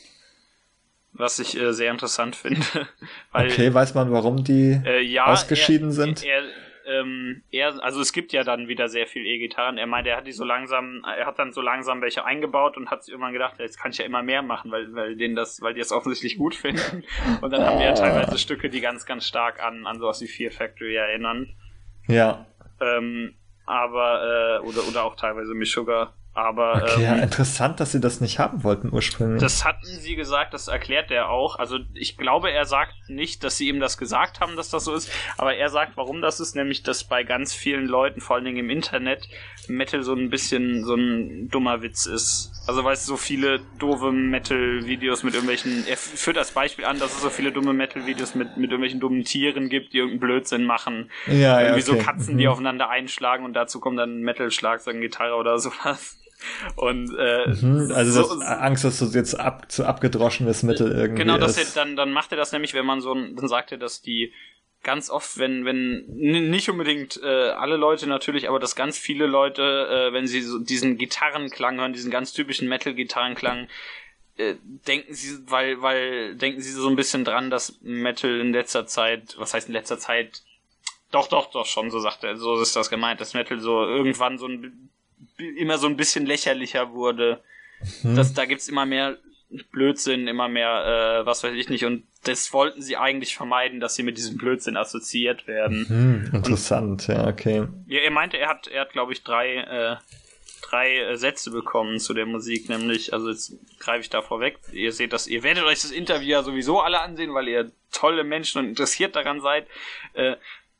Was ich äh, sehr interessant finde. Weil, okay, weiß man, warum die äh, ja, ausgeschieden er, sind? Er, ähm, er, also es gibt ja dann wieder sehr viel E-Gitarren. Er meinte, er hat die so langsam, er hat dann so langsam welche eingebaut und hat sich irgendwann gedacht, jetzt kann ich ja immer mehr machen, weil, weil denen das, weil die es offensichtlich gut finden. Und dann haben wir ja teilweise Stücke, die ganz, ganz stark an, an sowas wie Fear Factory erinnern. Ja. Ähm, aber, äh, oder, oder auch teilweise Meshuggah. Aber, okay, ähm, ja, interessant, dass sie das nicht haben wollten ursprünglich. Das hatten sie gesagt, das erklärt er auch. Also ich glaube, er sagt nicht, dass sie ihm das gesagt haben, dass das so ist, aber er sagt, warum das ist, nämlich, dass bei ganz vielen Leuten, vor allen Dingen im Internet, Metal so ein bisschen so ein dummer Witz ist. Also weil es so viele doofe Metal-Videos mit irgendwelchen, er führt als Beispiel an, dass es so viele dumme Metal-Videos mit, mit irgendwelchen dummen Tieren gibt, die irgendeinen Blödsinn machen. Ja, Irgendwie ja, okay. so Katzen, mhm. die aufeinander einschlagen und dazu kommt dann ein Metal-Schlagzeug, Gitarre oder sowas. Und äh, mhm, also so, das Angst, dass das jetzt ab, zu abgedroschenes Mittel irgendwie genau, das ist. Er, dann dann macht er das nämlich, wenn man so ein, dann sagt er, dass die ganz oft, wenn wenn nicht unbedingt äh, alle Leute natürlich, aber dass ganz viele Leute, äh, wenn sie so diesen Gitarrenklang hören, diesen ganz typischen Metal-Gitarrenklang, äh, denken sie, weil weil denken sie so ein bisschen dran, dass Metal in letzter Zeit, was heißt in letzter Zeit, doch doch doch schon, so sagt er, so ist das gemeint, dass Metal so irgendwann so ein immer so ein bisschen lächerlicher wurde. Mhm. Das, da gibt's immer mehr Blödsinn, immer mehr, äh, was weiß ich nicht. Und das wollten sie eigentlich vermeiden, dass sie mit diesem Blödsinn assoziiert werden. Mhm, interessant, und, ja, okay. Ja, er meinte, er hat, er hat, glaube ich, drei, äh, drei äh, Sätze bekommen zu der Musik, nämlich, also jetzt greife ich da vorweg. Ihr seht das, ihr werdet euch das Interview ja sowieso alle ansehen, weil ihr tolle Menschen und interessiert daran seid. Äh,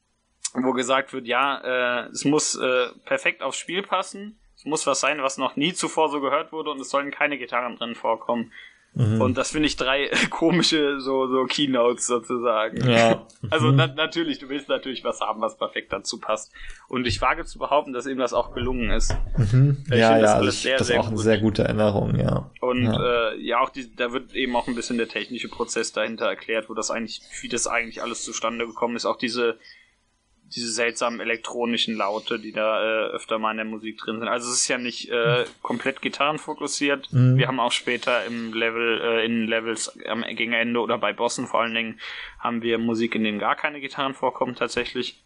wo gesagt wird, ja, äh, es muss äh, perfekt aufs Spiel passen, es muss was sein, was noch nie zuvor so gehört wurde und es sollen keine Gitarren drin vorkommen. Mhm. Und das finde ich drei komische so so Keynotes sozusagen. Ja. Also na, natürlich, du willst natürlich was haben, was perfekt dazu passt. Und ich wage zu behaupten, dass ihm das auch gelungen ist. Mhm. Ich ja, das ja, alles das, sehr, das sehr ist auch gut. eine sehr gute Erinnerung, ja. Und ja, äh, ja auch die, da wird eben auch ein bisschen der technische Prozess dahinter erklärt, wo das eigentlich, wie das eigentlich alles zustande gekommen ist. Auch diese diese seltsamen elektronischen Laute, die da äh, öfter mal in der Musik drin sind. Also es ist ja nicht äh, komplett gitarrenfokussiert. Mhm. Wir haben auch später im Level, äh, in Levels am gegen Ende oder bei Bossen vor allen Dingen, haben wir Musik, in denen gar keine Gitarren vorkommen tatsächlich.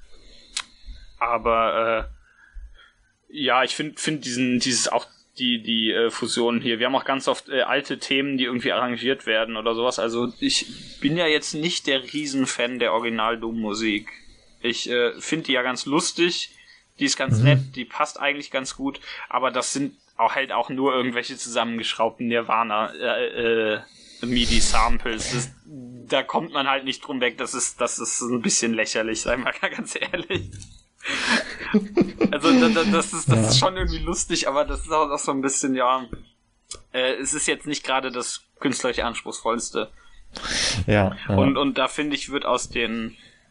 Aber äh, ja, ich finde find diesen, dieses auch die die äh, Fusion hier. Wir haben auch ganz oft äh, alte Themen, die irgendwie arrangiert werden oder sowas. Also ich bin ja jetzt nicht der Riesenfan der Original-Doom-Musik. Ich äh, finde die ja ganz lustig, die ist ganz mhm. nett, die passt eigentlich ganz gut, aber das sind auch halt auch nur irgendwelche zusammengeschraubten Nirvana äh, äh, MIDI-Samples. Das, da kommt man halt nicht drum weg, das ist, das ist ein bisschen lächerlich, sei mal ganz ehrlich. Also da, da, das, ist, das ja. ist schon irgendwie lustig, aber das ist auch, auch so ein bisschen, ja, äh, es ist jetzt nicht gerade das künstlerisch anspruchsvollste. Ja, ja. Und, und da finde ich, wird aus den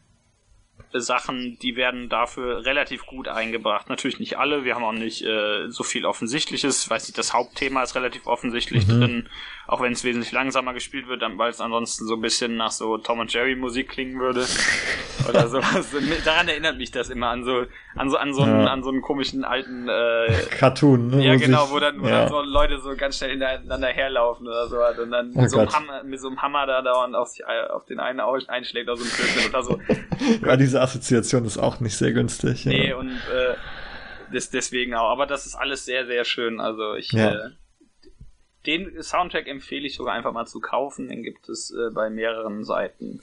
Sachen, die werden dafür relativ gut eingebracht. Natürlich nicht alle, wir haben auch nicht äh, so viel Offensichtliches. Weiß nicht, das Hauptthema ist relativ offensichtlich mhm. drin, auch wenn es wesentlich langsamer gespielt wird, weil es ansonsten so ein bisschen nach so Tom und Jerry Musik klingen würde. Oder sowas. Daran erinnert mich das immer an so an so an so einen, ja. an so einen komischen alten äh, Cartoon. Ne, ja genau, sich, wo dann, wo ja. dann so Leute so ganz schnell hintereinander herlaufen oder so und dann mit, oh so, einem Hammer, mit so einem Hammer da dauernd auf, auf den einen einschlägt oder so ein Blödsinn oder so. Ja, diese Assoziation ist auch nicht sehr günstig. Nee, ja. und äh, das, deswegen auch. Aber das ist alles sehr, sehr schön. Also ich ja. äh, den Soundtrack empfehle ich sogar einfach mal zu kaufen. Den gibt es äh, bei mehreren Seiten.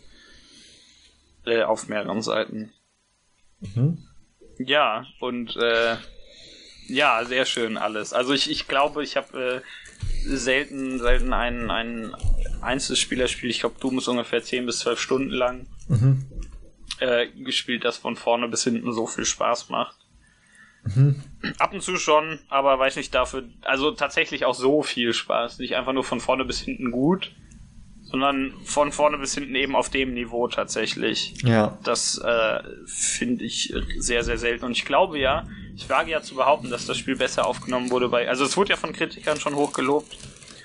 Äh, auf mehreren Seiten. Mhm. Ja, und äh, ja, sehr schön alles. Also ich, ich glaube, ich habe äh, selten, selten ein, ein Einzelspielerspiel, ich glaube, Doom ist ungefähr zehn bis zwölf Stunden lang, mhm. äh, gespielt, das von vorne bis hinten so viel Spaß macht. Mhm. Ab und zu schon, aber weiß nicht dafür, also tatsächlich auch so viel Spaß. Nicht einfach nur von vorne bis hinten gut, sondern von vorne bis hinten eben auf dem Niveau tatsächlich. Ja. Das äh, finde ich sehr, sehr selten. Und ich glaube ja, ich wage ja zu behaupten, dass das Spiel besser aufgenommen wurde bei, also es wurde ja von Kritikern schon hoch gelobt.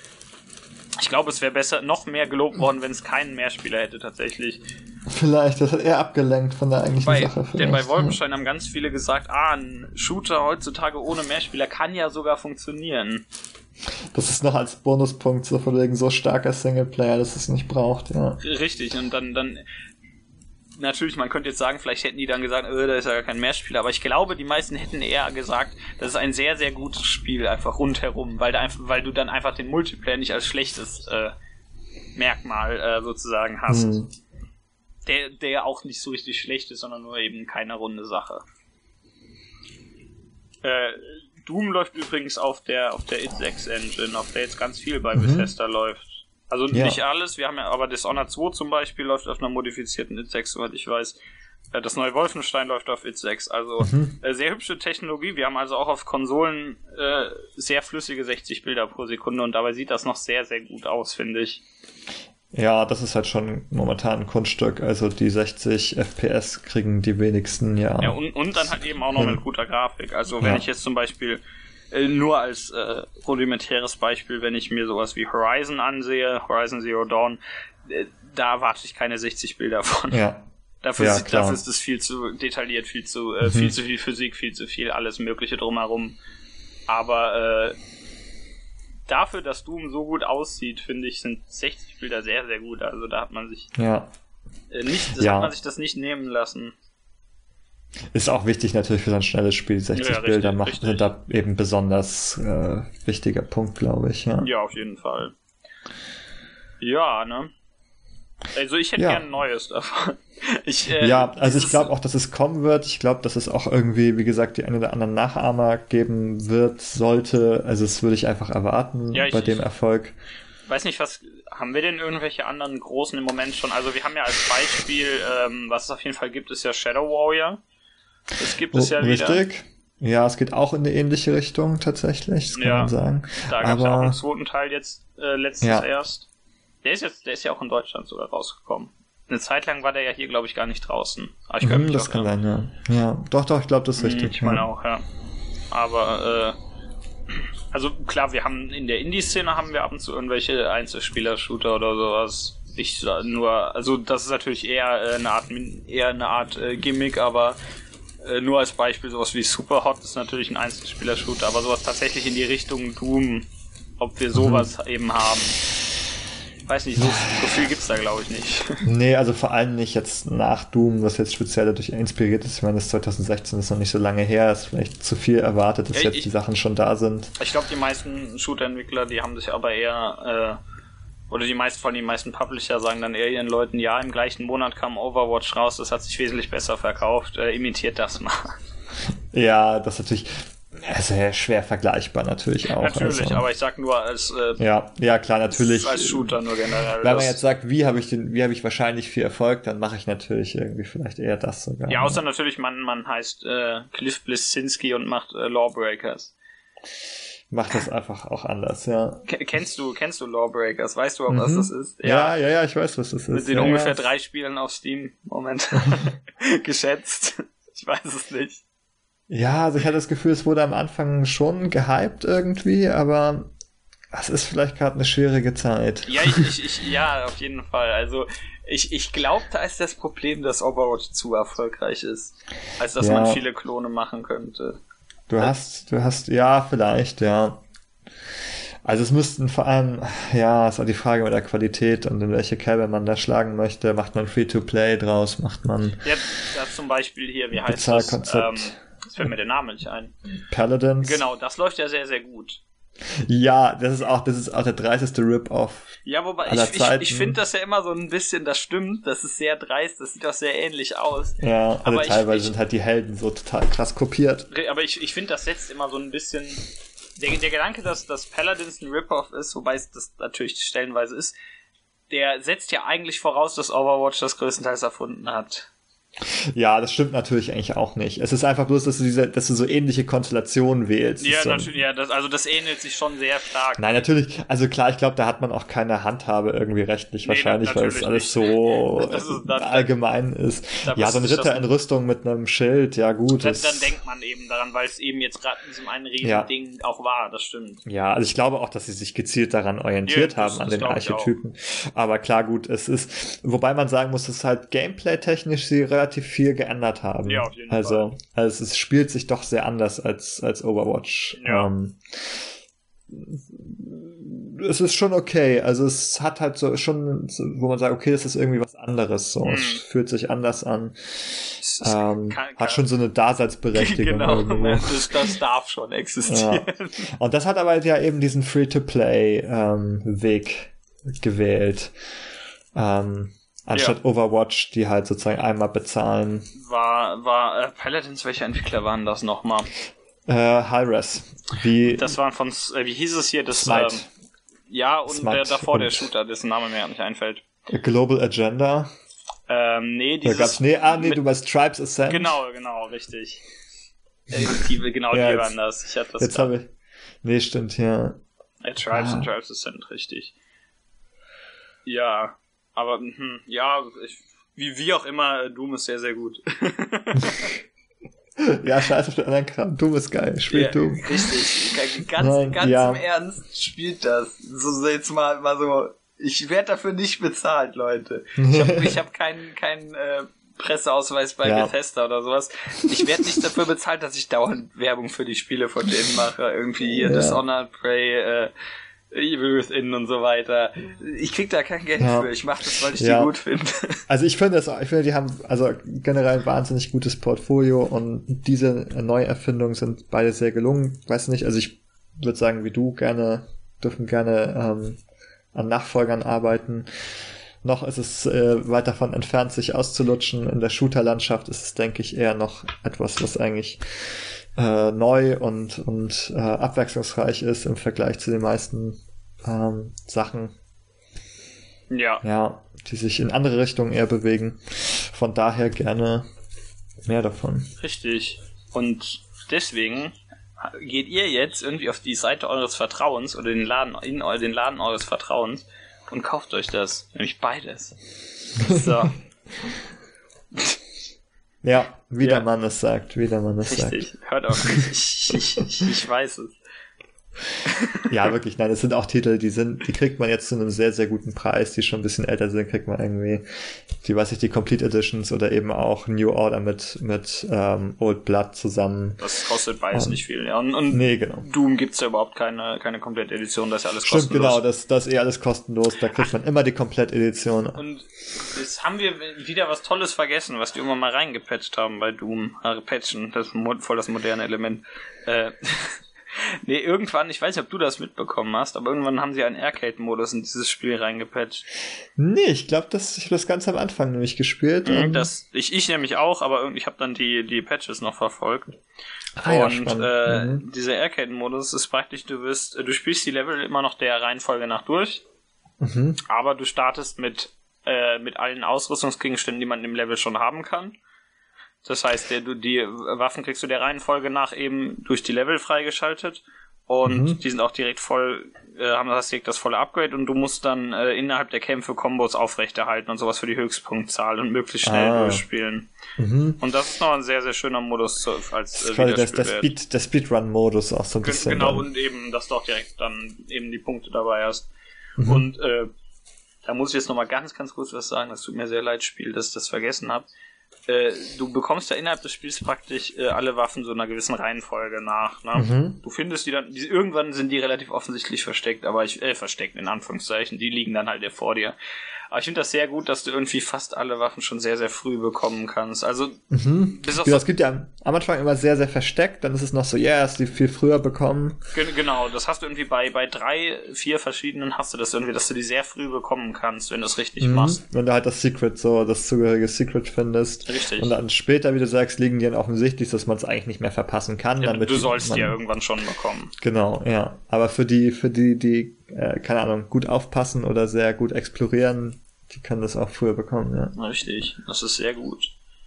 Ich glaube, es wäre besser, noch mehr gelobt worden, wenn es keinen Mehrspieler hätte tatsächlich. Vielleicht, das hat eher abgelenkt von der eigentlichen bei, Sache. Denn bei Wolfenstein ja. haben ganz viele gesagt, ah, ein Shooter heutzutage ohne Mehrspieler kann ja sogar funktionieren. Das ist noch als Bonuspunkt so von wegen so starker Singleplayer, dass es nicht braucht, ja. Richtig, und dann, dann natürlich, man könnte jetzt sagen, vielleicht hätten die dann gesagt, äh, da ist ja gar kein Mehrspieler, aber ich glaube, die meisten hätten eher gesagt, das ist ein sehr, sehr gutes Spiel, einfach rundherum, weil, da einfach, weil du dann einfach den Multiplayer nicht als schlechtes äh, Merkmal äh, sozusagen hast. Hm. Der, der auch nicht so richtig schlecht ist, sondern nur eben keine runde Sache. Äh, Doom läuft übrigens auf der auf der id sechs Engine, auf der jetzt ganz viel bei mhm. Bethesda läuft. Also ja. nicht alles, wir haben ja, aber Dishonored zwei zum Beispiel läuft auf einer modifizierten id sechs, soweit ich weiß. Das neue Wolfenstein läuft auf id sechs, also mhm. äh, sehr hübsche Technologie. Wir haben also auch auf Konsolen äh, sehr flüssige sechzig Bilder pro Sekunde und dabei sieht das noch sehr, sehr gut aus, finde ich. Ja, das ist halt schon momentan ein Kunststück. Also die sechzig F P S kriegen die wenigsten, ja. Ja, und, und dann halt eben auch noch mit guter Grafik. Also wenn ja. ich jetzt zum Beispiel, äh, nur als äh, rudimentäres Beispiel, wenn ich mir sowas wie Horizon ansehe, Horizon Zero Dawn, äh, da erwarte ich keine sechzig Bilder von. Ja. Dafür, ja, ist, dafür ist es viel zu detailliert, viel zu, äh, mhm. viel zu viel Physik, viel zu viel alles Mögliche drumherum. Aber äh, dafür, dass Doom so gut aussieht, finde ich, sind sechzig Bilder sehr, sehr gut. Also da hat man sich ja. äh, nicht, das ja. hat man sich das nicht nehmen lassen. Ist auch wichtig natürlich für so ein schnelles Spiel. sechzig ja, Bilder richtig, macht, richtig. sind da eben besonders äh, wichtiger Punkt, glaube ich. Ja. ja, auf jeden Fall. Ja, ne? Also ich hätte ja. gern ein neues davon. Ich, äh, ja, also ich glaube auch, dass es kommen wird. Ich glaube, dass es auch irgendwie, wie gesagt, die einen oder anderen Nachahmer geben wird, sollte. Also das würde ich einfach erwarten ja, ich, bei dem Erfolg. Ich weiß nicht, was haben wir denn irgendwelche anderen großen im Moment schon? Also wir haben ja als Beispiel, ähm, was es auf jeden Fall gibt, ist ja Shadow Warrior. Das gibt es oh, ja wieder. Richtig. Ja, es geht auch in eine ähnliche Richtung tatsächlich, das kann ja, man sagen. Da gab es Aber ja auch einen zweiten Teil jetzt äh, letztens ja. erst. Der ist jetzt, der ist ja auch in Deutschland sogar rausgekommen. Eine Zeit lang war der ja hier, glaube ich, gar nicht draußen. Aber ich mhm, mich das auch, kann ja. sein, ja. Ja, doch, doch, ich glaube, das ist Mhm, richtig. Ich meine ja. auch, ja. Aber, äh, also klar, wir haben in der Indie-Szene haben wir ab und zu irgendwelche Einzelspieler-Shooter oder sowas. Ich nur, also das ist natürlich eher äh, eine Art, eher eine Art äh, Gimmick, aber äh, nur als Beispiel sowas wie Superhot ist natürlich ein Einzelspieler-Shooter, aber sowas tatsächlich in die Richtung Doom, ob wir sowas mhm. eben haben. Weiß nicht, so, so viel gibt's da, glaube ich, nicht. Nee, also vor allem nicht jetzt nach Doom, was jetzt speziell dadurch inspiriert ist. Ich meine, das zwanzig sechzehn ist noch nicht so lange her, ist vielleicht zu viel erwartet, dass ja, jetzt ich, die Sachen schon da sind. Ich glaube, die meisten Shooter-Entwickler, die haben sich aber eher, äh, oder die meisten von den meisten Publisher sagen dann eher ihren Leuten, ja, im gleichen Monat kam Overwatch raus, das hat sich wesentlich besser verkauft, äh, imitiert das mal. Ja, das ist natürlich... sehr schwer vergleichbar natürlich auch. Natürlich, also. aber ich sag nur als äh, ja, ja klar, natürlich. Als Shooter nur generell. Wenn man jetzt sagt, wie habe ich den, wie habe ich wahrscheinlich viel Erfolg, dann mache ich natürlich irgendwie vielleicht eher das sogar. Ja, außer natürlich, man, man heißt äh, Cliff Bleszinski und macht äh, Lawbreakers. Macht das einfach auch anders, ja. K- kennst du, kennst du Lawbreakers? Weißt du auch, mhm. was das ist? Ja, ja, ja, ja, ich weiß, was das ist. Mit den ja, ungefähr ja. drei Spielen auf Steam Moment geschätzt. Ich weiß es nicht. Ja, also ich hatte das Gefühl, es wurde am Anfang schon gehypt irgendwie, aber es ist vielleicht gerade eine schwierige Zeit. Ja, ich, ich, ich, ja, auf jeden Fall. Also ich, ich glaube, da ist das Problem, dass Overwatch zu erfolgreich ist, als dass ja. man viele Klone machen könnte. Du hast, du hast, ja, vielleicht, ja. Also es müssten vor allem, ja, ist auch die Frage mit der Qualität und in welche Kerbe man da schlagen möchte. Macht man Free-to-Play draus, macht man ja, das zum Beispiel hier, wie heißt das? Ähm, das fällt mir der Name nicht ein. Paladins. Genau, das läuft ja sehr, sehr gut. Ja, das ist auch, das ist auch der dreisteste Rip-Off. Ja, wobei aller ich, ich, Zeiten. ich finde das ja immer so ein bisschen, das stimmt, das ist sehr dreist, das sieht auch sehr ähnlich aus. Ja, also aber teilweise ich, ich, sind halt die Helden so total krass kopiert. Aber ich, ich finde, das setzt immer so ein bisschen, der, der Gedanke, dass, dass Paladins ein Rip-Off ist, wobei es das natürlich stellenweise ist, der setzt ja eigentlich voraus, dass Overwatch das größtenteils erfunden hat. Ja, das stimmt natürlich eigentlich auch nicht. Es ist einfach bloß, dass du diese, dass du so ähnliche Konstellationen wählst. Ja, so natürlich, ja, das, also das ähnelt sich schon sehr stark. Nein, natürlich, also klar, ich glaube, da hat man auch keine Handhabe irgendwie rechtlich nee, wahrscheinlich, weil es alles so das ist, dann, allgemein ist. Ja, so ein Ritter in Rüstung mit einem Schild, ja gut. Dann, dann denkt man eben daran, weil es eben jetzt gerade in diesem einen Riesending ja. auch war, das stimmt. Ja, also ich glaube auch, dass sie sich gezielt daran orientiert ja, das, haben, an den Archetypen. Aber klar, gut, es ist, wobei man sagen muss, es ist halt gameplay-technisch sie relativ viel geändert haben. Ja, auf jeden also, Fall. Also es spielt sich doch sehr anders als, als Overwatch. Ja. Ähm, es ist schon okay. Also es hat halt so schon, so, wo man sagt, okay, das ist irgendwie was anderes. So, hm. Es fühlt sich anders an. Ähm, kann, kann, hat schon so eine Daseinsberechtigung. Genau, das, das darf schon existieren. Ja. Und das hat aber ja eben diesen Free-to-Play-Weg ähm, gewählt. Ähm, Anstatt ja. Overwatch, die halt sozusagen einmal bezahlen. War, war, äh, Paladins, welche Entwickler waren das nochmal? Äh, Hi-Res. Wie, das waren von, äh, wie hieß es hier? Das, Smite. Ähm, ja, und Smite der, davor und der Shooter, dessen Name mir nicht einfällt. Global Agenda. Ähm, nee, dieses... Da gab's, nee, ah, nee, mit, du meinst Tribes Ascent. Genau, genau, richtig. Äh, die, genau, ja, die jetzt, waren das. Ich hatte das jetzt habe ich, nee, stimmt, ja. Äh, Tribes ah. und Tribes Ascent, richtig. Ja, aber, hm, ja, ich... Wie, wie auch immer, Doom ist sehr, sehr gut. Ja, scheiß auf den anderen Kram. Doom ist geil. Spielt ja, Doom. Richtig. Ganz, Nein, ganz ja. im Ernst, spielt das. So, jetzt mal, mal so. Ich werde dafür nicht bezahlt, Leute. Ich habe ich hab keinen, keinen, äh, Presseausweis bei ja. Bethesda oder sowas. Ich werde nicht dafür bezahlt, dass ich dauernd Werbung für die Spiele von denen mache. Irgendwie hier ja. Dishonored, Prey, äh, Evil Within und so weiter. Ich krieg da kein Geld ja. für. Ich mache das, weil ich ja. die gut finde. Also ich finde das, ich finde, die haben also generell ein wahnsinnig gutes Portfolio und diese Neuerfindungen sind beide sehr gelungen. Weiß nicht, also ich würde sagen, wie du gerne, dürfen gerne ähm, an Nachfolgern arbeiten. Noch ist es äh, weit davon entfernt, sich auszulutschen. In der Shooter-Landschaft ist es, denke ich, eher noch etwas, was eigentlich Äh, neu und und äh, abwechslungsreich ist im Vergleich zu den meisten ähm, Sachen. Ja. Ja, die sich in andere Richtungen eher bewegen. Von daher gerne mehr davon. Richtig. Und deswegen geht ihr jetzt irgendwie auf die Seite eures Vertrauens oder den Laden, in den Laden eures Vertrauens und kauft euch das. Nämlich beides. So. Ja, wie ja. der Mann es sagt, wie der Mann es sagt. Richtig, hört auf mich. Ich, ich, ich, ich weiß es. Ja, wirklich, nein, es sind auch Titel, die sind, die kriegt man jetzt zu einem sehr, sehr guten Preis, die schon ein bisschen älter sind, kriegt man irgendwie, die weiß ich, die Complete Editions oder eben auch New Order mit, mit ähm, Old Blood zusammen. Das kostet beides um, nicht viel, ja. Und, und nee, genau. Doom gibt's ja überhaupt keine, keine Komplett-Edition, das ist ja alles Stimmt, kostenlos. Stimmt, genau, das, das ist eh alles kostenlos, da kriegt man immer die Komplett-Edition. Und jetzt haben wir wieder was Tolles vergessen, was die immer mal reingepatcht haben bei Doom. Äh, patchen, das ist voll das moderne Element. Äh, Nee, irgendwann, ich weiß nicht, ob du das mitbekommen hast, aber irgendwann haben sie einen Arcade-Modus in dieses Spiel reingepatcht. Nee, ich glaube, ich habe das ganz am Anfang nämlich gespielt. Mhm, das, ich, ich nämlich auch, aber ich habe dann die, die Patches noch verfolgt. Ah, und ja, äh, mhm. dieser Arcade-Modus ist praktisch, du wirst, du spielst die Level immer noch der Reihenfolge nach durch, mhm. aber du startest mit, äh, mit allen Ausrüstungsgegenständen, die man im Level schon haben kann. Das heißt, der, du, die Waffen kriegst du der Reihenfolge nach eben durch die Level freigeschaltet und mhm. die sind auch direkt voll, äh, haben das direkt das volle Upgrade und du musst dann äh, innerhalb der Kämpfe Kombos aufrechterhalten und sowas für die Höchstpunktzahl und möglichst schnell ah. durchspielen. Mhm. Und das ist noch ein sehr, sehr schöner Modus zu, als äh, quasi das, das Speed, der Speedrun-Modus auch so ein G- bisschen. Genau, dann. Und eben, dass du auch direkt dann eben die Punkte dabei hast. Mhm. Und äh, da muss ich jetzt nochmal ganz, ganz kurz was sagen, das tut mir sehr leid, Spiel, dass ich das vergessen habe. Äh, du bekommst ja innerhalb des Spiels praktisch äh, alle Waffen so einer gewissen Reihenfolge nach. Ne? Mhm. Du findest die dann, die, irgendwann sind die relativ offensichtlich versteckt, aber ich, äh, versteckt in Anführungszeichen, die liegen dann halt ja vor dir. Aber ich finde das sehr gut, dass du irgendwie fast alle Waffen schon sehr, sehr früh bekommen kannst. Also, mhm. bis auf ja, so, das gibt ja am Anfang immer sehr, sehr versteckt, dann ist es noch so, ja, yeah, hast du die viel früher bekommen. G- genau, das hast du irgendwie bei, bei drei, vier verschiedenen hast du das irgendwie, dass du die sehr früh bekommen kannst, wenn du es richtig mhm. machst. Wenn du halt das Secret, so, das zugehörige Secret findest. Richtig. Und dann später, wie du sagst, liegen die dann offensichtlich, dass man es eigentlich nicht mehr verpassen kann. Ja, damit du sollst man, die ja irgendwann schon bekommen. Genau, ja. Aber für die, für die, die, äh, keine Ahnung, gut aufpassen oder sehr gut explorieren, die kann das auch früher bekommen, ja. Richtig, das ist sehr gut.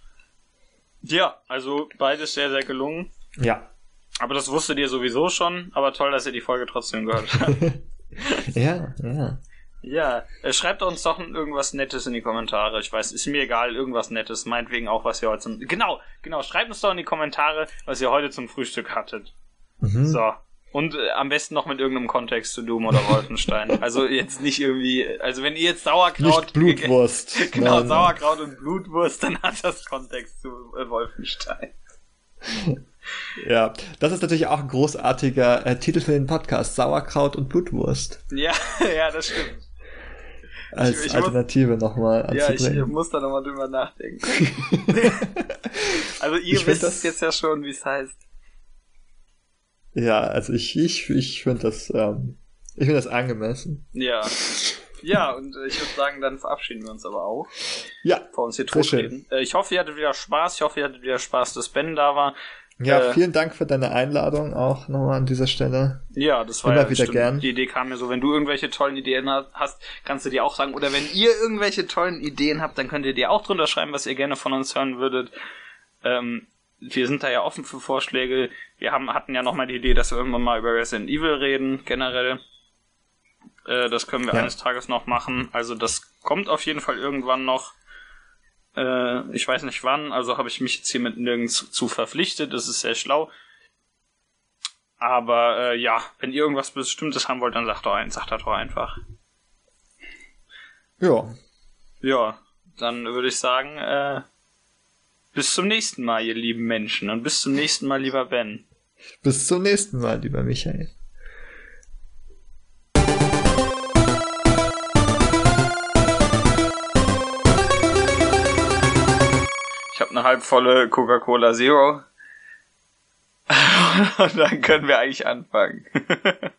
Ja, also beides sehr, sehr gelungen. Ja. Aber das wusstet ihr sowieso schon, aber toll, dass ihr die Folge trotzdem gehört habt. Ja, ja. Ja, äh, schreibt uns doch irgendwas Nettes in die Kommentare. Ich weiß, ist mir egal, irgendwas Nettes. Meinetwegen auch, was ihr heute zum... Genau, genau, schreibt uns doch in die Kommentare, was ihr heute zum Frühstück hattet. Mhm. So. Und äh, am besten noch mit irgendeinem Kontext zu Doom oder Wolfenstein. Also jetzt nicht irgendwie... Also wenn ihr jetzt Sauerkraut... Nicht Blutwurst. Ge- genau, nein, Sauerkraut nein. und Blutwurst, dann hat das Kontext zu äh, Wolfenstein. Ja, das ist natürlich auch ein großartiger äh, Titel für den Podcast. Sauerkraut und Blutwurst. Ja, ja, das stimmt. Als ich, ich Alternative nochmal anzubringen. Ja, ich muss da nochmal drüber nachdenken. Also ihr ich wisst das, jetzt ja schon, wie es heißt. Ja, also ich ich ich finde das ähm, ich finde das angemessen. Ja. Ja, und ich würde sagen, dann verabschieden wir uns aber auch. Ja. Vor uns hier totreden. Ich hoffe, ihr hattet wieder Spaß. Ich hoffe, ihr hattet wieder Spaß, dass Ben da war. Ja, äh, vielen Dank für deine Einladung auch nochmal an dieser Stelle. Ja, das war Immer ja wieder gern. Die Idee kam mir so, wenn du irgendwelche tollen Ideen hast, kannst du dir auch sagen. Oder wenn ihr irgendwelche tollen Ideen habt, dann könnt ihr dir auch drunter schreiben, was ihr gerne von uns hören würdet. Ähm, wir sind da ja offen für Vorschläge. Wir haben, hatten ja nochmal die Idee, dass wir irgendwann mal über Resident Evil reden, generell. Äh, das können wir ja. eines Tages noch machen. Also das kommt auf jeden Fall irgendwann noch. Äh, ich weiß nicht wann, also habe ich mich jetzt hiermit nirgends zu verpflichtet. Das ist sehr schlau. Aber äh, ja, wenn ihr irgendwas Bestimmtes haben wollt, dann sagt doch ein, sagt das doch einfach. Ja. Ja, dann würde ich sagen, äh, bis zum nächsten Mal, ihr lieben Menschen. Und bis zum nächsten Mal, lieber Ben. Bis zum nächsten Mal, lieber Michael. Ich habe eine halbvolle Coca-Cola Zero. Und dann können wir eigentlich anfangen.